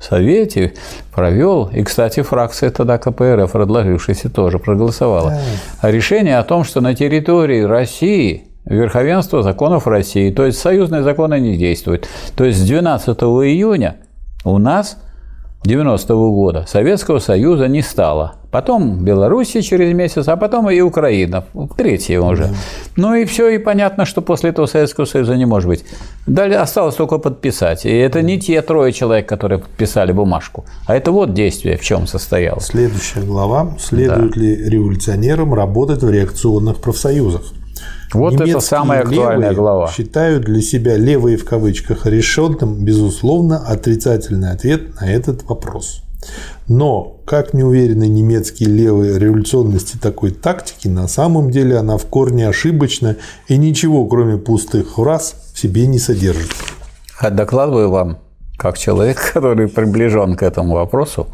Совете провел, и, кстати, фракция тогда ка пэ эр эф, предложившаяся, тоже проголосовала. Да. Решение о том, что на территории России верховенство законов России, то есть союзные законы не действуют. То есть с двенадцатого июня у нас девяностого года Советского Союза не стало. Потом Белоруссия через месяц, а потом и Украина, третья уже. Да. Ну и все, и понятно, что после этого Советского Союза не может быть. Далее осталось только подписать. И это не те трое человек, которые подписали бумажку, а это вот действие, в чем состоялось. Следующая глава. Следует да. ли революционерам работать в реакционных профсоюзах? Вот немецкие это самая актуальная глава. Считают для себя «левые» в кавычках решенным, безусловно, отрицательный ответ на этот вопрос. Но, как не уверены немецкие левые революционности такой тактики, на самом деле она в корне ошибочна и ничего, кроме пустых фраз, в себе не содержит. Докладываю вам, как человек, который приближен к этому вопросу,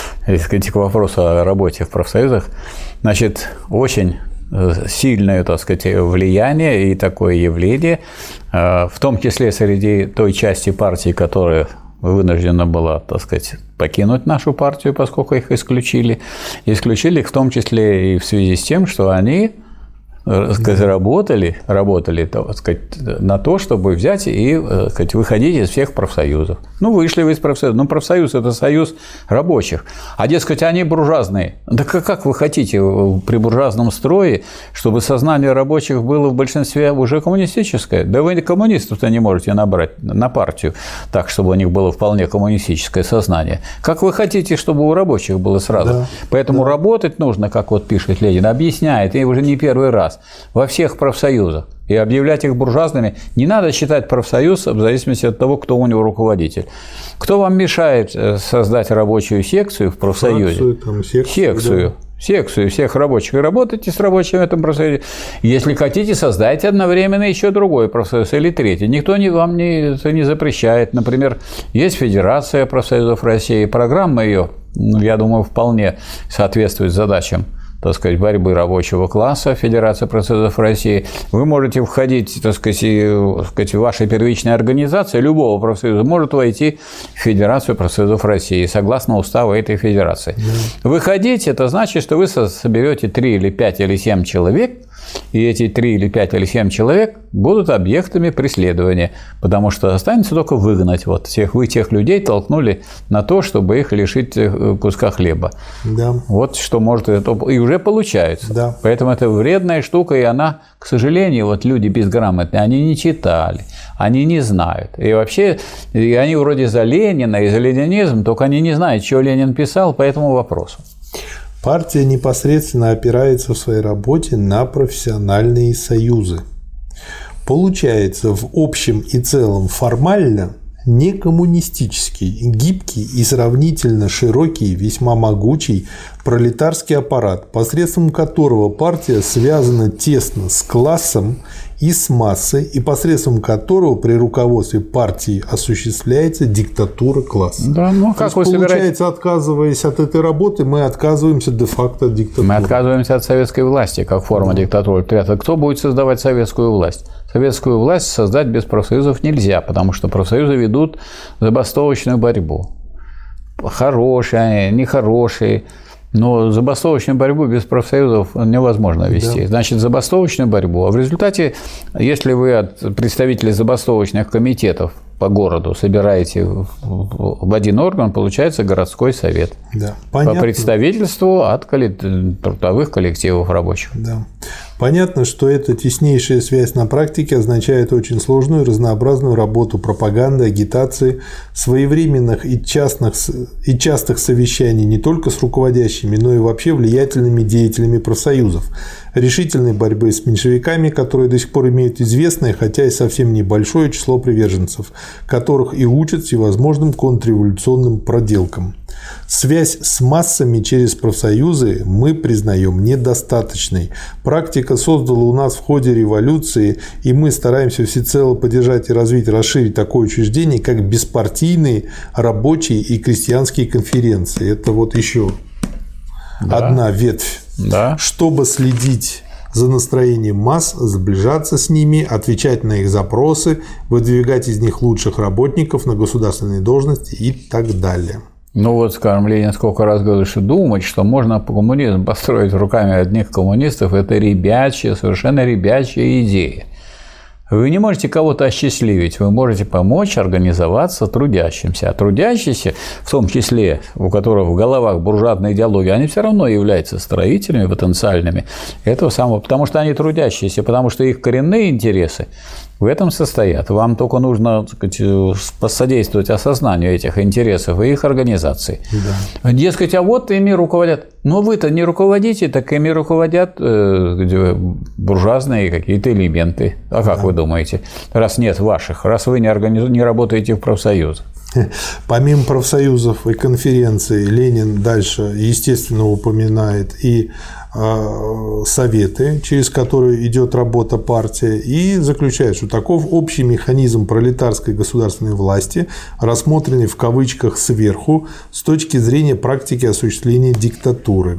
к вопросу о работе в профсоюзах, значит, очень сильное, так сказать, влияние и такое явление, в том числе среди той части партии, которая вынуждена была, так сказать, покинуть нашу партию, поскольку их исключили. Исключили их в том числе и в связи с тем, что они сказать, работали, работали так сказать, на то, чтобы взять и так сказать, выходить из всех профсоюзов. Ну, вышли вы из профсоюза. Ну, профсоюз – это союз рабочих. А, дескать, они буржуазные. Да как вы хотите при буржуазном строе, чтобы сознание рабочих было в большинстве уже коммунистическое? Да вы коммунистов-то не можете набрать на партию так, чтобы у них было вполне коммунистическое сознание. Как вы хотите, чтобы у рабочих было сразу? Да. Поэтому да. работать нужно, как вот пишет Ленин, объясняет, и уже не первый раз, во всех профсоюзах. И объявлять их буржуазными. Не надо считать профсоюз в зависимости от того, кто у него руководитель. Кто вам мешает создать рабочую секцию в профсоюзе? Фракцию, там, секцию. Секцию. Да. Секцию всех рабочих. И работайте с рабочими в этом профсоюзе. Если хотите, создайте одновременно еще другой профсоюз или третий. Никто не, вам не, это не запрещает. Например, есть Федерация профсоюзов России. Программа ее, я думаю, вполне соответствует задачам, так сказать, борьбы рабочего класса, Федерация профсоюзов России. Вы можете входить, так сказать, и, так сказать, ваша первичная организация любого профсоюза может войти в Федерацию профсоюзов России согласно уставу этой федерации. Да. Выходить – это значит, что вы соберете три или пять или семь человек, и эти три или пять или семь человек будут объектами преследования, потому что останется только выгнать. Вот всех, вы тех людей толкнули на то, чтобы их лишить куска хлеба. Да. Вот что может это и уже получается. Да. Поэтому это вредная штука, и она, к сожалению, вот люди безграмотные, они не читали, они не знают. И вообще, и они вроде за Ленина и за ленинизм, только они не знают, что Ленин писал по этому вопросу. Партия непосредственно опирается в своей работе на профессиональные союзы. Получается, в общем и целом формально не коммунистический, гибкий и сравнительно широкий, весьма могучий пролетарский аппарат, посредством которого партия связана тесно с классом и с массой, и посредством которого при руководстве партии осуществляется диктатура класса. Да, ну, как вы получается, собираетесь... отказываясь от этой работы, мы отказываемся де-факто от диктатуры. Мы отказываемся от советской власти как форма да. диктатуры. Кто будет создавать советскую власть? Советскую власть создать без профсоюзов нельзя, потому что профсоюзы ведут забастовочную борьбу. Хорошие, нехорошие. Но забастовочную борьбу без профсоюзов невозможно вести. Да. Значит, забастовочную борьбу. А в результате, если вы от представителей забастовочных комитетов по городу собираете в один орган, получается городской совет. Да. По представительству от трудовых коллективов рабочих. Да. Понятно, что эта теснейшая связь на практике означает очень сложную и разнообразную работу пропаганды, агитации, своевременных и, частных, и частых совещаний не только с руководящими, но и вообще влиятельными деятелями профсоюзов, решительной борьбы с меньшевиками, которые до сих пор имеют известное, хотя и совсем небольшое число приверженцев, которых и учат всевозможным контрреволюционным проделкам. Связь с массами через профсоюзы мы признаем недостаточной. Практика создала у нас в ходе революции, и мы стараемся всецело поддержать и развить, расширить такое учреждение, как беспартийные рабочие и крестьянские конференции. Это вот еще да. одна ветвь. Да. Чтобы следить за настроением масс, сближаться с ними, отвечать на их запросы, выдвигать из них лучших работников на государственные должности и так далее. Ну вот, скажем, Ленин сколько раз говорил, что думать, что можно коммунизм построить руками одних коммунистов, это ребячья, совершенно ребячья идея. Вы не можете кого-то осчастливить, вы можете помочь организоваться трудящимся. А трудящиеся, в том числе, у которых в головах буржуазная идеология, они все равно являются строителями потенциальными этого самого, потому что они трудящиеся, потому что их коренные интересы в этом состоят. Вам только нужно, так сказать, посодействовать осознанию этих интересов и их организации. Да. Дескать, а вот ими руководят. Но вы-то не руководите, так ими руководят э, буржуазные какие-то элементы. А как да. вы думаете? Раз нет ваших, раз вы не, организ... не работаете в профсоюзах. Помимо профсоюзов и конференций, Ленин дальше, естественно, упоминает и советы, через которые идет работа партии, и заключает, что таков общий механизм пролетарской государственной власти, рассмотренный в кавычках сверху с точки зрения практики осуществления диктатуры.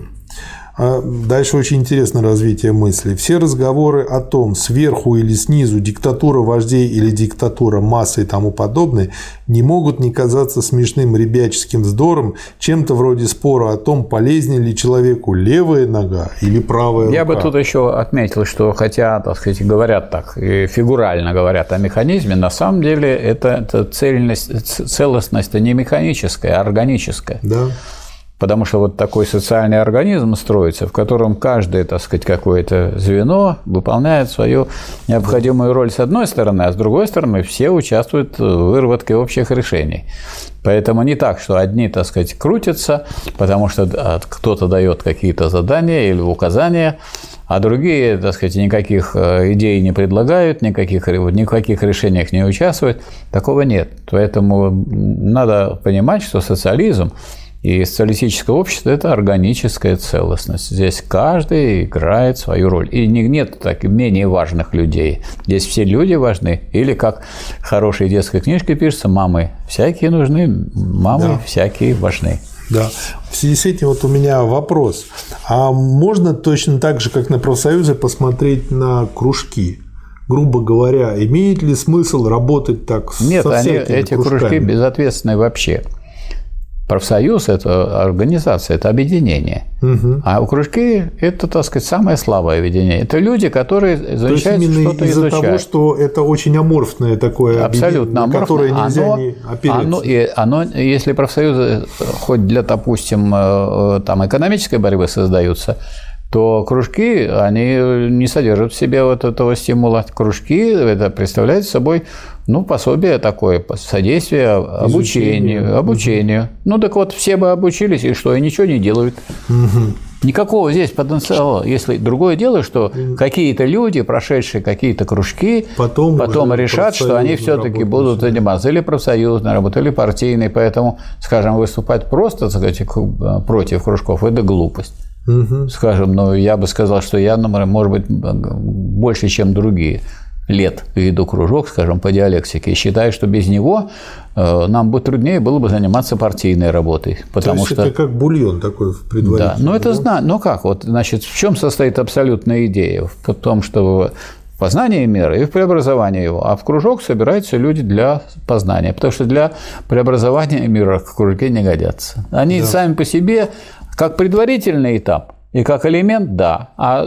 Дальше очень интересно развитие мысли. Все разговоры о том, сверху или снизу, диктатура вождей или диктатура массы и тому подобное, не могут не казаться смешным ребяческим вздором, чем-то вроде спора о том, полезнее ли человеку левая нога или правая рука. Я бы тут еще отметил, что хотя, так сказать, говорят так, фигурально говорят о механизме, на самом деле это, это цельность, целостность не механическая, а органическая. Да. Потому что вот такой социальный организм строится, в котором каждое, так сказать, какое-то звено выполняет свою необходимую роль с одной стороны, а с другой стороны все участвуют в выработке общих решений. Поэтому не так, что одни, так сказать, крутятся, потому что кто-то дает какие-то задания или указания, а другие, так сказать, никаких идей не предлагают, никаких, никаких решениях не участвуют. Такого нет. Поэтому надо понимать, что социализм и социалистическое общество – это органическая целостность. Здесь каждый играет свою роль. И нет так менее важных людей. Здесь все люди важны. Или, как в хорошей детской книжке пишется, мамы всякие нужны, мамы да. всякие важны. Да. В связи с этим вот у меня вопрос. А можно точно так же, как на профсоюзы, посмотреть на кружки? Грубо говоря, имеет ли смысл работать так Нет, со всякими Нет, эти кружками? кружки безответственны вообще. Профсоюз – это организация, это объединение. Угу. А кружки – это, так сказать, самое слабое объединение. Это люди, которые изучают что-то, изучают. из-за того, что это очень аморфное такое Абсолютно объединение, которое нельзя оно, не опереться. Оно, и оно, если профсоюзы хоть для, допустим, там, экономической борьбы создаются, то кружки, они не содержат в себе вот этого стимула. Кружки это представляют собой, ну, пособие такое, содействие обучению, Изучение. обучению. Угу. Ну, так вот, все бы обучились, и что, и ничего не делают. Угу. Никакого здесь потенциала. Если другое дело, что какие-то люди, прошедшие какие-то кружки, потом, потом решат, что они все-таки будут заниматься или профсоюзной работой, или партийной. Поэтому, скажем, выступать просто, так сказать, против кружков – это глупость. Угу. Скажем, ну, я бы сказал, что я, может быть, больше, чем другие лет веду кружок, скажем, по диалектике, и считаю, что без него нам бы труднее было бы заниматься партийной работой. Потому То есть что... это как бульон такой в предварительном. Да, ну это да? Ну как, вот, значит, в чем состоит абсолютная идея? В том, что в познании мира и в преобразовании его, а в кружок собираются люди для познания, потому что для преобразования мира кружки не годятся. Они да. сами по себе как предварительный этап и как элемент, да, а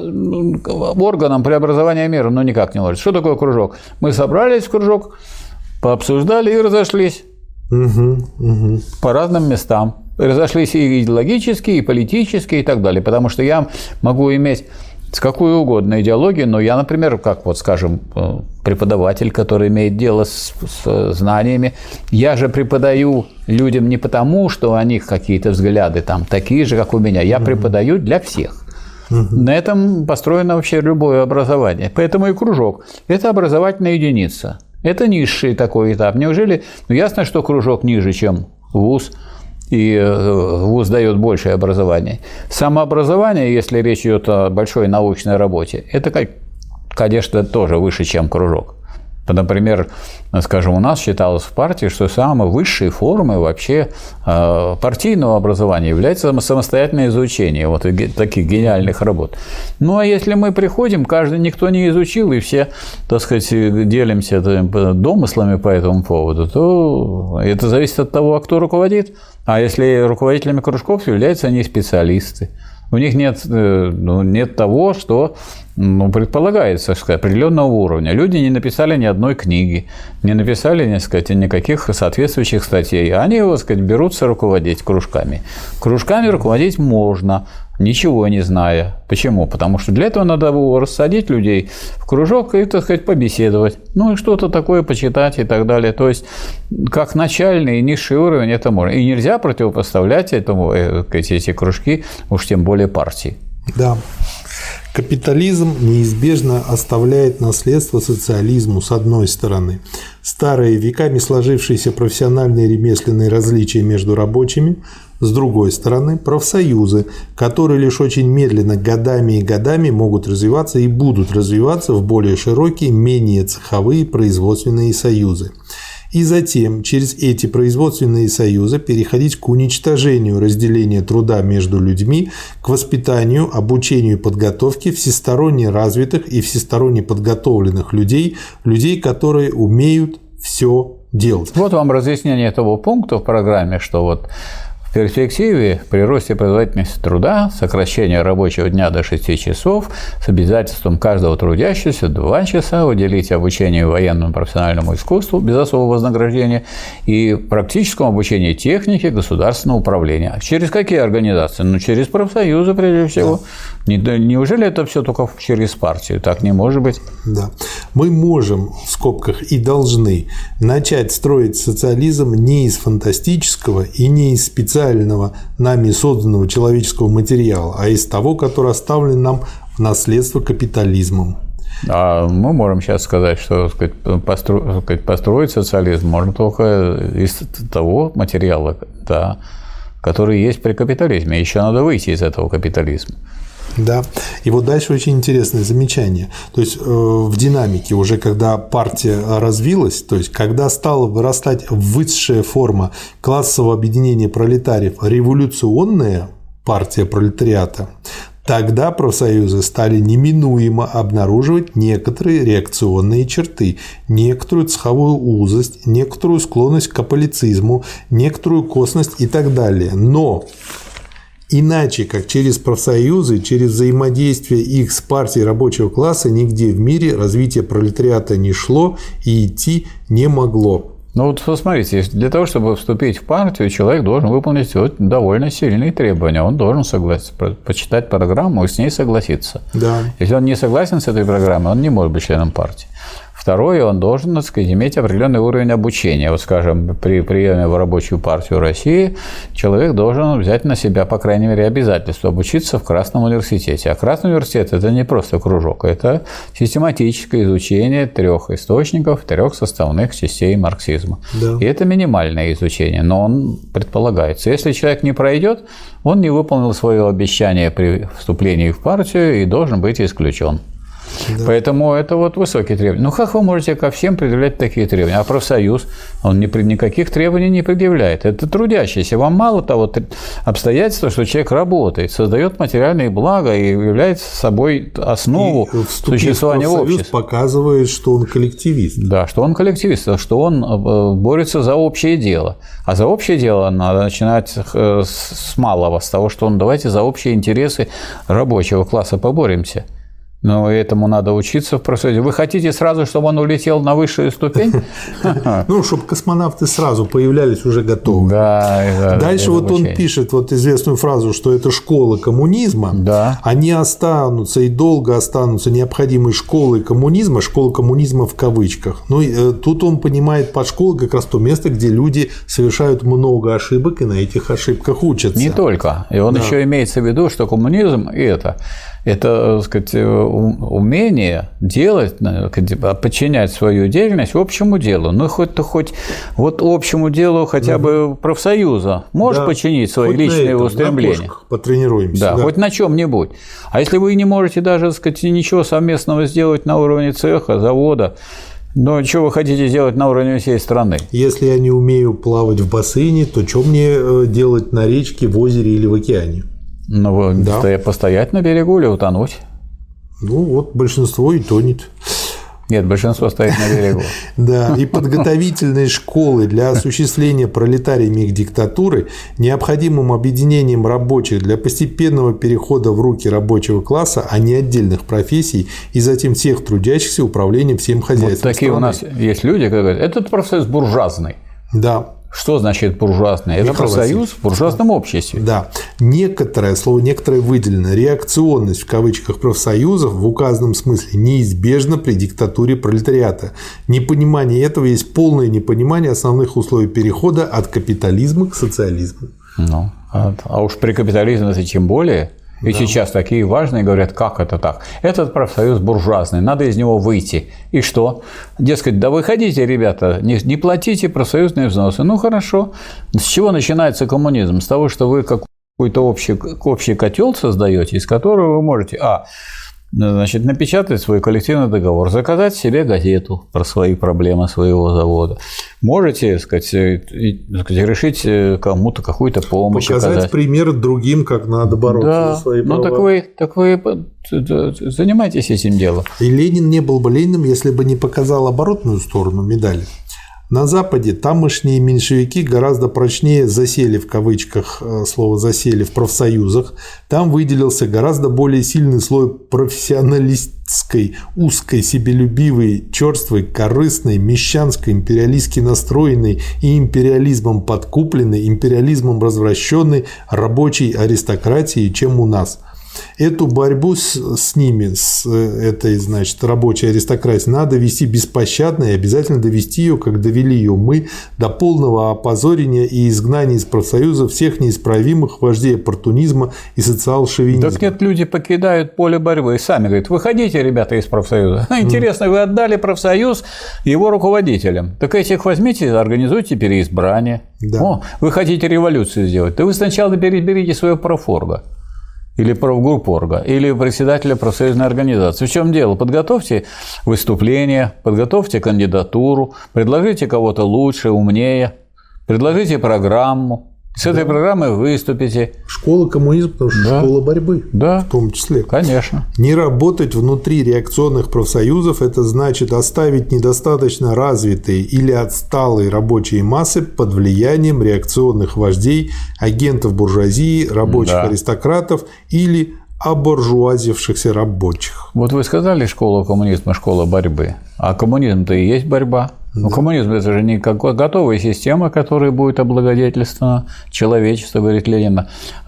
органом преобразования мира, ну, никак не может. Что такое кружок? Мы собрались в кружок, пообсуждали и разошлись угу, угу. по разным местам. Разошлись и идеологически, и политически, и так далее. Потому что я могу иметь с какой угодно идеологией, но я, например, как вот, скажем, преподаватель, который имеет дело с, с знаниями, я же преподаю людям не потому, что у них какие-то взгляды там такие же, как у меня, я преподаю для всех. На этом построено вообще любое образование. Поэтому и кружок – это образовательная единица. Это низший такой этап. Неужели, ну, ясно, что кружок ниже, чем вуз, и вуз дает большее образование. Самообразование, если речь идет о большой научной работе, это, конечно, тоже выше, чем кружок. Например, скажем, у нас считалось в партии, что самой высшей формой вообще партийного образования является самостоятельное изучение вот таких гениальных работ. Ну, а если мы приходим, каждый, никто не изучил, и все, так сказать, делимся домыслами по этому поводу, то это зависит от того, кто руководит. А если руководителями кружков являются не специалисты, у них нет, ну, нет того, что ну, предполагается, так сказать, определенного уровня. Люди не написали ни одной книги, не написали, так сказать, никаких соответствующих статей. Они, так сказать, берутся руководить кружками. Кружками руководить можно, ничего не зная. Почему? Потому что для этого надо было рассадить людей в кружок и, так сказать, побеседовать. Ну, и что-то такое почитать и так далее. То есть, как начальный и низший уровень это можно. И нельзя противопоставлять этому, эти кружки, уж тем более партии. Да. Капитализм неизбежно оставляет наследство социализму с одной стороны. Старые веками сложившиеся профессиональные и ремесленные различия между рабочими, с другой стороны, профсоюзы, которые лишь очень медленно, годами и годами могут развиваться и будут развиваться в более широкие, менее цеховые производственные союзы. И затем через эти производственные союзы переходить к уничтожению разделения труда между людьми, к воспитанию, обучению и подготовке всесторонне развитых и всесторонне подготовленных людей, людей, которые умеют все делать. Вот вам разъяснение того пункта в программе, что вот в перспективе при росте производительности труда, сокращение рабочего дня до шести часов с обязательством каждого трудящегося два часа уделить обучению военному профессиональному искусству без особого вознаграждения и практическому обучению технике государственного управления. Через какие организации? Ну, через профсоюзы, прежде всего. Да. Неужели это все только через партию? Так не может быть. Да. Мы можем, в скобках, и должны начать строить социализм не из фантастического и не из специального нами созданного человеческого материала, а из того, который оставлен нам в наследство капитализмом. А мы можем сейчас сказать, что сказать, постро... сказать, построить социализм можно только из того материала, да, который есть при капитализме. Еще надо выйти из этого капитализма. Да, и вот дальше очень интересное замечание. То есть в динамике уже когда партия развилась, то есть когда стала вырастать высшая форма классового объединения пролетариев, революционная партия пролетариата, тогда профсоюзы стали неминуемо обнаруживать некоторые реакционные черты, некоторую цеховую узость, некоторую склонность к капитализму, некоторую косность и так далее. Но иначе, как через профсоюзы, через взаимодействие их с партией рабочего класса, нигде в мире развитие пролетариата не шло и идти не могло. Ну вот посмотрите, для того, чтобы вступить в партию, человек должен выполнить вот довольно сильные требования. Он должен согласиться, почитать программу и с ней согласиться. Да. Если он не согласен с этой программой, он не может быть членом партии. Второе, он должен, так сказать, иметь определенный уровень обучения. Вот, скажем, при приеме в рабочую партию России человек должен взять на себя, по крайней мере, обязательство обучиться в Красном университете. А Красный университет – это не просто кружок, это систематическое изучение трех источников, трех составных частей марксизма. Да. И это минимальное изучение, но он предполагается. Если человек не пройдет, он не выполнил свое обещание при вступлении в партию и должен быть исключен. Да. Поэтому это вот высокие требования. Ну, как вы можете ко всем предъявлять такие требования? А профсоюз, он никаких требований не предъявляет. Это трудящийся. Вам мало того обстоятельства, что человек работает, создает материальные блага и является собой основу и существования общества. Показывает, что он коллективист. Да, что он коллективист, что он борется за общее дело. А за общее дело надо начинать с малого, с того, что он давайте за общие интересы рабочего класса поборемся. Но этому надо учиться в профсоюзе. Вы хотите сразу, чтобы он улетел на высшую ступень? Ну, чтобы космонавты сразу появлялись уже готовы. Да. Дальше вот он пишет вот известную фразу, что это школа коммунизма. Да. Они останутся и долго останутся необходимой школой коммунизма, школа коммунизма в кавычках. Ну, тут он понимает под школой как раз то место, где люди совершают много ошибок и на этих ошибках учатся. Не только. И он да. еще имеется в виду, что коммунизм – это… Это, так сказать, умение делать, подчинять свою деятельность общему делу. Ну, хоть-то хоть вот общему делу хотя бы профсоюза можешь да. подчинить свои хоть личные этом, устремления. Потренируемся. Да, да, хоть на чем-нибудь. А если вы не можете даже, так сказать, ничего совместного сделать на уровне цеха, завода, Но что вы хотите делать на уровне всей страны? Если я не умею плавать в бассейне, то что мне делать на речке, в озере или в океане? Ну, да. Постоять на берегу или утонуть. Ну, вот большинство и тонет. Нет, большинство стоит на берегу. Да, и подготовительные школы для осуществления пролетариями их диктатуры необходимым объединением рабочих для постепенного перехода в руки рабочего класса, а не отдельных профессий, и затем всех трудящихся управлением всем хозяйством. Вот такие страны. У нас есть люди, которые говорят, этот процесс буржуазный. Да. Что значит буржуазный? Это Михаил профсоюз в буржуазном обществе. Да. Некоторое, слово некоторое выделено, реакционность в кавычках профсоюзов в указанном смысле неизбежна при диктатуре пролетариата. Непонимание этого есть полное непонимание основных условий перехода от капитализма к социализму. Ну, а уж при капитализме это тем более. И да. Сейчас такие важные говорят, как это так? Этот профсоюз буржуазный, надо из него выйти. И что? Дескать, да выходите, ребята, не, не платите профсоюзные взносы. Ну хорошо. С чего начинается коммунизм? С того, что вы какой-то общий, общий котел создаете, из которого вы можете а, значит, напечатать свой коллективный договор, заказать себе газету про свои проблемы своего завода. Можете, так сказать, решить кому-то какую-то помощь. Показать оказать. Пример другим, как надо бороться да, за свои права. Ну, так вы, так вы занимайтесь этим делом. И Ленин не был бы Лениным, если бы не показал оборотную сторону медали. На Западе тамошние меньшевики гораздо прочнее засели, в кавычках слово «засели», в профсоюзах. Там выделился гораздо более сильный слой профессионалистской, узкой, себелюбивой, черствой, корыстной, мещанской, империалистски настроенной и империализмом подкупленной, империализмом развращенной рабочей аристократии, чем у нас. Эту борьбу с, с ними, с этой, значит, рабочей аристократией, надо вести беспощадно и обязательно довести ее, как довели ее мы, до полного опозорения и изгнания из профсоюза всех неисправимых вождей оппортунизма и социал-шовинизма. Так нет, люди покидают поле борьбы и сами говорят, выходите, ребята, из профсоюза. Интересно, вы отдали профсоюз его руководителям. Так этих возьмите, организуйте переизбрание. Да. О, вы хотите революцию сделать. Да вы сначала переберите своего профорга. Или правгруппорга, или председателя профсоюзной организации. В чем дело? Подготовьте выступление, подготовьте кандидатуру, предложите кого-то лучше, умнее, предложите программу. С да. этой программой выступите. Школа коммунизма, потому что да. школа борьбы, да. в том числе. Конечно. Не работать внутри реакционных профсоюзов – это значит оставить недостаточно развитые или отсталые рабочие массы под влиянием реакционных вождей, агентов буржуазии, рабочих да. аристократов или обуржуазившихся рабочих. Вот вы сказали школа коммунизма, школа борьбы. А коммунизм-то и есть борьба. Но да. коммунизм – это же не готовая система, которая будет облагодетельствована человечество, говорит Ленин,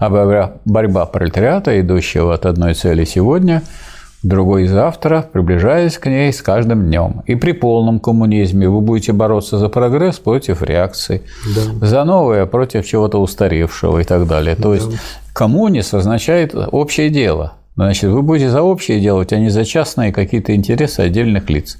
а борьба пролетариата, идущего от одной цели сегодня, другой завтра, приближаясь к ней с каждым днем. И при полном коммунизме вы будете бороться за прогресс против реакции, да. за новое против чего-то устаревшего и так далее. То да. есть коммунизм означает общее дело. Значит, вы будете за общее делать, а не за частные какие-то интересы отдельных лиц.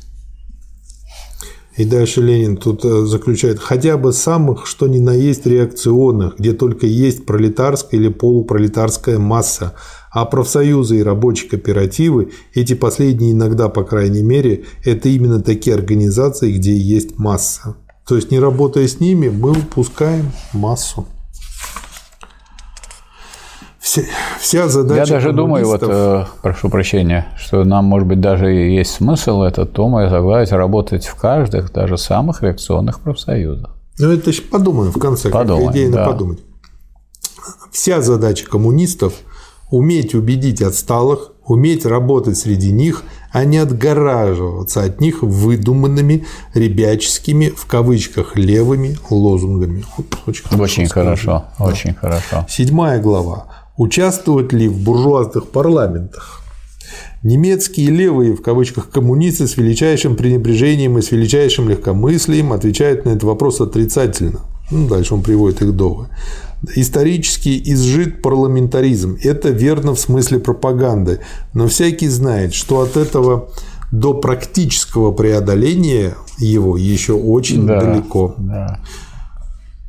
И дальше Ленин тут заключает, хотя бы самых, что ни на есть реакционных, где только есть пролетарская или полупролетарская масса, а профсоюзы и рабочие кооперативы, эти последние иногда, по крайней мере, это именно такие организации, где есть масса. То есть, не работая с ними, мы упускаем массу. Вся, вся задача. Я даже думаю, вот, э, прошу прощения, что нам, может быть, даже и есть смысл этот том и заглавить работать в каждых, даже самых реакционных профсоюзах. Ну, это еще подумаем в конце, подумаем, как идейно да. подумать. Вся задача коммунистов – уметь убедить отсталых, уметь работать среди них, а не отгораживаться от них выдуманными ребяческими, в кавычках, левыми лозунгами. Вот, очень хорошо. Очень хорошо, да. очень хорошо. Седьмая глава. Участвовать ли в буржуазных парламентах? Немецкие левые, в кавычках, коммунисты с величайшим пренебрежением и с величайшим легкомыслием отвечают на этот вопрос отрицательно. Ну, дальше он приводит их доводы. Исторически изжит парламентаризм. Это верно в смысле пропаганды. Но всякий знает, что от этого до практического преодоления его еще очень да, далеко. Да.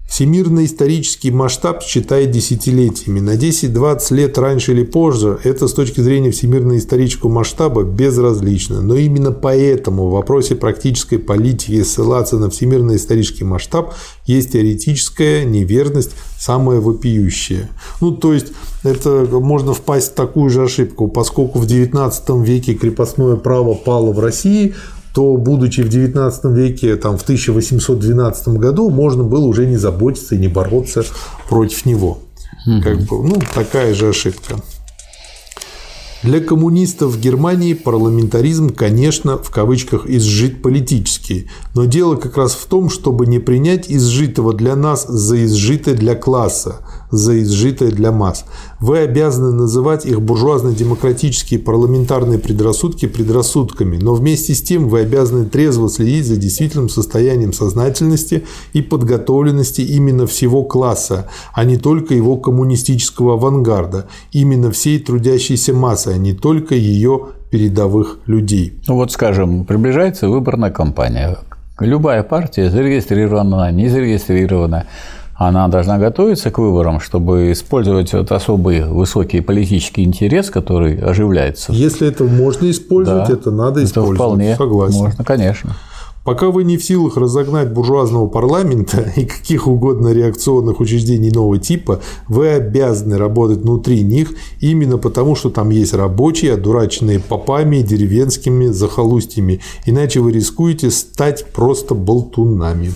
Всемирно-исторический масштаб считает десятилетиями. На десять-двадцать лет раньше или позже это с точки зрения всемирно-исторического масштаба безразлично. Но именно поэтому в вопросе практической политики ссылаться на всемирно-исторический масштаб есть теоретическая неверность, самая вопиющая. Ну, то есть, это можно впасть в такую же ошибку. Поскольку в девятнадцатом веке крепостное право пало в России, то, будучи в девятнадцатом веке, там, в тысяча восемьсот двенадцатом году, можно было уже не заботиться и не бороться против него. Mm-hmm. Как бы, ну, такая же ошибка. Для коммунистов в Германии парламентаризм, конечно, в кавычках, изжит политически. Но дело как раз в том, чтобы не принять изжитого для нас за изжитое для класса, за изжитое для масс. Вы обязаны называть их буржуазно-демократические парламентарные предрассудки предрассудками, но вместе с тем вы обязаны трезво следить за действительным состоянием сознательности и подготовленности именно всего класса, а не только его коммунистического авангарда, именно всей трудящейся массы, а не только ее передовых людей. Ну вот, скажем, приближается выборная кампания. Любая партия, зарегистрирована, не зарегистрирована, она должна готовиться к выборам, чтобы использовать вот особый высокий политический интерес, который оживляется. Если это можно использовать, да, это надо это использовать. Вполне Согласен. Можно, конечно. Пока вы не в силах разогнать буржуазного парламента и каких угодно реакционных учреждений нового типа, вы обязаны работать внутри них именно потому, что там есть рабочие, одураченные попами и деревенскими захолустьями. Иначе вы рискуете стать просто болтунами.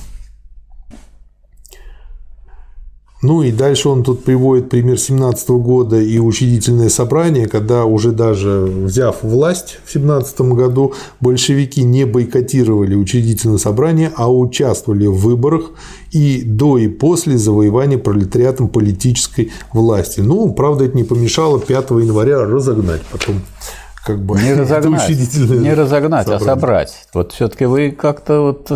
Ну и дальше он тут приводит пример семнадцатого года и учредительное собрание, когда уже даже взяв власть в семнадцатом году, большевики не бойкотировали учредительное собрание, а участвовали в выборах и до и после завоевания пролетариатом политической власти. Ну, правда, это не помешало пятого января разогнать потом. Как бы, не разогнать, не разогнать, а собрать. Вот все-таки вы как-то вот...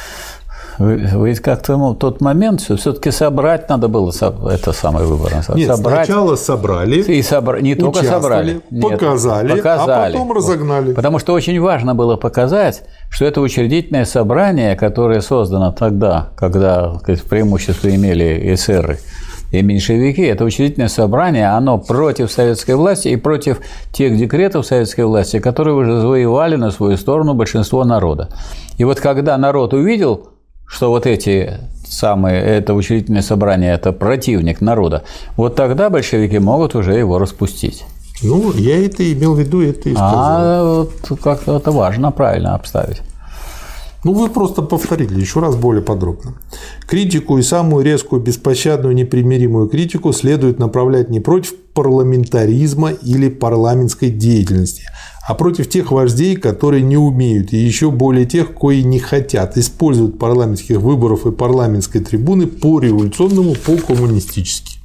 Вы, вы как-то ну, тот момент все-таки собрать надо было это самое выбор. Нет, собрать, сначала собрали, и собра... не только собрали, показали, Нет, показали, а потом разогнали. Потому что очень важно было показать, что это учредительное собрание, которое создано тогда, когда сказать, преимущество имели эсеры и меньшевики, это учредительное собрание, оно против советской власти и против тех декретов советской власти, которые уже завоевали на свою сторону большинство народа. И вот когда народ увидел, что вот эти самые, это учредительное собрание, это противник народа, вот тогда большевики могут уже его распустить. Ну, я это имел в виду, это и сказал. А вот как-то это важно правильно обставить. Ну, вы просто повторили еще раз более подробно. Критику и самую резкую, беспощадную, непримиримую критику следует направлять не против парламентаризма или парламентской деятельности, а против тех вождей, которые не умеют, и еще более тех, кои не хотят использовать парламентских выборов и парламентской трибуны по-революционному, по-коммунистически.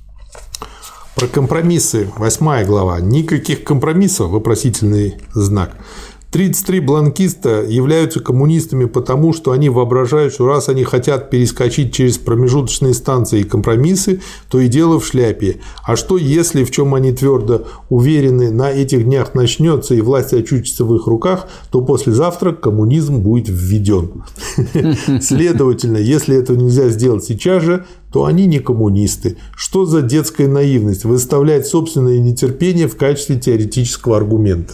Про компромиссы. Восьмая глава. Никаких компромиссов. Вопросительный знак. тридцать три бланкиста являются коммунистами потому, что они воображают, что раз они хотят перескочить через промежуточные станции и компромиссы, то и дело в шляпе. А что если, в чем они твердо уверены, на этих днях начнется и власть очутится в их руках, то послезавтра коммунизм будет введен. Следовательно, если этого нельзя сделать сейчас же, то они не коммунисты. Что за детская наивность выставлять собственное нетерпение в качестве теоретического аргумента?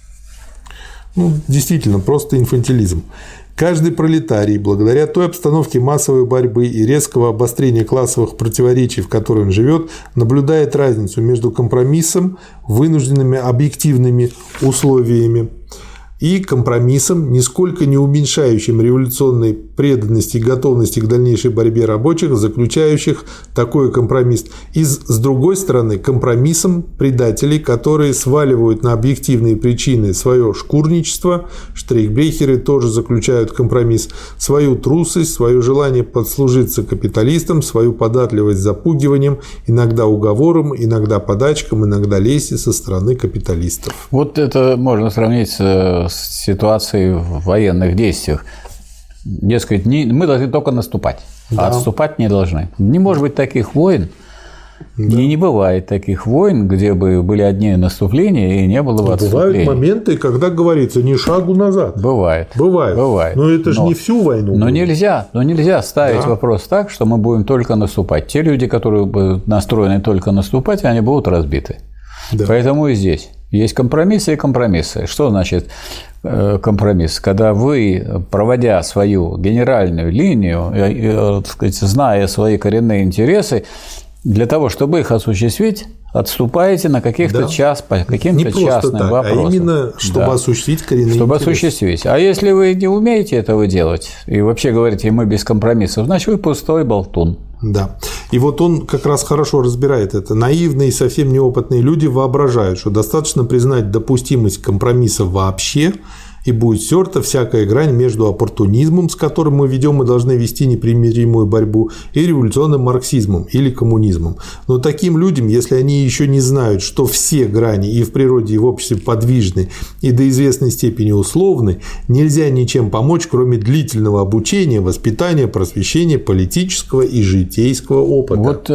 Ну, действительно, просто инфантилизм. Каждый пролетарий, благодаря той обстановке массовой борьбы и резкого обострения классовых противоречий, в которой он живет, наблюдает разницу между компромиссом, вынужденными объективными условиями, и компромиссом, нисколько не уменьшающим революционной преданности и готовности к дальнейшей борьбе рабочих, заключающих такой компромисс, и, с другой стороны, компромиссом предателей, которые сваливают на объективные причины свое шкурничество, штрейхбрехеры тоже заключают компромисс, свою трусость, свое желание подслужиться капиталистам, свою податливость запугиванием, иногда уговором, иногда подачком, иногда лестью со стороны капиталистов. Вот это можно сравнить с ситуацией в военных действиях. Дескать, не, мы должны только наступать, да. А отступать не должны. Не может быть таких войн, Да. И не бывает таких войн, где бы были одни наступления и не было бы отступлений. Бывают моменты, когда говорится ни шагу назад. Бывает. Бывает. Бывает. Но это же но, не всю войну. Но нельзя, но нельзя ставить да. вопрос так, что мы будем только наступать. Те люди, которые настроены только наступать, они будут разбиты. Да. Поэтому и здесь есть компромиссы и компромиссы. Что значит компромисс? Когда вы, проводя свою генеральную линию, так сказать, зная свои коренные интересы, для того, чтобы их осуществить, отступаете на каких-то да. час, по каким-то частным так, вопросам. А именно, чтобы да. осуществить коренные чтобы интересы. осуществить. А если вы не умеете этого делать, и вообще говорите, мы без компромиссов, значит, вы пустой болтун. Да. И вот он как раз хорошо разбирает это. Наивные и совсем неопытные люди воображают, что достаточно признать допустимость компромисса вообще, и будет стерта всякая грань между оппортунизмом, с которым мы ведем и должны вести непримиримую борьбу, и революционным марксизмом или коммунизмом. Но таким людям, если они еще не знают, что все грани и в природе, и в обществе подвижны и до известной степени условны, нельзя ничем помочь, кроме длительного обучения, воспитания, просвещения, политического и житейского опыта. Вот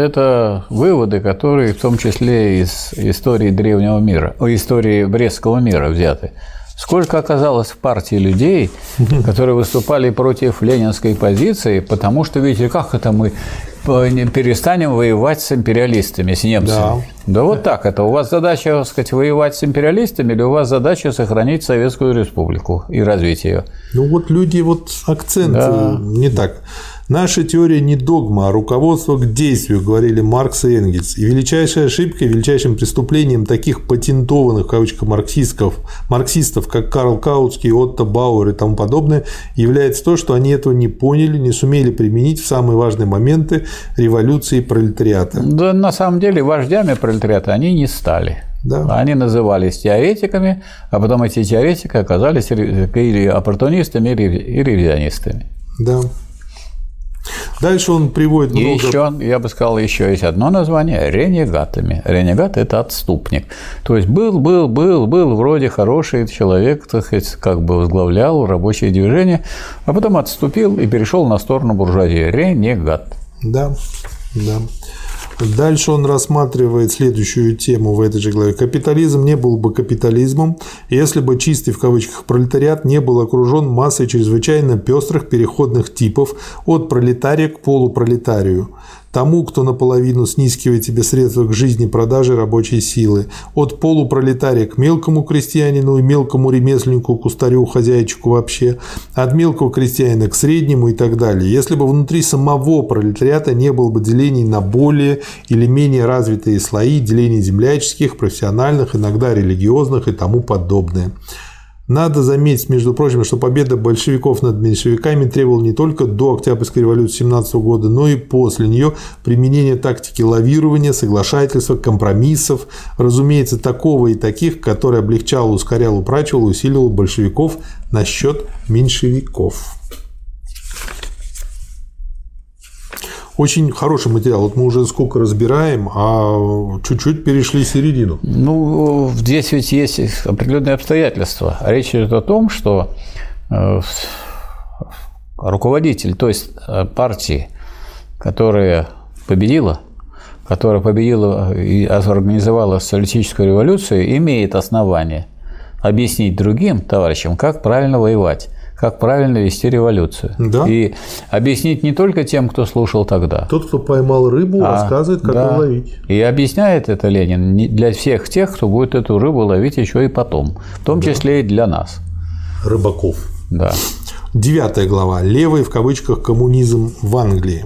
это выводы, которые в том числе из истории древнего мира, истории Брестского мира взяты. Сколько оказалось в партии людей, которые выступали против ленинской позиции, потому что, видите, как это мы перестанем воевать с империалистами, с немцами? Да, да вот так это. У вас задача, так сказать, воевать с империалистами, или у вас задача сохранить Советскую Республику и развить ее? Ну вот люди, вот акцент да. не так. Наша теория не догма, а руководство к действию, говорили Маркс и Энгельс. И величайшей ошибкой, величайшим преступлением таких патентованных, в кавычках, марксистов, марксистов, как Карл Каутский, Отто Бауэр и тому подобное, является то, что они этого не поняли, не сумели применить в самые важные моменты революции пролетариата. Да, на самом деле, вождями пролетариата они не стали. Да. Они назывались теоретиками, а потом эти теоретики оказались или оппортунистами, или ревизионистами. Да. Дальше он приводит много... И еще, я бы сказал, еще есть одно название – ренегатами. Ренегат – это отступник. То есть был, был, был, был вроде хороший человек, так сказать, как бы возглавлял рабочее движение, а потом отступил и перешел на сторону буржуазии. Ренегат. Да, да. Дальше он рассматривает следующую тему в этой же главе. Капитализм не был бы капитализмом, если бы чистый в кавычках пролетариат не был окружен массой чрезвычайно пестрых переходных типов от пролетария к полупролетарию. Тому, кто наполовину снискивает себе средства к жизни продажи рабочей силы, от полупролетария к мелкому крестьянину и мелкому ремесленнику, кустарю, хозяйчику вообще, от мелкого крестьянина к среднему и так далее. Если бы внутри самого пролетариата не было бы делений на более или менее развитые слои, делений земляческих, профессиональных, иногда религиозных и тому подобное. Надо заметить, между прочим, что победа большевиков над меньшевиками требовала не только до Октябрьской революции семнадцатого года, но и после нее применения тактики лавирования, соглашательства, компромиссов, разумеется, такого и таких, которые облегчало, ускоряло, упрочивало, усиливало большевиков на счет меньшевиков. Очень хороший материал. Вот мы уже сколько разбираем, а чуть-чуть перешли середину. Ну, здесь ведь есть определенные обстоятельства. Речь идет о том, что руководитель, то есть партии, которая победила, которая победила и организовала социалистическую революцию, имеет основание объяснить другим товарищам, как правильно воевать, как правильно вести революцию. Да. И объяснить не только тем, кто слушал тогда. Тот, кто поймал рыбу, а, рассказывает, как да. ее ловить. И объясняет это Ленин для всех тех, кто будет эту рыбу ловить еще и потом. В том да. числе и для нас. Рыбаков. Да. Девятая глава. Левый в кавычках коммунизм в Англии.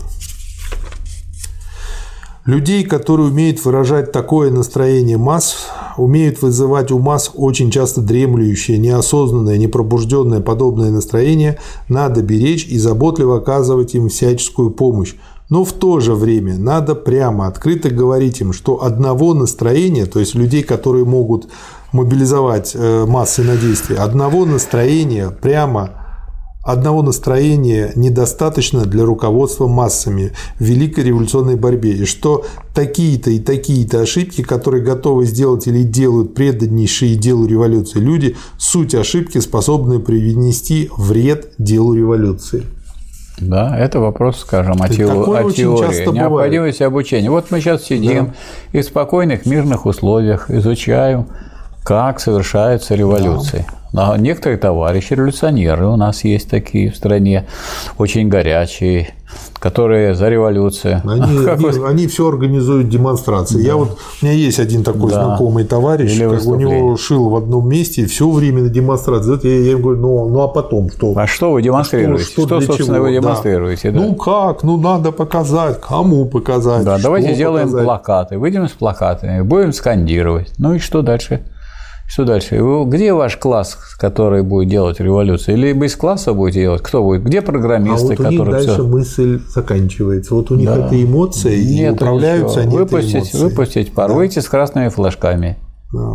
Людей, которые умеют выражать такое настроение масс, умеют вызывать у масс очень часто дремлющее, неосознанное, непробужденное подобное настроение, надо беречь и заботливо оказывать им всяческую помощь. Но в то же время надо прямо, открыто говорить им, что одного настроения, то есть людей, которые могут мобилизовать массы на действие, одного настроения прямо Одного настроения недостаточно для руководства массами в великой революционной борьбе, и что такие-то и такие-то ошибки, которые готовы сделать или делают преданнейшие делу революции люди, суть ошибки, способные принести вред делу революции. Да, это вопрос, скажем, о, тео- о теории, необходимости обучения. Вот мы сейчас сидим да. и в спокойных мирных условиях изучаем, как совершаются революции. Да. А некоторые товарищи революционеры у нас есть такие в стране, очень горячие, которые за революцию. Они, они, они все организуют демонстрации. Да. Я вот, у меня есть один такой да. знакомый товарищ, как у него шил в одном месте, и все время на демонстрации. Я, я ему говорю, ну, ну а потом что? А что вы демонстрируете? Что, что, что собственно, чего? Вы демонстрируете? Да. Да. Ну как? Ну надо показать, кому показать. Да, давайте сделаем показать. Плакаты, выйдем с плакатами, будем скандировать. Ну и что дальше? Что дальше? Где ваш класс, который будет делать революцию? Или без класса будете делать? Кто будет? Где программисты, которые... А вот у них которые дальше все... мысль заканчивается. Вот у них да. это эмоция, и нет, управляются они выпустить, этой эмоцией. Выпустить пар, да. выйти с красными флажками. Да,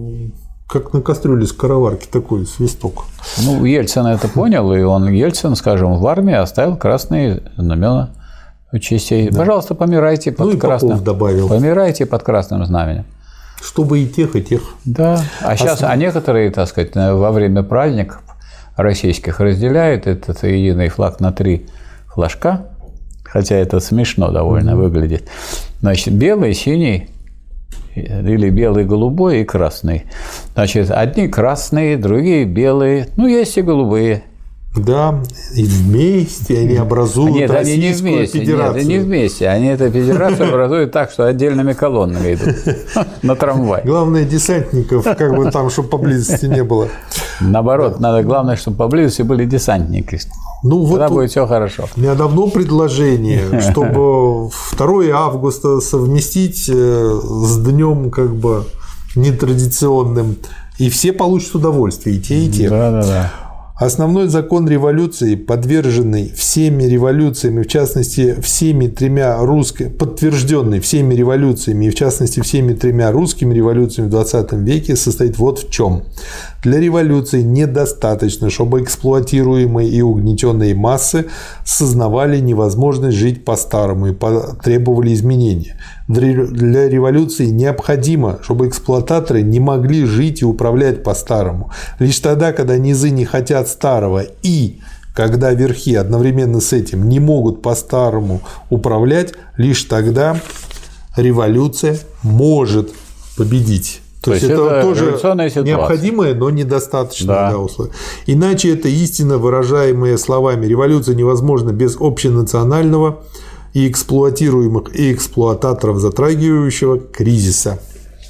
как на кастрюле скороварки такой свисток. Ну, Ельцин это понял, и он, Ельцин, скажем, в армии оставил красные знамена частей. Да. Пожалуйста, помирайте под ну, красным. Добавил. Помирайте под красным знаменем. Чтобы и тех, и тех. Да. А сейчас, а некоторые, так сказать, во время праздников российских разделяют этот единый флаг на три флажка, хотя это смешно довольно mm-hmm. выглядит. Значит, белый, синий, или белый, голубой и красный. Значит, одни красные, другие белые, ну, есть и голубые. Да, и вместе они образуют нет, Российскую они не вместе, Федерацию. Нет, не вместе. Они эту федерацию образуют так, что отдельными колоннами идут на трамвай. Главное, десантников, как бы там, чтобы поблизости не было. Наоборот, надо главное, чтобы поблизости были десантники. Ну, вот тогда будет все хорошо. У меня давно предложение, чтобы второе августа совместить с днем как бы нетрадиционным, и все получат удовольствие, и те, и те. Да, да, да. Основной закон революции, подверженный всеми революциями, в частности, всеми тремя русскими, подтвержденный всеми революциями, и в частности, всеми тремя русскими революциями в двадцатом веке, состоит вот в чем. Для революции недостаточно, чтобы эксплуатируемые и угнетенные массы сознавали невозможность жить по-старому и требовали изменения. Для революции необходимо, чтобы эксплуататоры не могли жить и управлять по-старому. Лишь тогда, когда низы не хотят старого и когда верхи одновременно с этим не могут по-старому управлять, лишь тогда революция может победить. То, То есть, есть это тоже необходимое, но недостаточное да. условие. Иначе это истина, выражаемая словами: революция невозможна без общенационального и эксплуатируемых и эксплуататоров затрагивающего кризиса.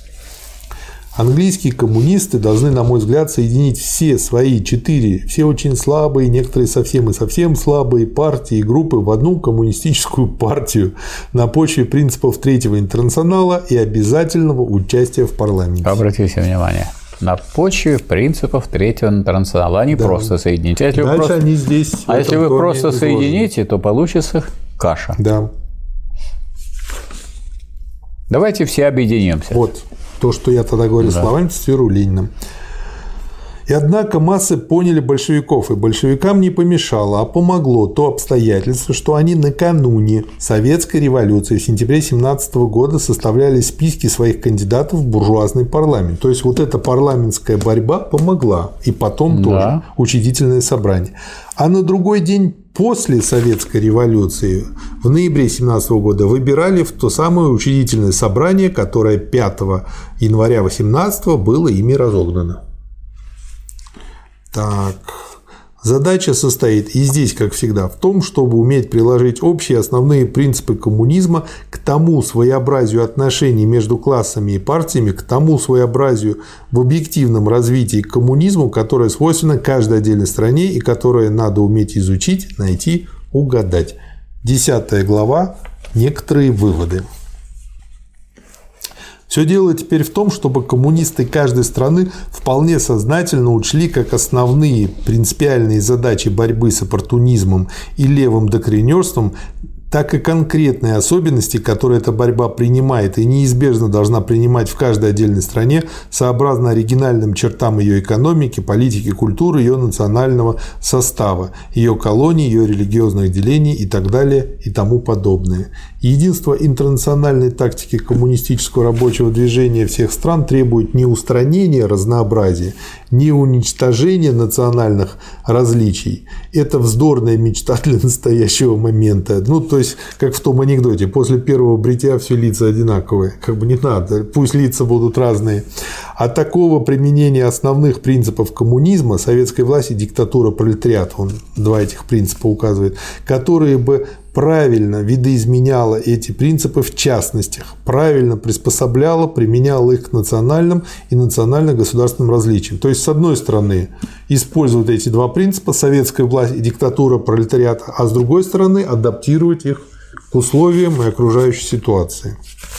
Английские коммунисты должны, на мой взгляд, соединить все свои четыре, все очень слабые, некоторые совсем и совсем слабые партии и группы в одну коммунистическую партию на почве принципов Третьего интернационала и обязательного участия в парламенте. Обратите внимание. На почве принципов Третьего интернационала. Они да. просто соедините. А если Дальше вы просто, они здесь а если вы просто соедините, то получится каша. Да. Давайте все объединимся. Вот то, что я тогда говорил да. словами, цитирую Ленина. И однако массы поняли большевиков, и большевикам не помешало, а помогло то обстоятельство, что они накануне Советской революции в сентябре семнадцатого года составляли списки своих кандидатов в буржуазный парламент. То есть вот эта парламентская борьба помогла, и потом да. тоже учредительное собрание. А на другой день после Советской революции, в ноябре семнадцатого года, выбирали в то самое учредительное собрание, которое пятого января восемнадцатого было ими разогнано. Так, задача состоит и здесь, как всегда, в том, чтобы уметь приложить общие основные принципы коммунизма к тому своеобразию отношений между классами и партиями, к тому своеобразию в объективном развитии к коммунизму, которое свойственно каждой отдельной стране и которое надо уметь изучить, найти, угадать. Десятая глава. Некоторые выводы. Все дело теперь в том, чтобы коммунисты каждой страны вполне сознательно учли как основные принципиальные задачи борьбы с оппортунизмом и левым доктринерством так и конкретные особенности, которые эта борьба принимает и неизбежно должна принимать в каждой отдельной стране, сообразно оригинальным чертам ее экономики, политики, культуры, ее национального состава, ее колоний, ее религиозных делений и так далее и тому подобное. Единство интернациональной тактики коммунистического рабочего движения всех стран требует не устранения разнообразия, не уничтожения национальных различий. Это вздорная мечта для настоящего момента. Ну, то есть, как в том анекдоте, после первого бритья все лица одинаковые. Как бы не надо, пусть лица будут разные. От такого применения основных принципов коммунизма, советской власти, диктатура, пролетариат, он два этих принципа указывает, которые бы правильно видоизменяла эти принципы в частностях, правильно приспособляла, применяла их к национальным и национально-государственным различиям. То есть, с одной стороны, использовать эти два принципа, советская власть и диктатура пролетариата, а с другой стороны, адаптировать их к условиям и окружающей ситуации.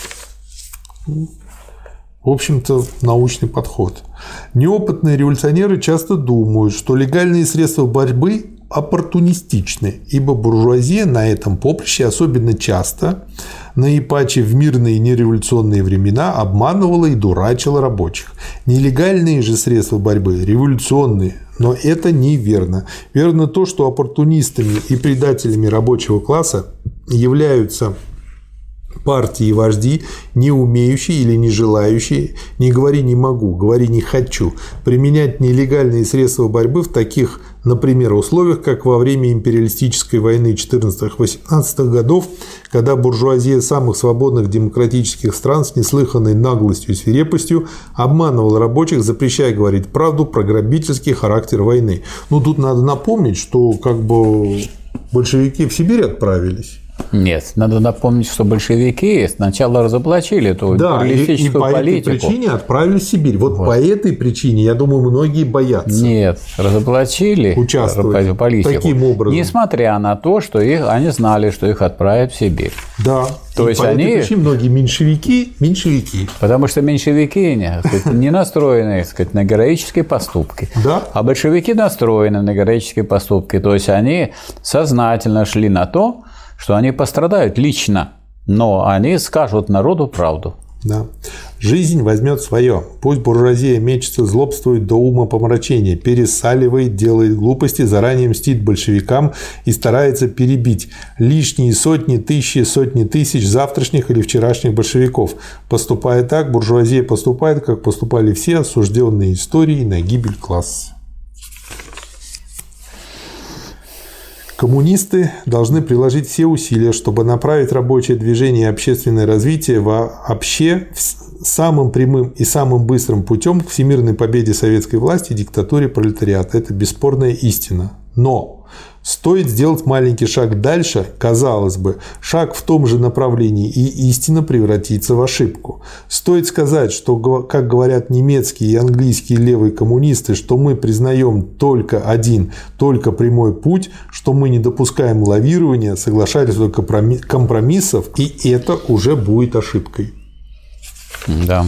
В общем-то, научный подход. Неопытные революционеры часто думают, что легальные средства борьбы оппортунистичны, ибо буржуазия на этом поприще особенно часто, наипаче в мирные нереволюционные времена, обманывала и дурачила рабочих. Нелегальные же средства борьбы революционные, но это неверно. Верно то, что оппортунистами и предателями рабочего класса являются партии и вожди, не умеющие или не желающие, не говори «не могу», говори «не хочу», применять нелегальные средства борьбы в таких, например, условиях, как во время империалистической войны четырнадцатых-восемнадцатых годов, когда буржуазия самых свободных демократических стран с неслыханной наглостью и свирепостью обманывала рабочих, запрещая говорить правду про грабительский характер войны. Ну, тут надо напомнить, что как бы большевики в Сибирь отправились. Нет, надо напомнить, что большевики сначала разоблачили эту да, империалистическую и, и по политику. этой причине отправили в Сибирь. Вот, вот по этой причине, я думаю, многие боятся. Нет, разоблачили участвовать политику. Таким образом. Несмотря на то, что их, они знали, что их отправят в Сибирь. Да. То и есть по они... этой причине многие меньшевики, меньшевики. Потому что меньшевики не, сказать, не настроены, сказать, на героические поступки. Да. А большевики настроены на героические поступки. То есть они сознательно шли на то, что они пострадают лично, но они скажут народу правду. Да. Жизнь возьмет свое. Пусть буржуазия мечется, злобствует до ума помрачения, пересаливает, делает глупости, заранее мстит большевикам и старается перебить лишние сотни, тысячи, сотни тысяч завтрашних или вчерашних большевиков. Поступая так, буржуазия поступает, как поступали все осужденные историей на гибель класса. Коммунисты должны приложить все усилия, чтобы направить рабочее движение и общественное развитие вообще самым прямым и самым быстрым путем к всемирной победе советской власти и диктатуре пролетариата. Это бесспорная истина. Но стоит сделать маленький шаг дальше, казалось бы, шаг в том же направлении, и истина превратится в ошибку. Стоит сказать, что, как говорят немецкие и английские левые коммунисты, что мы признаем только один, только прямой путь, что мы не допускаем лавирования, соглашались до компромиссов, и это уже будет ошибкой. Да.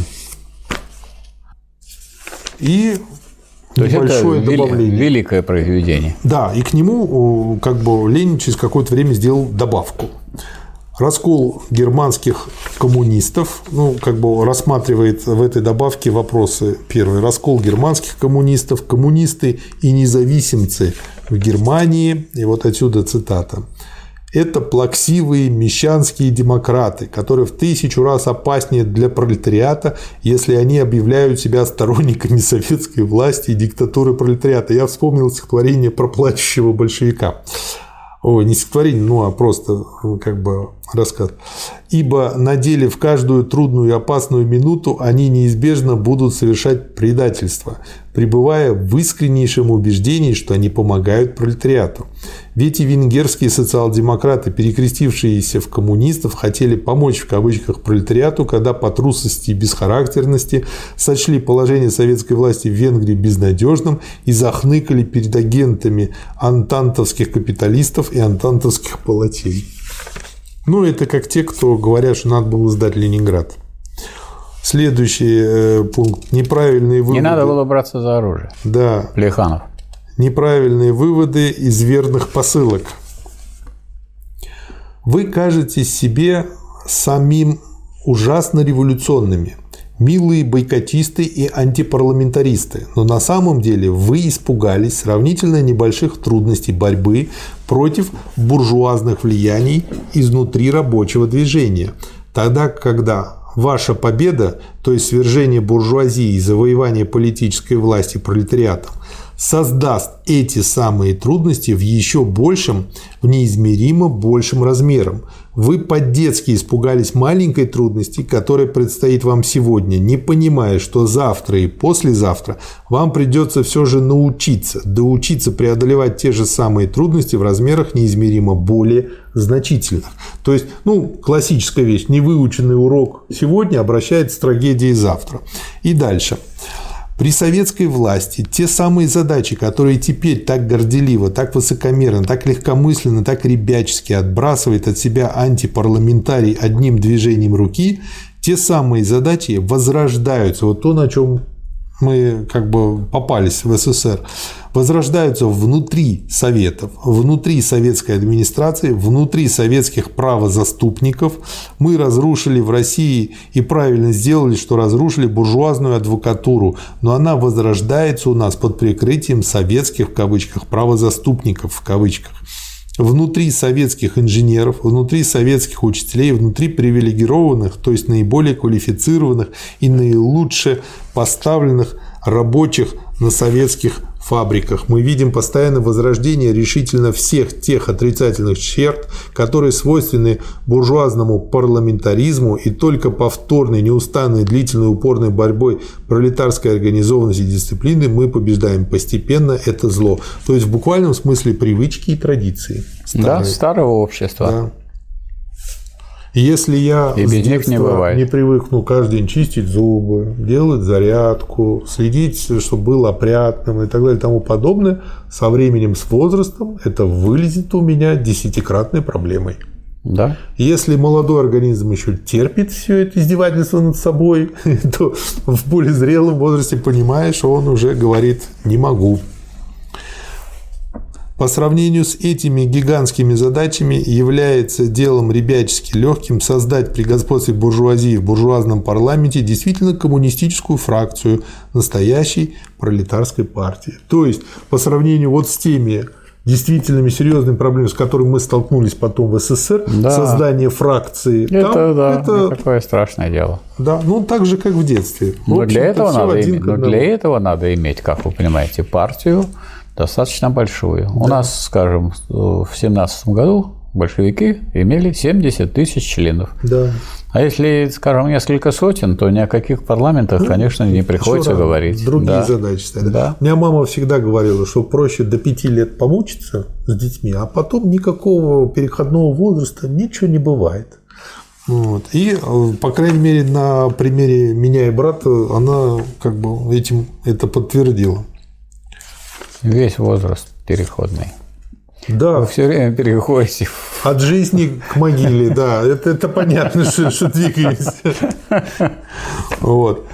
И То есть это добавление. Великое произведение. Да, и к нему как бы Ленин через какое-то время сделал добавку. Раскол германских коммунистов, ну, как бы рассматривает в этой добавке вопросы. Первый. Раскол германских коммунистов, коммунисты и независимцы в Германии. И вот отсюда цитата. Это плаксивые мещанские демократы, которые в тысячу раз опаснее для пролетариата, если они объявляют себя сторонниками советской власти и диктатуры пролетариата. Я вспомнил стихотворение про плачущего большевика. Ой, не стихотворение, ну а просто как бы рассказ. Ибо на деле в каждую трудную и опасную минуту они неизбежно будут совершать предательство, пребывая в искреннейшем убеждении, что они помогают пролетариату. Ведь и венгерские социал-демократы, перекрестившиеся в коммунистов, хотели помочь в кавычках пролетариату, когда по трусости и бесхарактерности сочли положение советской власти в Венгрии безнадежным и захныкали перед агентами антантовских капиталистов и антантовских палачей. Ну, это как те, кто говорят, что надо было сдать Ленинград. Следующий пункт. Неправильные выводы. Не надо было браться за оружие. Да. Плеханов. Неправильные выводы из верных посылок. Вы кажетесь себе самим ужасно революционными, милые бойкотисты и антипарламентаристы, но на самом деле вы испугались сравнительно небольших трудностей борьбы против буржуазных влияний изнутри рабочего движения, тогда, когда ваша победа, то есть свержение буржуазии и завоевание политической власти пролетариатом, создаст эти самые трудности в еще большем, в неизмеримо большем размером. Вы по-детски испугались маленькой трудности, которая предстоит вам сегодня, не понимая, что завтра и послезавтра вам придется все же научиться, доучиться преодолевать те же самые трудности в размерах неизмеримо более значительных. То есть, ну, классическая вещь, невыученный урок сегодня обращается с трагедией завтра. И дальше. При советской власти те самые задачи, которые теперь так горделиво, так высокомерно, так легкомысленно, так ребячески отбрасывает от себя антипарламентарий одним движением руки, те самые задачи возрождаются. Вот то, на чем мы как бы попались в СССР, возрождаются внутри советов, внутри советской администрации, внутри советских правозаступников. Мы разрушили в России и правильно сделали, что разрушили буржуазную адвокатуру, но она возрождается у нас под прикрытием советских, в кавычках, правозаступников, в кавычках. Внутри советских инженеров, внутри советских учителей, внутри привилегированных, то есть наиболее квалифицированных и наилучше поставленных рабочих на советских фабриках. Мы видим постоянное возрождение решительно всех тех отрицательных черт, которые свойственны буржуазному парламентаризму, и только повторной, неустанной, длительной, упорной борьбой пролетарской организованности и дисциплины мы побеждаем постепенно это зло. То есть в буквальном смысле привычки и традиции. Старые. Да, старого общества. Да. Если я и с без них детства не бывает. не привыкну каждый день чистить зубы, делать зарядку, следить, чтобы был опрятным и так далее и тому подобное, со временем, с возрастом это вылезет у меня десятикратной проблемой. Да. Если молодой организм еще терпит все это издевательство над собой, то в более зрелом возрасте понимаешь, он уже говорит «не могу». По сравнению с этими гигантскими задачами является делом ребячески легким создать при господстве буржуазии в буржуазном парламенте действительно коммунистическую фракцию настоящей пролетарской партии. То есть, по сравнению вот с теми действительными серьезными проблемами, с которыми мы столкнулись потом в СССР, да. Создание фракции. Это, там, да, это такое страшное дело. Да, ну так же, как в детстве. Но, для этого, надо иметь, но для этого надо иметь, как вы понимаете, партию достаточно большую. Да. У нас, скажем, в семнадцатом году большевики имели семьдесят тысяч членов. Да. А если, скажем, несколько сотен, то ни о каких парламентах, ну, конечно, не приходится говорить. Другие да. задачи стоят. Да. У меня мама всегда говорила, что проще до пяти лет помучиться с детьми, а потом никакого переходного возраста ничего не бывает. Вот. И, по крайней мере, на примере меня и брата она как бы этим это подтвердила. Весь возраст переходный. Да. Вы все время переходите. От жизни к могиле, да. Это, это понятно, что, что двигаемся. Вот.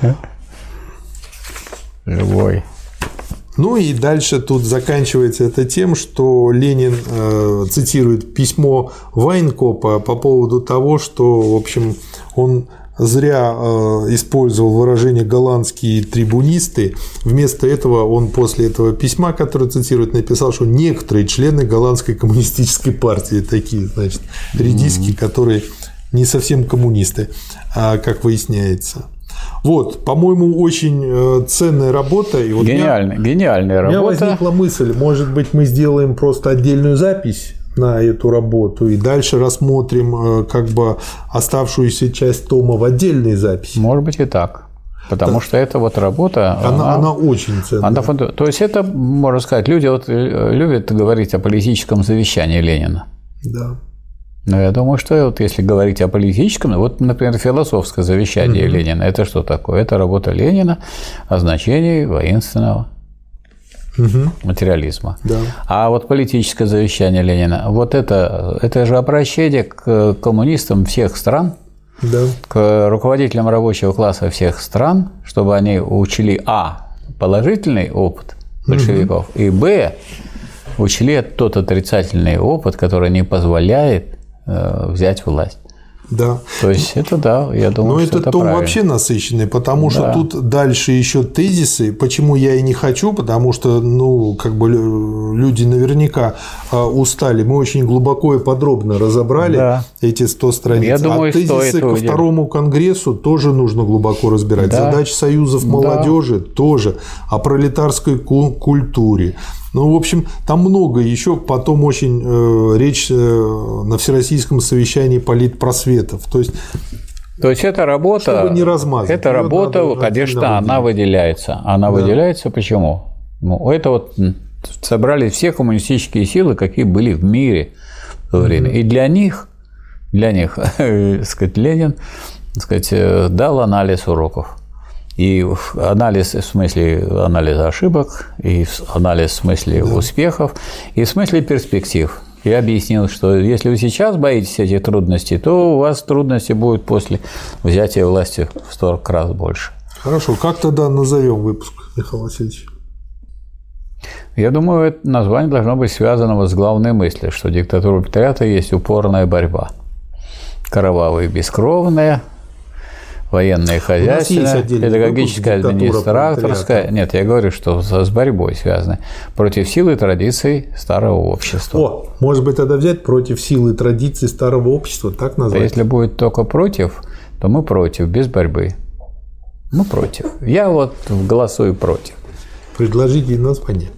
Живой. Ну и дальше тут заканчивается это тем, что Ленин э, цитирует письмо Вайнкопа по поводу того, что, в общем, он зря использовал выражение «голландские трибунисты». Вместо этого он после этого письма, которое цитирует, написал, что некоторые члены голландской коммунистической партии, такие, значит, редиски, mm-hmm. которые не совсем коммунисты, как выясняется. Вот, по-моему, очень ценная работа. И вот Гениальная, меня, гениальная работа. У меня возникла мысль, может быть, мы сделаем просто отдельную запись на эту работу и дальше рассмотрим как бы оставшуюся часть тома в отдельной записи. Может быть и так. Потому да. что эта вот работа… Она, она, она очень ценная. Она, то есть это, можно сказать, люди вот любят говорить о политическом завещании Ленина. Да. Но я думаю, что вот если говорить о политическом, вот, например, философское завещание mm-hmm. Ленина, это что такое? Это работа Ленина о значении воинственного угу. материализма. Да. А вот политическое завещание Ленина, вот это, это же обращение к коммунистам всех стран, да. к руководителям рабочего класса всех стран, чтобы они учли а. положительный опыт большевиков, угу. и б. учли тот отрицательный опыт, который не позволяет взять власть. Да. То есть это да, я думаю, Но что этот это том правильно. вообще насыщенный, потому что Да. тут дальше еще тезисы. Почему я и не хочу, потому что, ну, как бы люди наверняка устали. Мы очень глубоко и подробно разобрали Да. эти сто страниц. Я думаю, а тезисы стоит ко увидеть. второму конгрессу тоже нужно глубоко разбирать. Да. Задачи союзов Да. молодежи тоже. О пролетарской ку- культуре. Ну, в общем, там много еще. Потом очень э, речь э, на Всероссийском совещании политпросветов. То есть То есть эта работа, Чтобы не размазать. эта Её работа, надо конечно, отдельно она выделить. выделяется. Она Да. выделяется почему? Ну, это вот м, собрали все коммунистические силы, какие были в мире в то время. И для них, для них, так сказать, Ленин, так сказать, э, дал анализ уроков. И анализ в смысле анализа ошибок, и анализ в смысле Да. успехов, и в смысле перспектив. Я объяснил, что если вы сейчас боитесь этих трудностей, то у вас трудности будут после взятия власти в сорок раз больше. Хорошо, как тогда назовем выпуск, Михаил Васильевич? Я думаю, это название должно быть связано вот с главной мыслью, что диктатура пролетариата есть упорная борьба. Кровавая и бескровная, военная и хозяйственная, педагогическая, администраторская. Нет, я говорю, что с борьбой связаны против сил и традиций старого общества. О, может быть, тогда взять против силы и традиций старого общества, так А назвать? если будет только против, то мы против, без борьбы. Мы против. Я вот голосую против. Предложите название.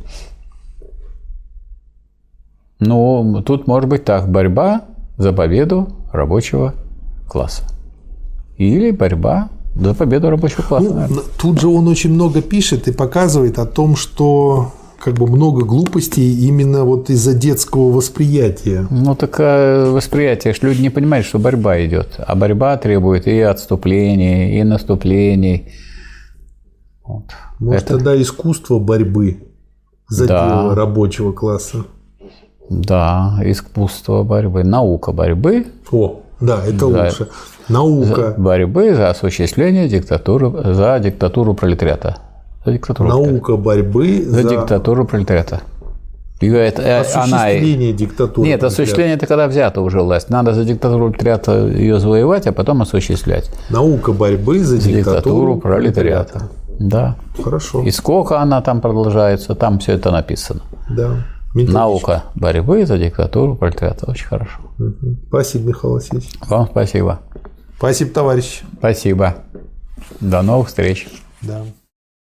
Ну, тут может быть так. Борьба за победу рабочего класса. Или борьба за победу рабочего класса. Ну, наверное. тут же он очень много пишет и показывает о том, что как бы много глупостей именно вот из-за детского восприятия. Ну, такое восприятие, что люди не понимают, что борьба идет. А борьба требует и отступлений, и наступлений. Вот. Может, Это- тогда искусство борьбы за Да. дело рабочего класса. Да, искусство борьбы, наука борьбы, О, да, это Да. лучше. Наука. борьбы за осуществление диктатуры, за диктатуру пролетариата. За диктатуру пролетариата. Наука борьбы За за, диктатуру пролетариата. И это, э, она и- осуществление диктатуры. Нет, осуществление – это когда взята уже власть. Надо за диктатуру пролетариата ее завоевать, а потом осуществлять. Наука борьбы за За диктатуру, диктатуру пролетариата. Да. Хорошо. И сколько она там продолжается, там все это написано. Да. Методичка. Наука борьбы за диктатуру пролетариата. Очень хорошо. Мгм. Спасибо, Михаил Васильевич. Вам спасибо. Спасибо, товарищ. Спасибо. До новых встреч. Да.